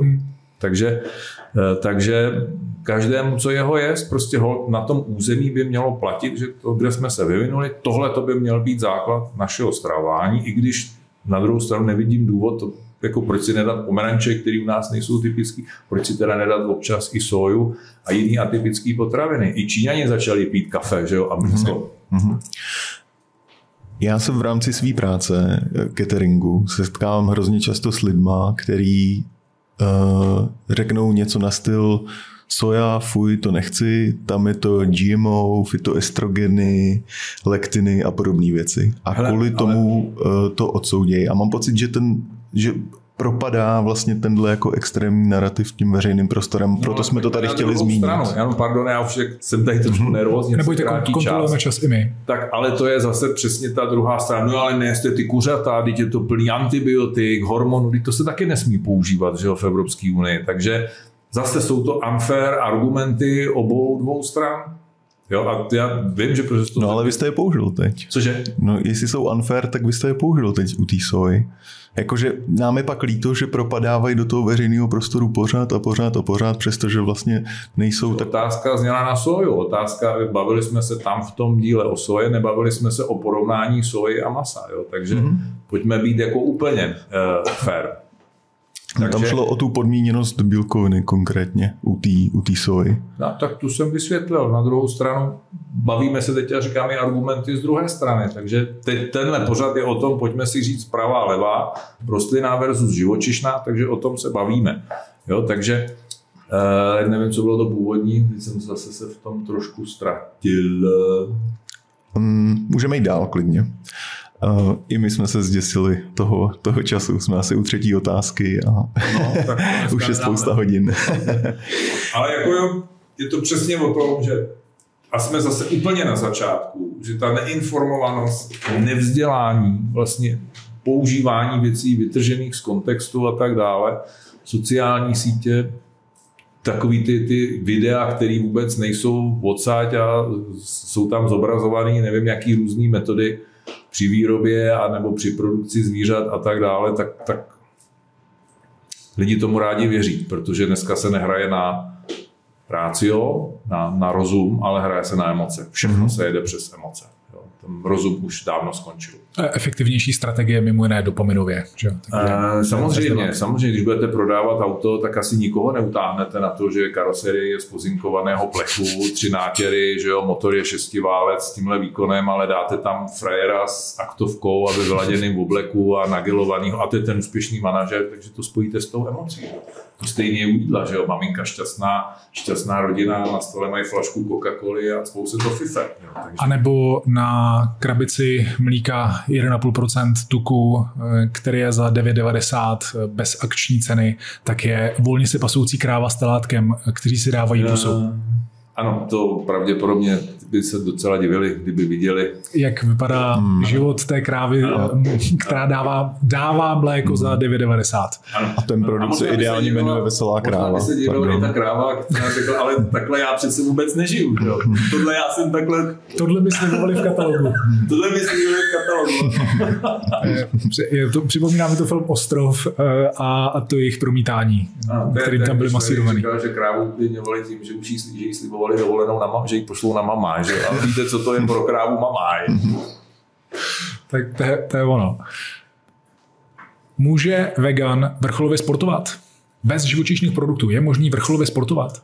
Takže každému, co jeho jest, prostě na tom území by mělo platit, že to, kde jsme se vyvinuli, tohle to by měl být základ našeho stravování, i když na druhou stranu nevidím důvod, to, jako proč si nedat pomeranče, které u nás nejsou typický, proč si teda nedat občas i soju a jiný atypický potraviny. I Číňani začali pít kafe, že jo, a mlíko. Já se v rámci své práce cateringu setkávám hrozně často s lidma, který řeknou něco na styl soja, fuj, to nechci, tam je to GMO, fytoestrogeny, lektiny a podobné věci. A kvůli tomu to odsoudějí. A mám pocit, že propadá vlastně tenhle jako extrémní narrativ tím veřejným prostorem, proto jsme to tady chtěli zmínit. Pardon, já už jsem tady trošku nervózní. Nebojte, kontrolujeme čas i my. Tak, ale to je zase přesně ta druhá strana. No ale nejste ty kuřata, teď je to plný antibiotik, hormonů, to se taky nesmí používat, že jo, v Evropské unii. Takže zase jsou to unfair argumenty obou dvou stran. Jo, a já vím, že prostě to... No ale vy jste je použil teď. Cože? No jestli jsou unfair, tak vy jste je použil teď u té soji. Jakože nám je pak líto, že propadávají do toho veřejného prostoru pořád, přestože vlastně nejsou tak... Otázka zněla na soju. Bavili jsme se tam v tom díle o soje, nebavili jsme se o porovnání soji a masa. Jo? Takže pojďme být jako úplně fair. Takže... Tam šlo o tu podmíněnost bílkoviny konkrétně u té soji. No, tak tu jsem vysvětlil. Na druhou stranu bavíme se teď a říkáme argumenty z druhé strany. Takže teď tenhle pořad je o tom, pojďme si říct pravá a levá, rostlinná versus živočišná, takže o tom se bavíme. Jo, takže nevím, co bylo to původní, teď jsem zase se v tom trošku ztratil. Můžeme jít dál klidně. I my jsme se zděsili toho času, jsme asi u třetí otázky a už je spousta hodin. Ale jako jo, je to přesně o tom, že a jsme zase úplně na začátku, že ta neinformovanost, nevzdělání, vlastně používání věcí vytržených z kontextu a tak dále, sociální sítě, takový ty videa, které vůbec nejsou odsáď a jsou tam zobrazované, nevím, jaký různý metody při výrobě a nebo při produkci zvířat a tak dále, tak lidi tomu rádi věří, protože dneska se nehraje na rácio, na rozum, ale hraje se na emoce. Všechno se jede přes emoce. Jo. Ten rozum už dávno skončil. Efektivnější strategie mimo jiné dopaminově. Že? Samozřejmě, když budete prodávat auto, tak asi nikoho neutáhnete na to, že karoserie je z pozinkovaného plechu, 3 nátěry, že jo, motor je 6válec s tímhle výkonem, ale dáte tam frajera s aktovkou a ve vyladěným obleku a nagelovanýho a to je ten úspěšný manažer, takže to spojíte s tou emocí. To stejně je u jídla, že jo, maminka šťastná rodina, na stole mají flašku Coca-Coly a cpou se to fife. Jo, takže... A nebo na krabici mlíka 1,5% tuku, který je za 9,90 bez akční ceny, tak je volně se pasoucí kráva s telátkem, kteří si dávají pusu. Ano, to pravděpodobně by se docela divili, kdyby viděli. Jak vypadá život té krávy, která dává mléko za 9,90. A ten produkt se ideálně jmenuje Veselá kráva. Možná by se divila i ta kráva, která řekla, ale takhle já přece vůbec nežiju. Jo. Tohle já jsem takhle... Tohle my slibovali v katalogu. Připomíná mi to film Ostrov a to jejich promítání, kterým tam byly masírovaný. Říkal, že krávu klidňovali tím, že jí slibovali dovolenou, že jí pošlou na Mamáj. Že? A víte, co to je pro krávu Mamáj. Tak to je ono. Může vegan vrcholově sportovat? Bez živočišných produktů je možný vrcholově sportovat?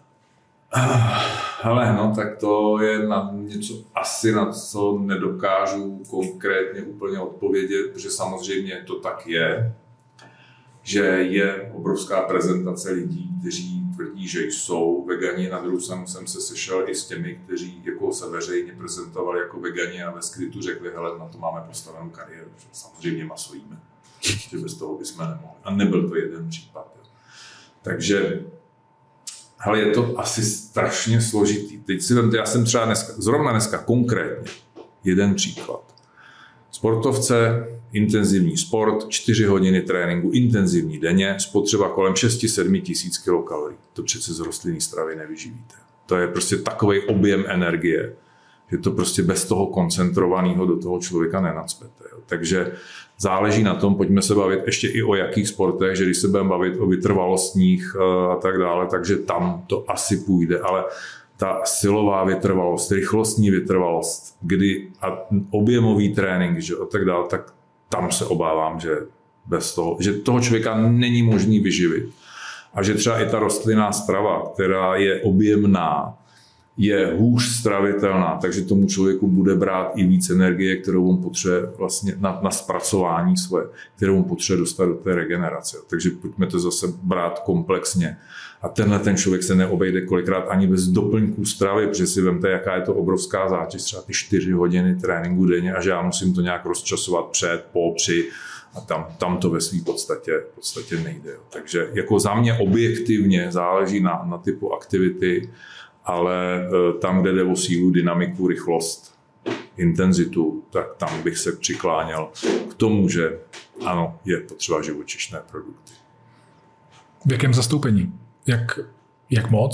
Hele, no tak to je něco asi na co nedokážu konkrétně úplně odpovědět, protože samozřejmě to tak je, že je obrovská prezentace lidí, kteří tvrdí, že jsou vegani. Na druhou stranu jsem se sešel i s těmi, kteří jako se veřejně prezentovali jako vegani a ve skrytu řekli, hele, na to máme postavenou kariéru, že samozřejmě maso jíme, že bez toho bychom nemohli. A nebyl to jeden případ. Jo. Takže hele, je to asi strašně složitý. Teď si vemte, já jsem třeba zrovna dneska konkrétně jeden příklad. Sportovce, intenzivní sport, 4 hodiny tréninku, intenzivní denně, spotřeba kolem 6-7 tisíc kilokalorií. To přece z rostlinné stravy nevyživíte. To je prostě takovej objem energie, že to prostě bez toho koncentrovaného do toho člověka nenacpete. Jo. Takže záleží na tom, pojďme se bavit ještě i o jakých sportech, že když se budeme bavit o vytrvalostních a tak dále, takže tam to asi půjde, ale ta silová vytrvalost, rychlostní vytrvalost, kdy a objemový trénink, že a tak dále, tak tam se obávám, že bez toho, že toho člověka není možný vyživit. A že třeba i ta rostlinná strava, která je objemná, je hůř stravitelná, takže tomu člověku bude brát i víc energie, kterou on potřebuje vlastně na zpracování svoje, kterou on potřebuje dostat do té regenerace. Takže pojďme to zase brát komplexně. A ten člověk se neobejde kolikrát ani bez doplňků stravy, protože si vemte, jaká je to obrovská zátěž, třeba ty 4 hodiny tréninku denně a že já musím to nějak rozčasovat před, po, při a tam to ve své podstatě nejde. Takže jako za mě objektivně záleží na typu aktivity, ale tam, kde jde o sílu, dynamiku, rychlost, intenzitu, tak tam bych se přikláněl k tomu, že ano, je potřeba živočišné produkty. V jakém zastoupení? Jak moc?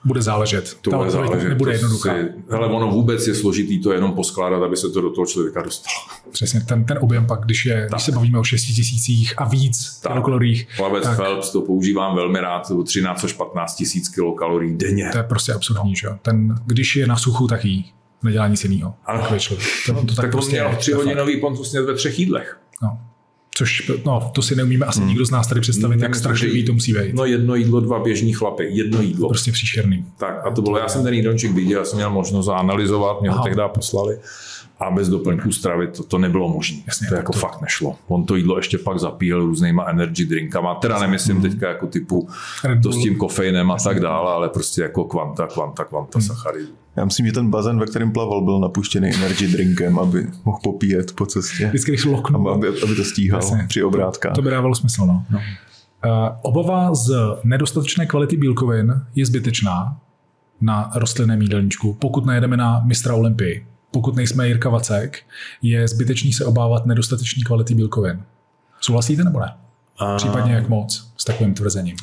bude záležet. To bude záležet. Nebude jednoduchá. Hele, ono vůbec je složitý to jenom poskládat, aby se to do toho člověka dostalo. Přesně, ten objem pak, když se bavíme o 6 000 a víc kilokaloriích. Plavec Phelps, to používám velmi rád, 13 až 15 000 kilokalorií denně. To je prostě absurdní, že? Když je na suchu, tak jí nedělá nic jiného. Tak on měl 3hodinový pontusnět ve 3 jídlech. No. Což, to si neumíme asi nikdo z nás tady představit, jak strašlivý to musí být. No 1 jídlo, 2 běžní chlapy, 1 jídlo. Prostě příšerný. Tak a to bylo, já jsem ten jídelníček viděl, já jsem měl možnost zaanalizovat, mě ho tehdy poslali a bez doplňků stravy to nebylo možné. To jako fakt nešlo. On to jídlo ještě pak zapíjel různýma energy drinkama, teda nemyslím teďka jako typu to s tím kofeinem a tak dále, ale prostě jako kvanta sacharidů. Já myslím, že ten bazén, ve kterém plaval, byl napuštěný energy drinkem, aby mohl popíjet po cestě. Vždycky, když loknul. Aby to stíhal při obrátkách. To by dávalo smysl, no. Obava z nedostatečné kvality bílkovin je zbytečná na rostlinném jídelníčku, pokud nejedeme na mistra Olympii. Pokud nejsme Jirka Vacek, je zbytečný se obávat nedostatečné kvality bílkovin. Souhlasíte nebo ne? Případně jak moc s takovým tvrzením?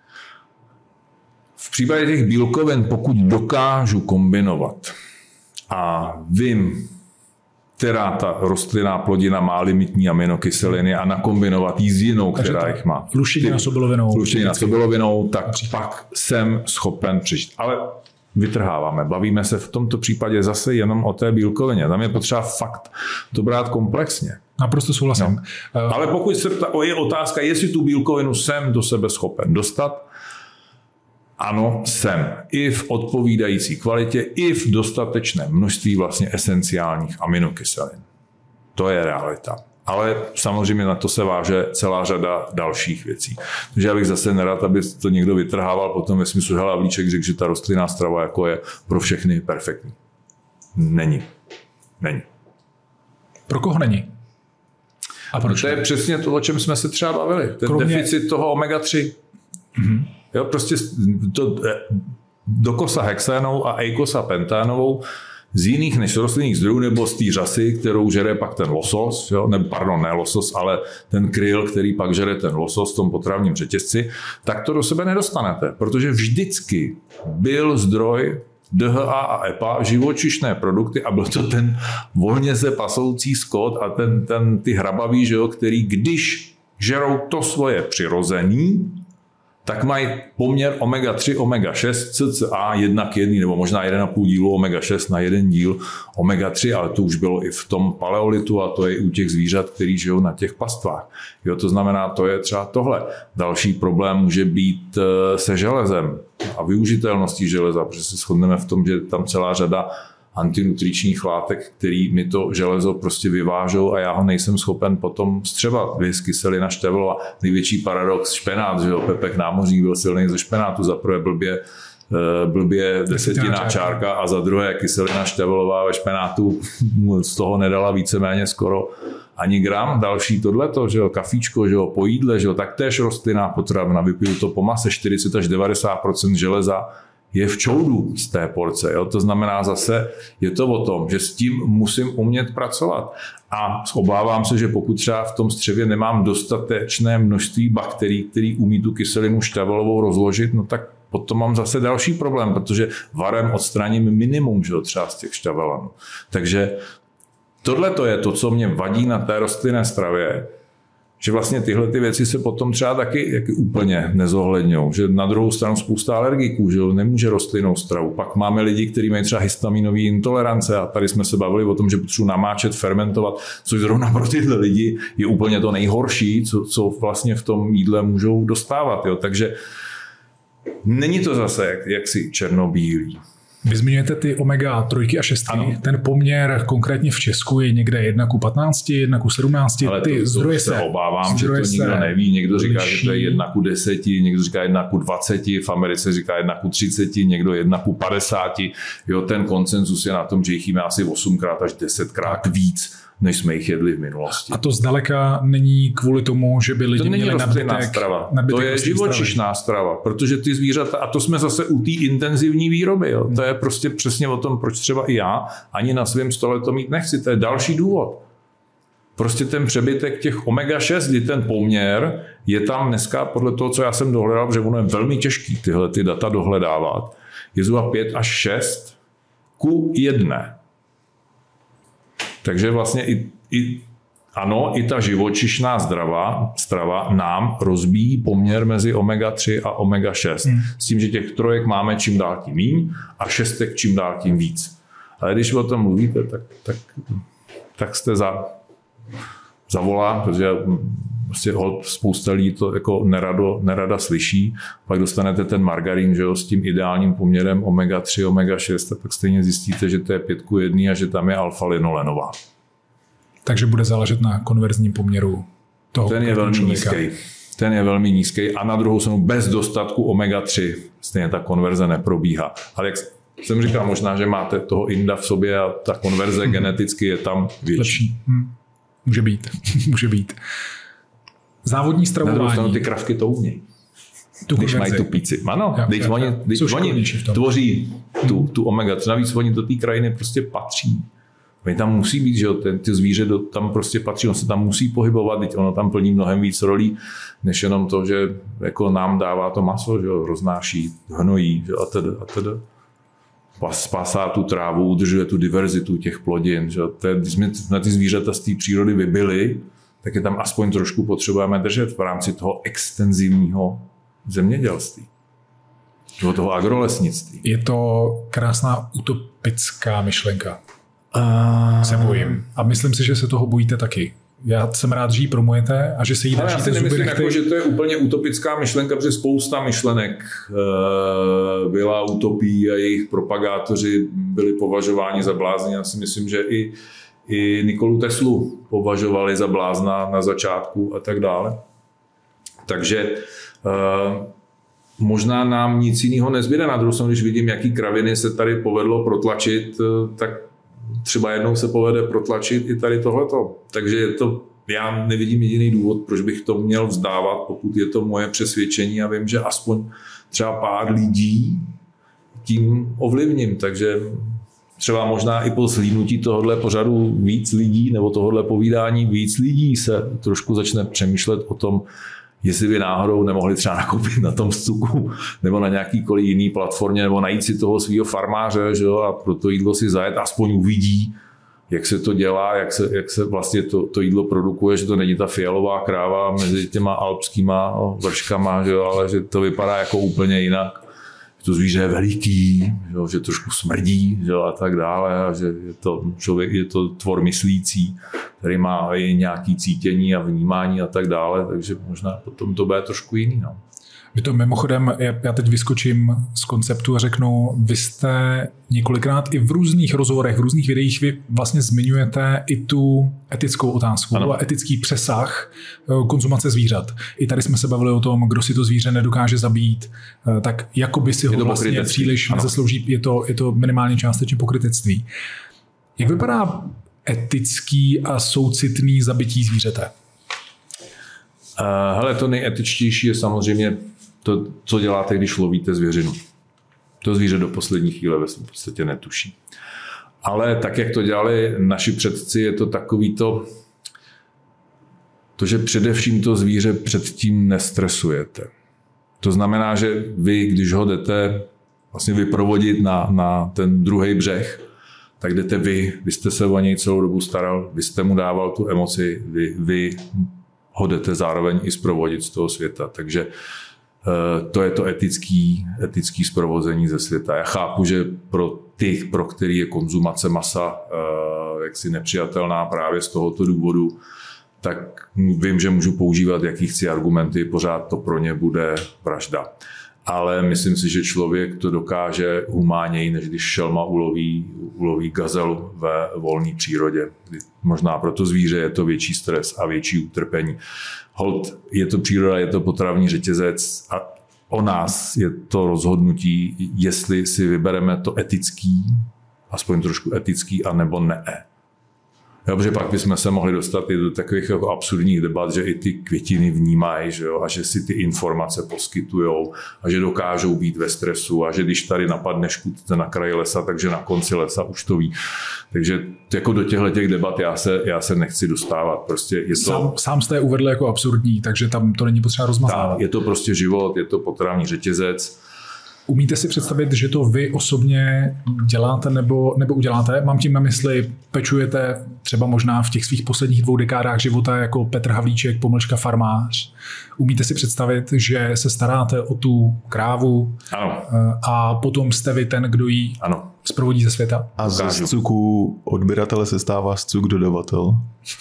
V případě těch bílkovin, pokud dokážu kombinovat a vím, která ta rostlinná plodina má limitní aminokyseliny a nakombinovat ji s jinou, která jich má. Luštěnina s obilovinou, tak pak jsem schopen přečíst. Ale vytrháváme. Bavíme se v tomto případě zase jenom o té bílkovině. Tam je potřeba fakt to brát komplexně. Naprosto souhlasím. No. Ale pokud se je otázka, jestli tu bílkovinu jsem do sebe schopen dostat, ano, jsem. I v odpovídající kvalitě, i v dostatečném množství vlastně esenciálních aminokyselin. To je realita. Ale samozřejmě na to se váže celá řada dalších věcí. Takže já bych zase nerad, aby to někdo vytrhával potom ve smyslu, že Havlíček řekl, že ta rostlinná strava jako je pro všechny perfektní. Není. Pro koho není? A proč? To je přesně to, o čem jsme se třeba bavili. Ten deficit toho omega-3. Mm-hmm. Jo, prostě dokosahexianou a eikosapentanovou z jiných než rostlinných zdrojů nebo z té řasy, kterou žere pak ten losos, jo? Ne losos, ale ten kryl, který pak žere ten losos v tom potravním řetězci, tak to do sebe nedostanete, protože vždycky byl zdroj DHA a EPA, živočišné produkty a byl to ten volně se pasoucí skot a ty hrabaví, že jo, který když žerou to svoje přirozený, tak mají poměr omega-3, omega-6, cca 1:1, nebo možná 1,5 dílu omega-6 na 1 díl omega-3, ale to už bylo i v tom paleolitu a to je i u těch zvířat, který žijou na těch pastvách. Jo, to znamená, to je třeba tohle. Další problém může být se železem a využitelností železa, protože se shodneme v tom, že je tam celá řada antinutričních látek, který mi to železo prostě vyvážou a já ho nejsem schopen potom střebat. Kyselina števelová, největší paradox, špenát, že jo, Pepek Námořník byl silný ze špenátu, za prvé blbě desetinná čárka a za druhé kyselina števelová ve špenátu z toho nedala víceméně skoro ani gram. Další tohleto, že jo, kafíčko, že jo, po jídle, že jo, taktéž rostlinná potravina, vypiju to po mase, 40 až 90% železa je v čoudu z té porce. Jo? To znamená zase, je to o tom, že s tím musím umět pracovat. A obávám se, že pokud třeba v tom střevě nemám dostatečné množství bakterií, které umí tu kyselinu števelovou rozložit, no tak potom mám zase další problém, protože varem odstraním minimum, že jo, třeba z těch števelanů. Takže tohle to je to, co mě vadí na té rostlinné stravě, že vlastně tyhle ty věci se potom třeba taky úplně nezohledňují. Že na druhou stranu spousta alergiků, že nemůže rostlinnou stravu. Pak máme lidi, kteří mají třeba histaminové intolerance a tady jsme se bavili o tom, že potřebují namáčet, fermentovat, což zrovna pro tyhle lidi je úplně to nejhorší, co vlastně v tom jídle můžou dostávat. Jo. Takže není to zase jaksi černobílý. Vy zmiňujete ty omega-3 a 6. Ano. Ten poměr konkrétně v Česku je někde 1:15, 1:17. Ale ty zdroje se obávám, že to nikdo neví. Někdo říká, že to je 1:10, někdo říká 1:20, v Americe říká 1:30, někdo 1:50. Jo, ten konsenzus je na tom, že jich jíme asi 8x až 10x víc, než jsme jich jedli v minulosti. A to zdaleka není kvůli tomu, že by lidi měli nadbytek strava. To je živočišná strava, protože ty zvířata, a to jsme zase u té intenzivní výroby, jo. To je prostě přesně o tom, proč třeba i já ani na svém stole to mít nechci. To je další důvod. Prostě ten přebytek těch omega-6, kdy ten poměr je tam dneska podle toho, co já jsem dohledal, že ono je velmi těžký tyhle ty data dohledávat, je zhruba 5 až 6 ku 1. Takže vlastně i ta živočišná strava nám rozbíjí poměr mezi omega-3 a omega-6. S tím, že těch 3 máme čím dál tím míň a 6 čím dál tím víc. Ale když o tom mluvíte, tak jste zavolá, protože prostě spousta lidí to jako nerada slyší. Pak dostanete ten margarín, že jo, s tím ideálním poměrem omega-3, omega-6 a pak stejně zjistíte, že to je 5 ku 1 a že tam je alfa-linolenová. Takže bude záležet na konverzním poměru toho Ten je velmi člověka. nízký. Ten je velmi nízký a na druhou stranu bez dostatku omega-3 stejně ta konverze neprobíhá. Ale jak jsem říkal, možná, že máte toho inda v sobě a ta konverze geneticky je tam větší. Lepší. Může být. Může být. Závodní Na druhou stranu stravování. ty kravky to umějí. Tu Když konverzi. mají tu píci. Ano, když jo. oni Šikovnější v tom. tvoří tu omega-3, navíc oni do té krajiny prostě patří. Oni tam musí být, že jo, ty zvíře tam prostě patří, on se tam musí pohybovat, teď ono tam plní mnohem víc rolí, než jenom to, že jako nám dává to maso, že jo, roznáší, hnojí, že jo, a teda. Spásá tu trávu, udržuje tu diverzitu těch plodin, že jo. Když jsme na ty zvířata z té přírody vybili, tak je tam aspoň trošku potřebujeme držet v rámci toho extenzivního zemědělství. Nebo toho agrolesnictví. Je to krásná utopická myšlenka. Se bojím. A myslím si, že se toho bojíte taky. Já jsem rád, že ji promujete a že se jí Ale já držíte si zuby nemyslím, nechty. jako, že to je úplně utopická myšlenka, protože spousta myšlenek byla utopií a jejich propagátoři byli považováni za blázny. Já si myslím, že i Nikolu Teslu považovali za blázna na začátku a tak dále. Takže možná nám nic jiného nezbyde. Na druhou stranu, když vidím, jaký kraviny se tady povedlo protlačit, tak třeba jednou se povede protlačit i tady tohleto. Takže já nevidím jediný důvod, proč bych to měl vzdávat, pokud je to moje přesvědčení a vím, že aspoň třeba pár lidí tím ovlivním. Takže třeba možná i po slídnutí tohohle pořadu víc lidí nebo tohohle povídání víc lidí se trošku začne přemýšlet o tom, jestli by náhodou nemohli třeba nakoupit na tom Stuku nebo na nějakýkoliv jiný platformě nebo najít si toho svého farmáře, že jo, a pro to jídlo si zajet, aspoň uvidí, jak se to dělá, jak se vlastně to jídlo produkuje, že to není ta fialová kráva mezi těma alpskýma vrškama, že jo, ale že to vypadá jako úplně jinak. Že to zvíře je veliký, že trošku smrdí, že a tak dále, a že je to tvor myslící, který má i nějaké cítění a vnímání a tak dále, takže možná potom to bude trošku jiný. No. Vy to mimochodem, já teď vyskočím z konceptu a řeknu, vy jste několikrát i v různých rozhovorech, v různých videích vy vlastně zmiňujete i tu etickou otázku a etický přesah konzumace zvířat. I tady jsme se bavili o tom, kdo si to zvíře nedokáže zabít, tak jako by si ho vlastně příliš nezaslouží, je to minimálně částečně pokrytectví. Jak vypadá etický a soucitný zabití zvířete? Hele, to nejetičtější je samozřejmě to, co děláte, když lovíte zvěřinu. To zvíře do poslední chvíle v podstatě netuší. Ale tak, jak to dělali naši předci, je to takový to, že především to zvíře předtím nestresujete. To znamená, že vy, když ho jdete vlastně vyprovodit na ten druhý břeh, tak jdete vy jste se o něj celou dobu staral, vy jste mu dával tu emoci, vy ho jdete zároveň i zprovodit z toho světa. Takže to je to etický zprovození ze světa. Já chápu, že pro který je konzumace masa jaksi nepřijatelná právě z tohoto důvodu, tak vím, že můžu používat jaký chci argumenty, pořád to pro ně bude vražda. Ale myslím si, že člověk to dokáže humánněji, než když šelma uloví gazelu ve volné přírodě. Možná pro to zvíře je to větší stres a větší utrpení. Holt, je to příroda, je to potravní řetězec a o nás je to rozhodnutí, jestli si vybereme to etický, aspoň trošku etický, anebo ne. Protože pak bychom se mohli dostat i do takových jako absurdních debat, že i ty květiny vnímají, že jo, a že si ty informace poskytujou a že dokážou být ve stresu a že když tady napadne škůdce na kraji lesa, takže na konci lesa už to ví. Takže jako do těchto debat já se nechci dostávat. Prostě je to, sám jste je uvedl jako absurdní, takže tam to není potřeba rozmazávat. Je to prostě život, je to potravní řetězec. Umíte si představit, že to vy osobně děláte nebo uděláte? Mám tím na mysli, pečujete třeba možná v těch svých posledních 2 dekádách života jako Petr Havlíček, _farmář. Umíte si představit, že se staráte o tu krávu Ano. A potom jste vy ten, kdo ji zprovodí ze světa? A ze cuku odběratele se stává cuk dodavatel?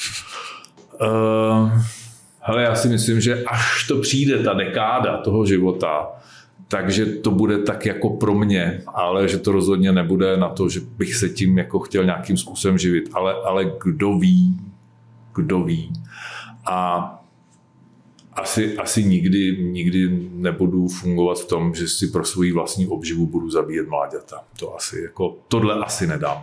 Hele, já si myslím, že až to přijde ta dekáda toho života, takže to bude tak jako pro mě, ale že to rozhodně nebude na to, že bych se tím jako chtěl nějakým způsobem živit. Ale kdo ví. A asi nikdy nebudu fungovat v tom, že si pro svou vlastní obživu budu zabíjet mláďata. Tohle asi nedám.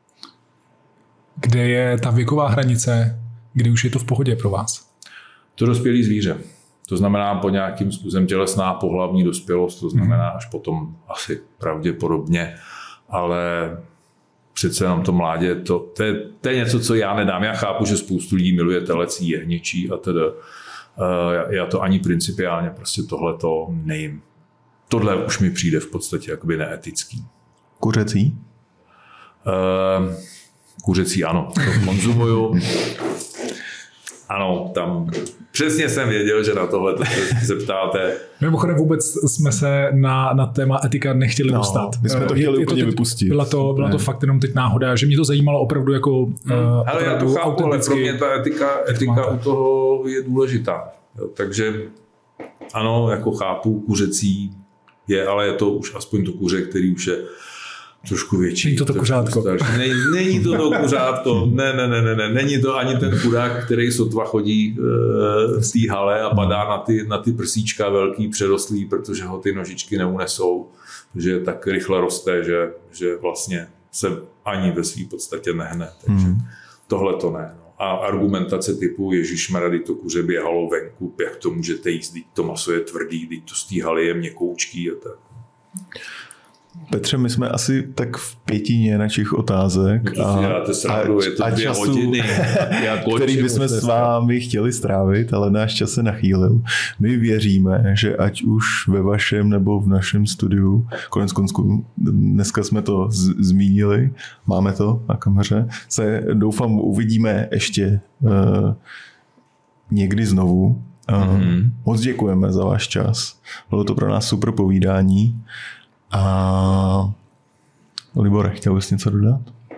Kde je ta věková hranice, kdy už je to v pohodě pro vás? To dospělý zvíře. To znamená po nějakým způsobem tělesná pohlavní dospělost, to znamená až potom asi pravděpodobně, ale přece jenom to mládě, to je něco, co já nedám. Já chápu, že spoustu lidí miluje telecí, jehněčí a teda. Já to ani principiálně prostě tohleto nejím. Tohle už mi přijde v podstatě jakoby neetický. Kuřecí? Kuřecí ano, to konzumuju. Ano, tam přesně jsem věděl, že na tohle se zeptáte. Mimochodem vůbec jsme se na téma etika nechtěli dostat. My jsme to chtěli úplně vypustit. Byla to fakt jenom teď náhoda, že mě to zajímalo opravdu jako ale já to chápu, ale pro mě ta etika u toho je důležitá. Jo, takže ano, jako chápu, kuřecí je, ale je to už aspoň to kuře, který už je trošku větší. Není to kuřátko. Není to kuřátko. Ne. Není to ani ten chudák, který sotva chodí v té hale a padá na ty prsíčka velký, přerostlý, protože ho ty nožičky neunesou, že tak rychle roste, že vlastně se ani ve své podstatě nehne. Takže tohle to ne. No. A argumentace typu ježišmarja, to kuře běhalo venku, jak to můžete jíst, to maso je tvrdý, to z té haly je měkoučký a tak. Petře, my jsme asi tak v 5 našich otázek a času, který bychom s vámi chtěli strávit, ale náš čas se nachýlil. My věříme, že ať už ve vašem nebo v našem studiu, koneckonců dneska jsme to zmínili, máme to na kameře, se doufám uvidíme ještě někdy znovu. Moc děkujeme za váš čas. Bylo to pro nás super povídání. A Libore, chtěl bys něco dodat?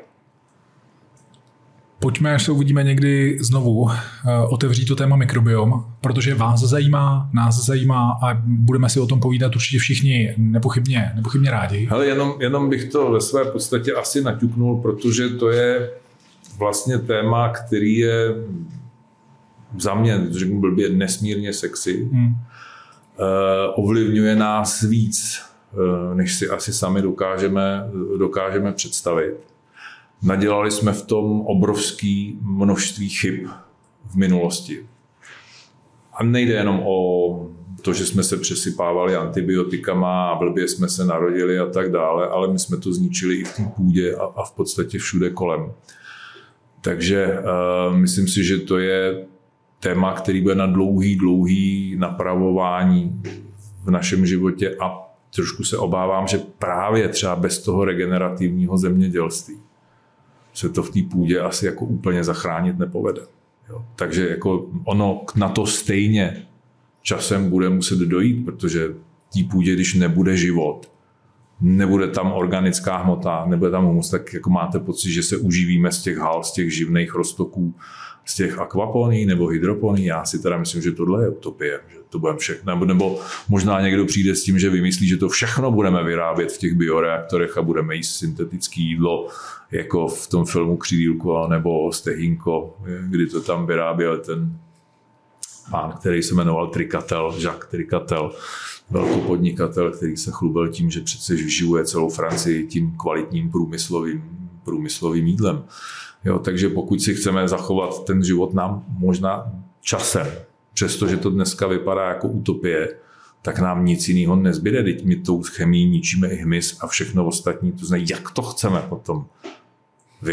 Pojďme, až se uvidíme někdy znovu, otevřít to téma mikrobiom, protože vás zajímá, nás zajímá a budeme si o tom povídat určitě všichni nepochybně rádi. Hele, jenom bych to ve své podstatě asi naťuknul, protože to je vlastně téma, který je za mě, řeknu blbě, nesmírně sexy. Ovlivňuje nás víc, než si asi sami dokážeme představit. Nadělali jsme v tom obrovské množství chyb v minulosti. A nejde jenom o to, že jsme se přesypávali antibiotikama a blbě jsme se narodili a tak dále, ale my jsme to zničili i v té půdě a v podstatě všude kolem. Takže myslím si, že to je téma, který bude na dlouhý napravování v našem životě a trošku se obávám, že právě třeba bez toho regenerativního zemědělství se to v té půdě asi jako úplně zachránit nepovede. Jo. Takže jako ono na to stejně časem bude muset dojít, protože v té půdě, když nebude život, nebude tam organická hmota, nebude tam humus, tak jako máte pocit, že se uživíme z těch hal, z těch živných roztoků, z těch akvaponí nebo hydroponí. Já si teda myslím, že tohle je utopie, že to budeme všechno, nebo možná někdo přijde s tím, že vymyslí, že to všechno budeme vyrábět v těch bioreaktorech a budeme jíst syntetické jídlo, jako v tom filmu Křidílko nebo Stehínko, kdy to tam vyráběl ten pán, který se jmenoval Jacques Tricatel, velkopodnikatel, který se chlubil tím, že přece živuje celou Francii tím kvalitním průmyslovým jídlem. Jo, takže pokud si chceme zachovat ten život nám možná časem, přestože to dneska vypadá jako utopie, tak nám nic jiného nezbyde. Teď my tou chemií ničíme i hmyz a všechno ostatní. To znamená, jak to chceme potom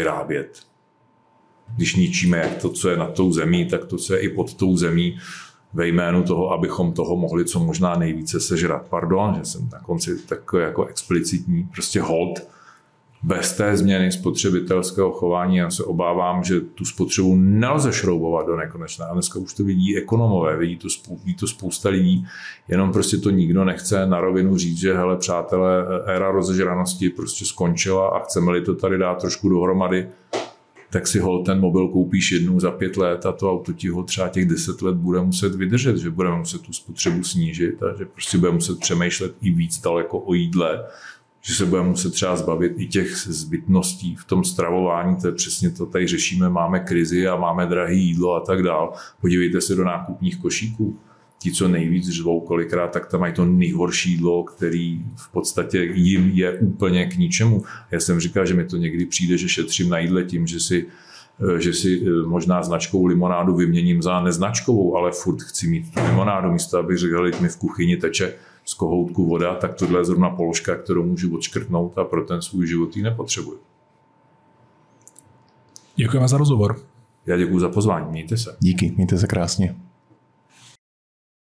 vyrábět. Když ničíme jak to, co je nad tou zemí, tak to, co je i pod tou zemí. ve jménu toho, abychom toho mohli co možná nejvíce sežrat. Pardon, že jsem na konci takový jako explicitní, prostě hold. Bez té změny spotřebitelského chování já se obávám, že tu spotřebu nelze šroubovat do nekonečna. A dneska už to vidí ekonomové, vidí to spousta lidí, jenom prostě to nikdo nechce na rovinu říct, že hele přátelé, éra rozežranosti prostě skončila a chceme-li to tady dát trošku dohromady, tak si hol ten mobil koupíš jednou za 5 let a to auto ti ho třeba těch 10 let bude muset vydržet, že budeme muset tu spotřebu snížit a že prostě budeme muset přemýšlet i víc daleko o jídle, že se budeme muset třeba zbavit i těch zbytností v tom stravování, to je přesně to, tady řešíme, máme krizi a máme drahé jídlo a tak dál. Podívejte se do nákupních košíků. Ti, co nejvíc řvou kolikrát, tak tam mají to nejhorší jídlo, který v podstatě jim je úplně k ničemu. Já jsem říkal, že mi to někdy přijde, že šetřím na jídle tím, že si možná značkovou limonádu vyměním za neznačkovou, ale furt chci mít tu limonádu, místo abych řekl, že mi v kuchyni teče z kohoutku voda, tak tohle je zrovna položka, kterou můžu odškrtnout a pro ten svůj život ji nepotřebuji. Děkujeme za rozhovor. Já děkuji za pozvání, mějte se. Díky, mějte se krásně.